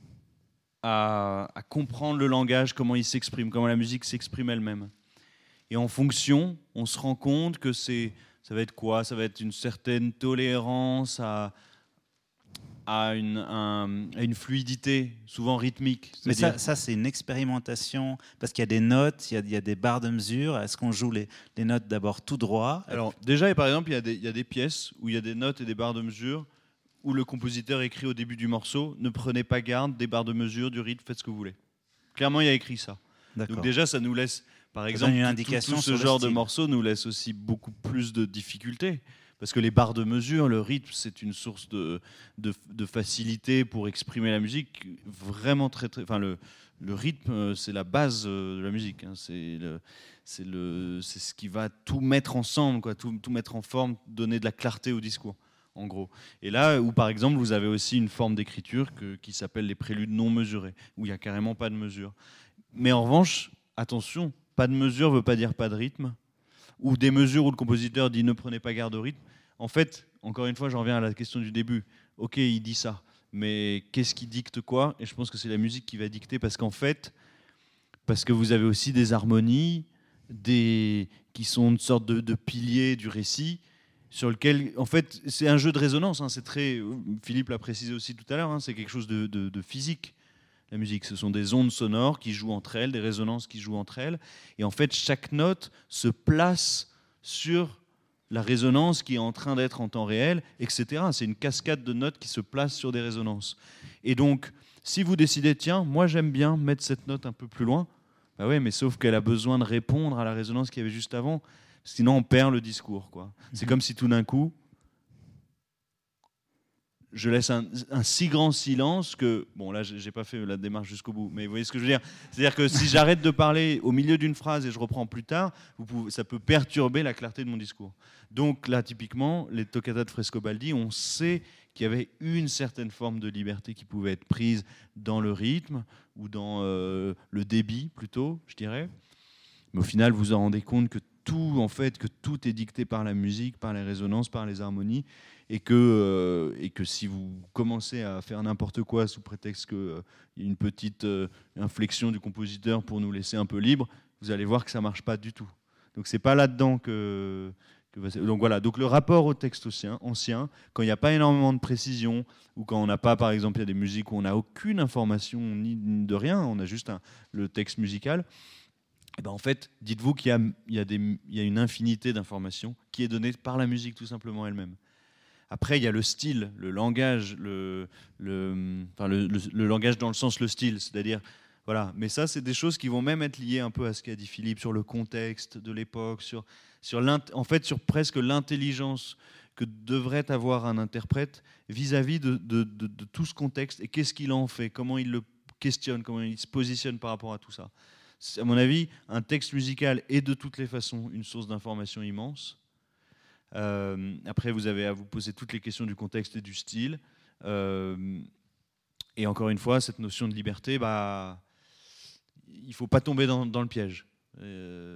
Speaker 4: à, à comprendre le langage, comment il s'exprime, comment la musique s'exprime elle-même. Et en fonction, on se rend compte que c'est... Ça va être quoi? Ça va être une certaine tolérance à, à, une, un, à une fluidité, souvent rythmique.
Speaker 3: Mais ça, ça c'est une expérimentation, parce qu'il y a des notes, il y a, il y a des barres de mesure. Est-ce qu'on joue les, les notes d'abord tout droit?
Speaker 4: Alors, déjà, et par exemple, il y, a des, il y a des pièces où il y a des notes et des barres de mesure où le compositeur écrit au début du morceau « Ne prenez pas garde des barres de mesure, du rythme, faites ce que vous voulez ». Clairement, il y a écrit ça.
Speaker 3: D'accord.
Speaker 4: Donc déjà, ça nous laisse... Par
Speaker 3: Ça
Speaker 4: exemple,
Speaker 3: donne une
Speaker 4: tout-
Speaker 3: indication
Speaker 4: tout, tout ce
Speaker 3: sur le
Speaker 4: genre de
Speaker 3: style.
Speaker 4: morceaux nous laisse aussi beaucoup plus de difficultés. Parce que les barres de mesure, le rythme, c'est une source de, de, de facilité pour exprimer la musique. Vraiment très, très. Enfin, le, le rythme, c'est la base de la musique. Hein. C'est, le, c'est, le, c'est ce qui va tout mettre ensemble, quoi, tout, tout mettre en forme, donner de la clarté au discours, en gros. Et là, où par exemple, vous avez aussi une forme d'écriture que, qui s'appelle les préludes non mesurés, où il n'y a carrément pas de mesure. Mais en revanche, attention, pas de mesure ne veut pas dire pas de rythme, ou des mesures où le compositeur dit ne prenez pas garde au rythme. En fait, encore une fois, j'en reviens à la question du début. Ok, il dit ça, mais qu'est-ce qui dicte quoi? Et je pense que c'est la musique qui va dicter, parce qu'en fait, parce que vous avez aussi des harmonies, des, qui sont une sorte de, de piliers du récit, sur lequel, en fait, c'est un jeu de résonance. Hein, c'est très, Philippe l'a précisé aussi tout à l'heure, hein, c'est quelque chose de, de, de physique. La musique, ce sont des ondes sonores qui jouent entre elles, des résonances qui jouent entre elles. Et en fait, chaque note se place sur la résonance qui est en train d'être en temps réel, et cetera. C'est une cascade de notes qui se placent sur des résonances. Et donc, si vous décidez, tiens, moi j'aime bien mettre cette note un peu plus loin, bah ouais, mais sauf qu'elle a besoin de répondre à la résonance qu'il y avait juste avant, sinon on perd le discours, quoi. C'est comme si tout d'un coup, je laisse un, un si grand silence que... Bon, là, j'ai pas fait la démarche jusqu'au bout, mais vous voyez ce que je veux dire? C'est-à-dire que si j'arrête de parler au milieu d'une phrase et je reprends plus tard, vous pouvez, ça peut perturber la clarté de mon discours. Donc là, typiquement, les toccatas de Frescobaldi, on sait qu'il y avait une certaine forme de liberté qui pouvait être prise dans le rythme ou dans euh, le débit, plutôt, je dirais. Mais au final, vous vous en rendez compte que tout, en fait, que tout est dicté par la musique, par les résonances, par les harmonies, et que, euh, et que si vous commencez à faire n'importe quoi sous prétexte qu'il euh, y a une petite euh, inflexion du compositeur pour nous laisser un peu libres, vous allez voir que ça ne marche pas du tout. Donc c'est pas là-dedans que... que donc voilà, donc le rapport au texte ancien, ancien quand il n'y a pas énormément de précision, ou quand on n'a pas, par exemple, il y a des musiques où on n'a aucune information ni, ni de rien, on a juste un, le texte musical, et ben en fait, dites-vous qu'il y a, il y a, des, il y a une infinité d'informations qui est donnée par la musique tout simplement elle-même. Après, il y a le style, le langage, le, le, enfin le, le, le langage dans le sens le style, c'est-à-dire, voilà. Mais ça, c'est des choses qui vont même être liées un peu à ce qu'a dit Philippe sur le contexte de l'époque, sur, sur en fait, sur presque l'intelligence que devrait avoir un interprète vis-à-vis de, de, de, de tout ce contexte et qu'est-ce qu'il en fait, comment il le questionne, comment il se positionne par rapport à tout ça. C'est, à mon avis, un texte musical est de toutes les façons une source d'information immense. Euh, après, vous avez à vous poser toutes les questions du contexte et du style. Euh, et encore une fois, cette notion de liberté, bah, il ne faut pas tomber dans, dans le piège. Euh,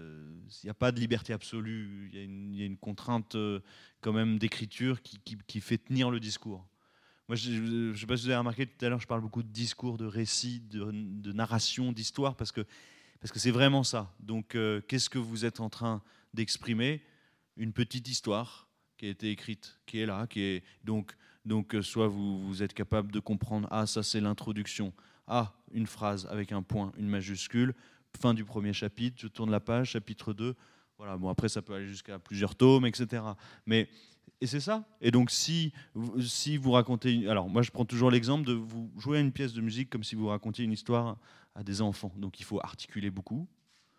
Speaker 4: il n'y a pas de liberté absolue. Il y a une, il y a une contrainte euh, quand même d'écriture qui, qui, qui fait tenir le discours. Moi, je ne sais pas si vous avez remarqué tout à l'heure, je parle beaucoup de discours, de récits, de, de narration, d'histoire, parce que parce que c'est vraiment ça. Donc, euh, qu'est-ce que vous êtes en train d'exprimer? Une petite histoire qui a été écrite, qui est là, qui est donc donc euh, soit vous, vous êtes capable de comprendre, ah ça c'est l'introduction, ah une phrase avec un point, une majuscule, fin du premier chapitre, je tourne la page, chapitre deux, voilà. Bon après ça peut aller jusqu'à plusieurs tomes, et cetera. Mais et c'est ça. Et donc, si, si vous racontez... Alors, moi, je prends toujours l'exemple de vous jouer à une pièce de musique comme si vous racontiez une histoire à des enfants. Donc, il faut articuler beaucoup.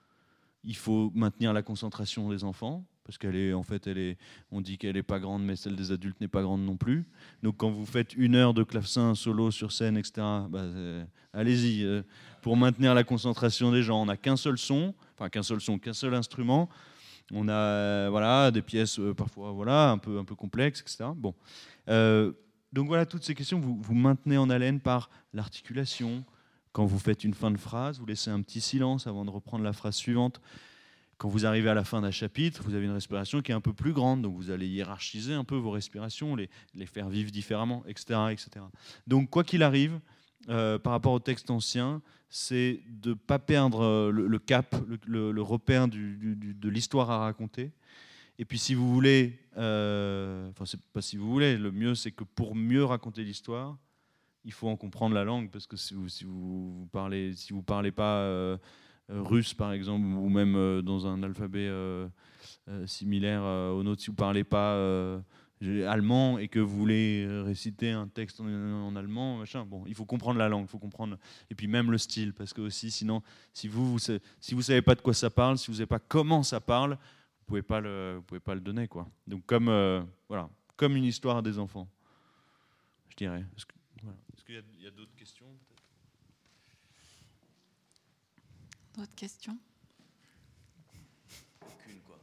Speaker 4: Il faut maintenir la concentration des enfants, parce qu'elle est, en fait, elle est, on dit qu'elle n'est pas grande, mais celle des adultes n'est pas grande non plus. Donc, quand vous faites une heure de clavecin solo sur scène, et cetera, bah, euh, allez-y. Euh, pour maintenir la concentration des gens, on n'a qu'un seul son, enfin, qu'un seul son, qu'un seul instrument. On a euh, voilà, des pièces euh, parfois voilà, un, peu, un peu complexes, et cetera. Bon. Euh, donc voilà, toutes ces questions, vous, vous maintenez en haleine par l'articulation. Quand vous faites une fin de phrase, vous laissez un petit silence avant de reprendre la phrase suivante. Quand vous arrivez à la fin d'un chapitre, vous avez une respiration qui est un peu plus grande, donc vous allez hiérarchiser un peu vos respirations, les, les faire vivre différemment, et cetera, et cetera. Donc quoi qu'il arrive, euh, par rapport au texte ancien, c'est de ne pas perdre le, le cap, le, le, le repère du, du, de l'histoire à raconter. Et puis si vous voulez, euh, enfin c'est pas si vous voulez, le mieux c'est que pour mieux raconter l'histoire, il faut en comprendre la langue, parce que si vous si vous, vous parlez si vous parlez pas euh, russe par exemple, ou même euh, dans un alphabet euh, euh, similaire euh, au nôtre, si vous parlez pas euh, allemand et que vous voulez réciter un texte en, en allemand, machin, bon, il faut comprendre la langue, il faut comprendre, et puis même le style, parce que aussi, sinon, si vous, vous si vous savez pas de quoi ça parle, si vous savez pas comment ça parle, vous pouvez pas le, vous pouvez pas le donner, quoi. Donc comme, euh, voilà, comme une histoire à des enfants, je dirais. Est-ce que, voilà. Est-ce qu'il y a, il y a d'autres questions, peut-être?
Speaker 1: D'autres questions?
Speaker 4: Aucune, quoi.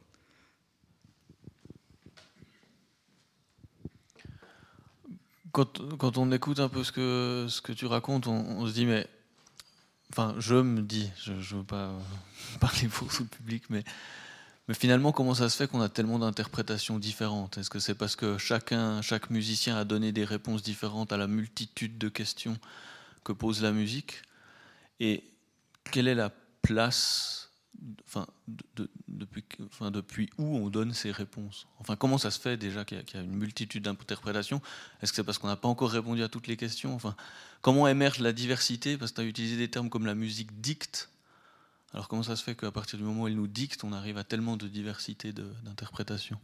Speaker 7: Quand, quand on écoute un peu ce que, ce que tu racontes, on, on se dit, mais... Enfin, je me dis, je ne veux pas parler pour tout le public, mais, mais finalement, comment ça se fait qu'on a tellement d'interprétations différentes? Est-ce que c'est parce que chacun, chaque musicien a donné des réponses différentes à la multitude de questions que pose la musique? Et quelle est la place... Enfin, de, de, depuis, enfin, depuis où on donne ces réponses? Enfin, comment ça se fait déjà qu'il y a, qu'il y a une multitude d'interprétations? Est-ce que c'est parce qu'on n'a pas encore répondu à toutes les questions? Enfin, comment émerge la diversité? Parce que tu as utilisé des termes comme la musique dicte. Alors comment ça se fait qu'à partir du moment où elle nous dicte, on arrive à tellement de diversité de, d'interprétations?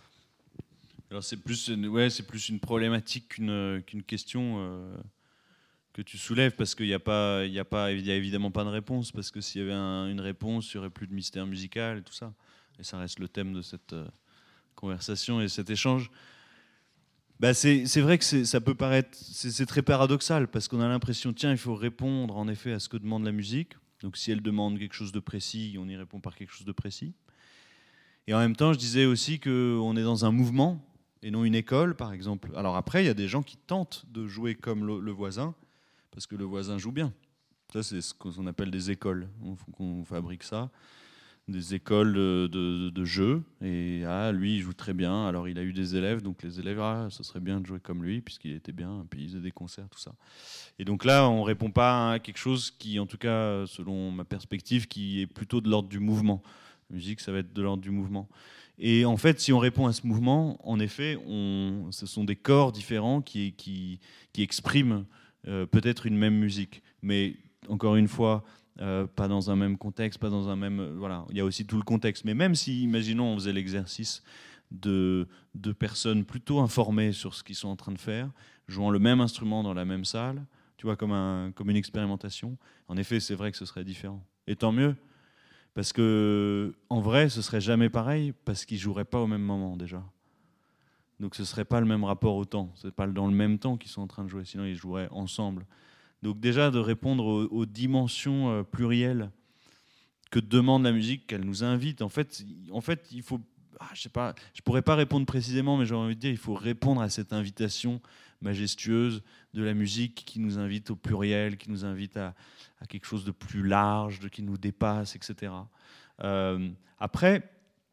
Speaker 4: Alors c'est plus, une, ouais, c'est plus une problématique qu'une, qu'une question... Euh... que tu soulèves, parce qu'il n'y a pas, il y a pas, il y a évidemment pas de réponse, parce que s'il y avait un, une réponse, il n'y aurait plus de mystère musical et tout ça. Et ça reste le thème de cette euh, conversation et cet échange. Bah c'est, c'est vrai que c'est, ça peut paraître, c'est, c'est très paradoxal, parce qu'on a l'impression, tiens, il faut répondre en effet à ce que demande la musique. Donc si elle demande quelque chose de précis, on y répond par quelque chose de précis. Et en même temps, je disais aussi qu'on est dans un mouvement et non une école, par exemple. Alors après, il y a des gens qui tentent de jouer comme le, le voisin, parce que le voisin joue bien. Ça, c'est ce qu'on appelle des écoles. Il faut qu'on fabrique ça. Des écoles de, de, de jeu. Et ah, lui, il joue très bien. Alors, il a eu des élèves. Donc, les élèves, ah, ça serait bien de jouer comme lui, puisqu'il était bien. Et puis, il faisait des concerts, tout ça. Et donc là, on ne répond pas à quelque chose qui, en tout cas, selon ma perspective, qui est plutôt de l'ordre du mouvement. La musique, ça va être de l'ordre du mouvement. Et en fait, si on répond à ce mouvement, en effet, on, ce sont des corps différents qui, qui, qui expriment Euh, peut-être une même musique, mais encore une fois, euh, pas dans un même contexte, pas dans un même... Euh, voilà, il y a aussi tout le contexte. Mais même si, imaginons, on faisait l'exercice de, de personnes plutôt informées sur ce qu'ils sont en train de faire, jouant le même instrument dans la même salle, tu vois, comme, un, comme une expérimentation, en effet, c'est vrai que ce serait différent. Et tant mieux, parce que en vrai, ce serait jamais pareil, parce qu'ils joueraient pas au même moment déjà. Donc ce ne serait pas le même rapport au temps. Ce n'est pas dans le même temps qu'ils sont en train de jouer, sinon ils joueraient ensemble. Donc déjà de répondre aux, aux dimensions euh, plurielles que demande la musique, qu'elle nous invite. En fait, en fait il faut... Ah, je sais pas, je ne pourrais pas répondre précisément, mais j'ai envie de dire il faut répondre à cette invitation majestueuse de la musique qui nous invite au pluriel, qui nous invite à, à quelque chose de plus large, de, qui nous dépasse, et cetera. Euh, après,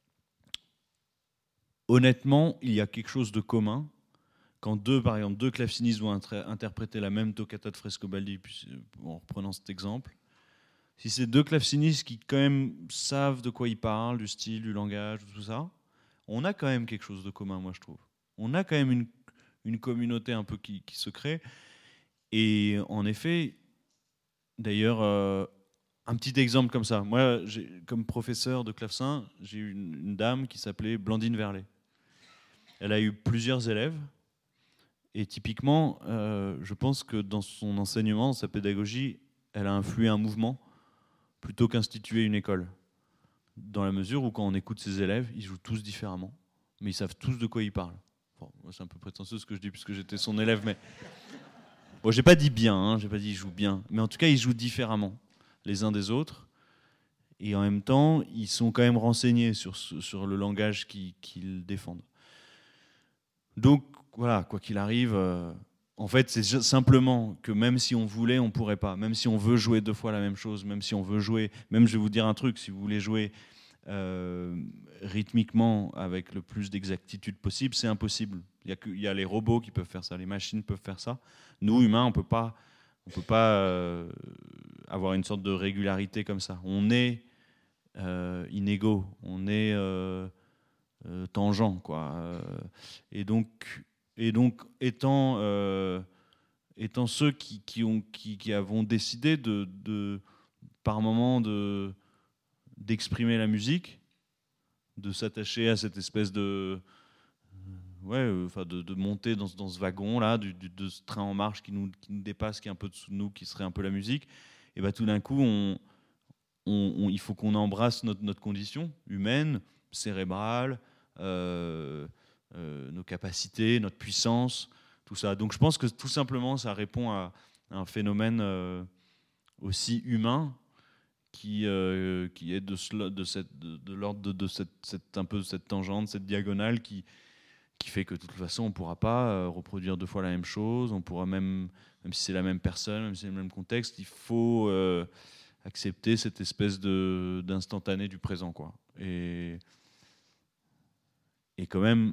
Speaker 4: honnêtement, il y a quelque chose de commun. Quand deux, par exemple, deux clavecinistes vont inter- interpréter la même toccata de Frescobaldi, en reprenant cet exemple, si c'est deux clavecinistes qui quand même savent de quoi ils parlent, du style, du langage, tout ça, on a quand même quelque chose de commun, moi je trouve. On a quand même une, une communauté un peu qui, qui se crée. Et en effet, d'ailleurs, euh, un petit exemple comme ça. Moi, j'ai, comme professeur de clavecin, j'ai eu une, une dame qui s'appelait Blandine Verlet. Elle a eu plusieurs élèves. Et typiquement, euh, je pense que dans son enseignement, dans sa pédagogie, elle a influé un mouvement plutôt qu'instituer une école. Dans la mesure où quand on écoute ses élèves, ils jouent tous différemment, mais ils savent tous de quoi ils parlent. Bon, c'est un peu prétentieux ce que je dis puisque j'étais son élève, mais bon, j'ai pas dit bien, hein, j'ai pas dit ils jouent bien, mais en tout cas ils jouent différemment les uns des autres, et en même temps ils sont quand même renseignés sur, sur le langage qu'ils, qu'ils défendent. Donc voilà, quoi qu'il arrive. Euh, En fait, c'est simplement que même si on voulait, on ne pourrait pas. Même si on veut jouer deux fois la même chose, même si on veut jouer... Même, je vais vous dire un truc, si vous voulez jouer euh, rythmiquement avec le plus d'exactitude possible, c'est impossible. Il y a que, il y a les robots qui peuvent faire ça, les machines peuvent faire ça. Nous, humains, on ne peut pas, on peut pas euh, avoir une sorte de régularité comme ça. On est euh, inégaux, on est euh, euh, tangent, quoi. Euh, et donc... Et donc, étant, euh, étant ceux qui, qui, ont, qui, qui avons décidé de, de, par moment de, d'exprimer la musique, de s'attacher à cette espèce de, ouais, euh, enfin de, de monter dans, dans ce wagon-là, du, du, de ce train en marche qui nous, qui nous dépasse, qui est un peu dessous de nous, qui serait un peu la musique, et bien tout d'un coup, on, on, on, il faut qu'on embrasse notre, notre condition humaine, cérébrale, euh, Euh, nos capacités, notre puissance, tout ça. Donc je pense que tout simplement ça répond à, à un phénomène euh, aussi humain qui, euh, qui est de, de, cette, de, de l'ordre de, de cette, cette, un peu cette tangente, cette diagonale qui, qui fait que de toute façon on ne pourra pas euh, reproduire deux fois la même chose, on pourra même, même si c'est la même personne, même si c'est le même contexte, il faut euh, accepter cette espèce de, d'instantané du présent, quoi. Et, et quand même,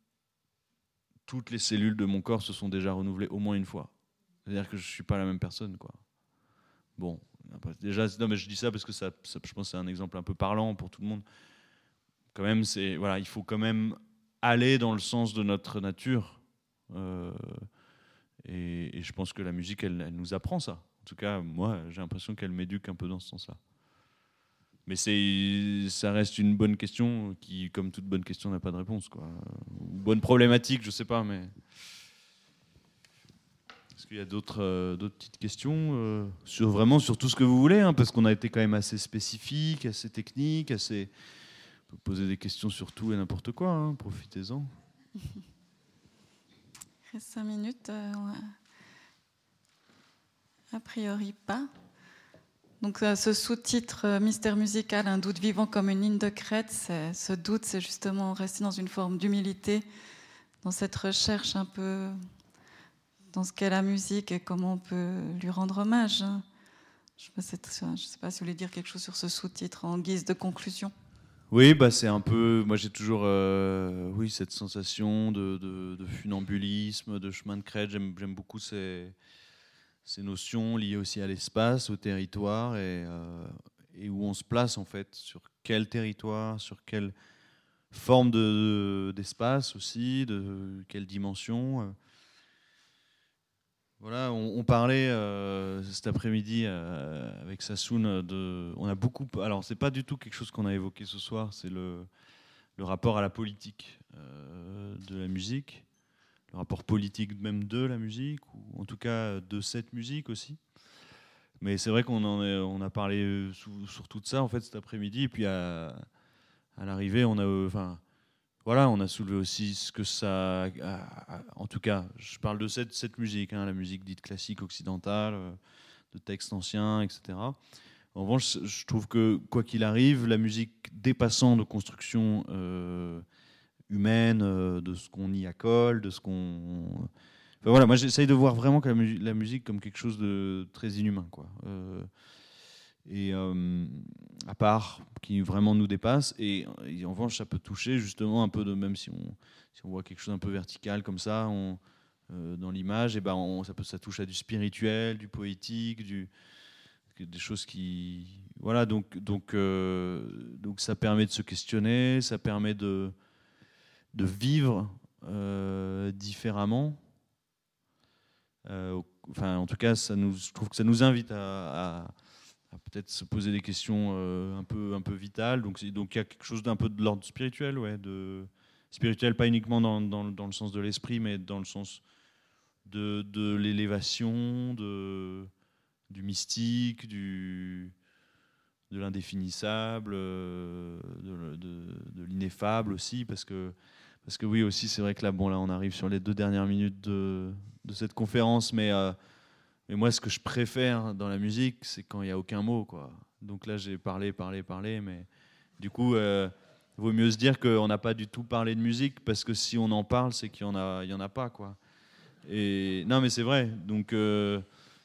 Speaker 4: toutes les cellules de mon corps se sont déjà renouvelées au moins une fois. C'est-à-dire que je ne suis pas la même personne, quoi. Bon, déjà, non, mais je dis ça parce que ça, ça, je pense que c'est un exemple un peu parlant pour tout le monde. Quand même, c'est, voilà, il faut quand même aller dans le sens de notre nature. Euh, et, et je pense que la musique, elle, elle nous apprend ça. En tout cas, moi, j'ai l'impression qu'elle m'éduque un peu dans ce sens-là. Mais c'est, ça reste une bonne question qui, comme toute bonne question, n'a pas de réponse, quoi. Bonne problématique, je sais pas, mais... Est-ce qu'il y a d'autres, euh, d'autres petites questions euh, sur, vraiment sur tout ce que vous voulez, hein, parce qu'on a été quand même assez spécifique, assez technique, assez... On peut poser des questions sur tout et n'importe quoi, hein, profitez-en.
Speaker 1: Il reste cinq minutes. Euh, ouais. A priori pas. Donc ce sous-titre euh, Mystère musical, un doute vivant comme une ligne de crête, c'est, ce doute, c'est justement rester dans une forme d'humilité, dans cette recherche un peu dans ce qu'est la musique et comment on peut lui rendre hommage. Je ne sais pas si vous voulez dire quelque chose sur ce sous-titre en guise de conclusion.
Speaker 4: Oui, bah c'est un peu. Moi, j'ai toujours, euh, oui, cette sensation de, de, de funambulisme, de chemin de crête. J'aime, j'aime beaucoup ces, ces notions liées aussi à l'espace, au territoire et, euh, et où on se place en fait, sur quel territoire, sur quelle forme de, de, d'espace aussi, de quelle dimension. Voilà, on, on parlait euh, cet après-midi euh, avec Sassoon de, on a beaucoup. Alors, c'est pas du tout quelque chose qu'on a évoqué ce soir, c'est le, le rapport à la politique euh, de la musique, le rapport politique même de la musique, ou en tout cas de cette musique aussi. Mais c'est vrai qu'on en est, on a parlé sous, sur tout ça en fait cet après-midi, et puis à, à l'arrivée, on a, enfin. Voilà, on a soulevé aussi ce que ça... En tout cas, je parle de cette, cette musique, hein, la musique dite classique occidentale, de textes anciens, et cetera. En revanche, je trouve que, quoi qu'il arrive, la musique dépassant nos constructions euh, humaines, euh, de ce qu'on y accole, de ce qu'on... Enfin, voilà, moi j'essaye de voir vraiment la, mu- la musique comme quelque chose de très inhumain, quoi. Euh, et... Euh, à part, qui vraiment nous dépasse. Et, et en revanche, ça peut toucher justement un peu de, même si on, si on voit quelque chose un peu vertical comme ça, on, euh, dans l'image, et ben on, ça, peut, ça touche à du spirituel, du poétique, du, des choses qui, voilà. Donc, donc, euh, donc ça permet de se questionner, ça permet de, de vivre euh, différemment. Euh, enfin, en tout cas, ça nous, je trouve que ça nous invite à, à à peut-être se poser des questions euh, un peu un peu vitales. Donc donc il y a quelque chose d'un peu de l'ordre spirituel, ouais, de spirituel, pas uniquement dans, dans, dans le sens de l'esprit, mais dans le sens de, de l'élévation, de du mystique, du de l'indéfinissable, de, de, de l'ineffable aussi, parce que parce que oui aussi, c'est vrai que là bon là on arrive sur les deux dernières minutes de de cette conférence, mais euh, Mais moi, ce que je préfère dans la musique, c'est quand il n'y a aucun mot, quoi. Donc là, j'ai parlé, parlé, parlé, mais du coup, il euh, vaut mieux se dire qu'on n'a pas du tout parlé de musique, parce que si on en parle, c'est qu'il n'y en a, il y en a pas, quoi. Et non, mais c'est vrai. Donc, euh,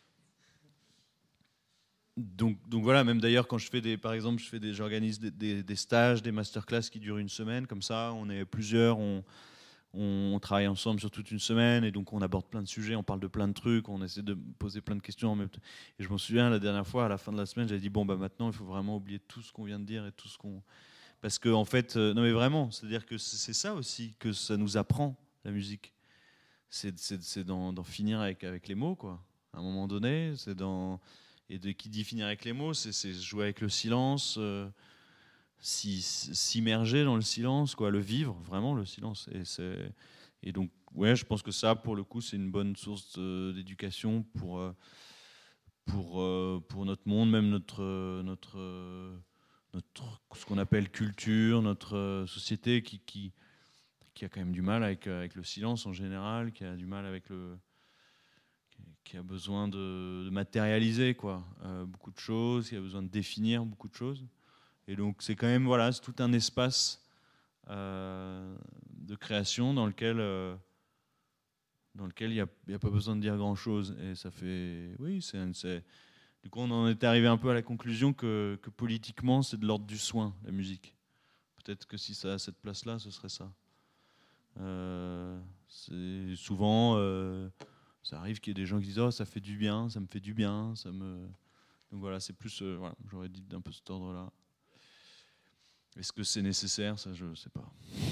Speaker 4: donc, donc voilà. Même d'ailleurs, quand je fais des, par exemple, je fais des, j'organise des, des, des stages, des masterclass qui durent une semaine, comme ça, on est plusieurs, on On travaille ensemble sur toute une semaine et donc on aborde plein de sujets, on parle de plein de trucs, on essaie de poser plein de questions en même temps. Et je m'en souviens la dernière fois, à la fin de la semaine, j'avais dit bon bah maintenant il faut vraiment oublier tout ce qu'on vient de dire et tout ce qu'on, parce que en fait euh, non mais vraiment, c'est-à-dire que c'est ça aussi que ça nous apprend la musique, c'est, c'est, c'est d'en, d'en finir avec avec les mots, quoi. À un moment donné, c'est dans, et de qui dit finir avec les mots, c'est, c'est jouer avec le silence. Euh, s'immerger dans le silence, quoi, le vivre vraiment le silence. Et, c'est, et donc ouais, je pense que ça pour le coup c'est une bonne source de, d'éducation pour pour pour notre monde, même notre notre notre ce qu'on appelle culture, notre société qui qui qui a quand même du mal avec avec le silence en général, qui a du mal avec le qui a besoin de, de matérialiser, quoi, euh, beaucoup de choses, qui a besoin de définir beaucoup de choses. Et donc c'est quand même, voilà, c'est tout un espace euh, de création dans lequel euh, dans lequel il n'y a, y a pas besoin de dire grand-chose. Et ça fait, oui, c'est, c'est, du coup on en est arrivé un peu à la conclusion que, que politiquement c'est de l'ordre du soin, la musique. Peut-être que si ça a cette place-là, ce serait ça. Euh, c'est souvent, euh, ça arrive qu'il y ait des gens qui disent oh ça fait du bien, ça me fait du bien, ça me. Donc voilà, c'est plus, euh, voilà, j'aurais dit d'un peu cet ordre-là. Est-ce que c'est nécessaire? Ça, je ne sais pas.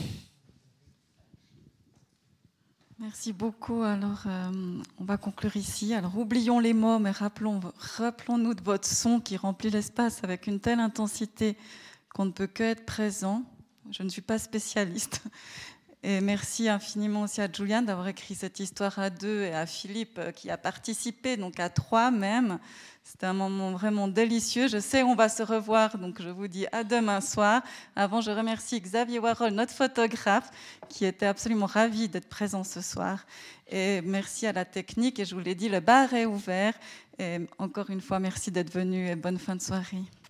Speaker 1: Merci beaucoup. Alors, euh, on va conclure ici. Alors, oublions les mots, mais rappelons, rappelons-nous de votre son qui remplit l'espace avec une telle intensité qu'on ne peut que être présent. Je ne suis pas spécialiste. Et merci infiniment aussi à Julian d'avoir écrit cette histoire à deux et à Philippe qui a participé, donc à trois même. C'était un moment vraiment délicieux. Je sais on va se revoir, donc je vous dis à demain soir. Avant, je remercie Xavier Warhol, notre photographe, qui était absolument ravi d'être présent ce soir. Et merci à la technique. Et je vous l'ai dit, le bar est ouvert. Et encore une fois, merci d'être venu et bonne fin de soirée.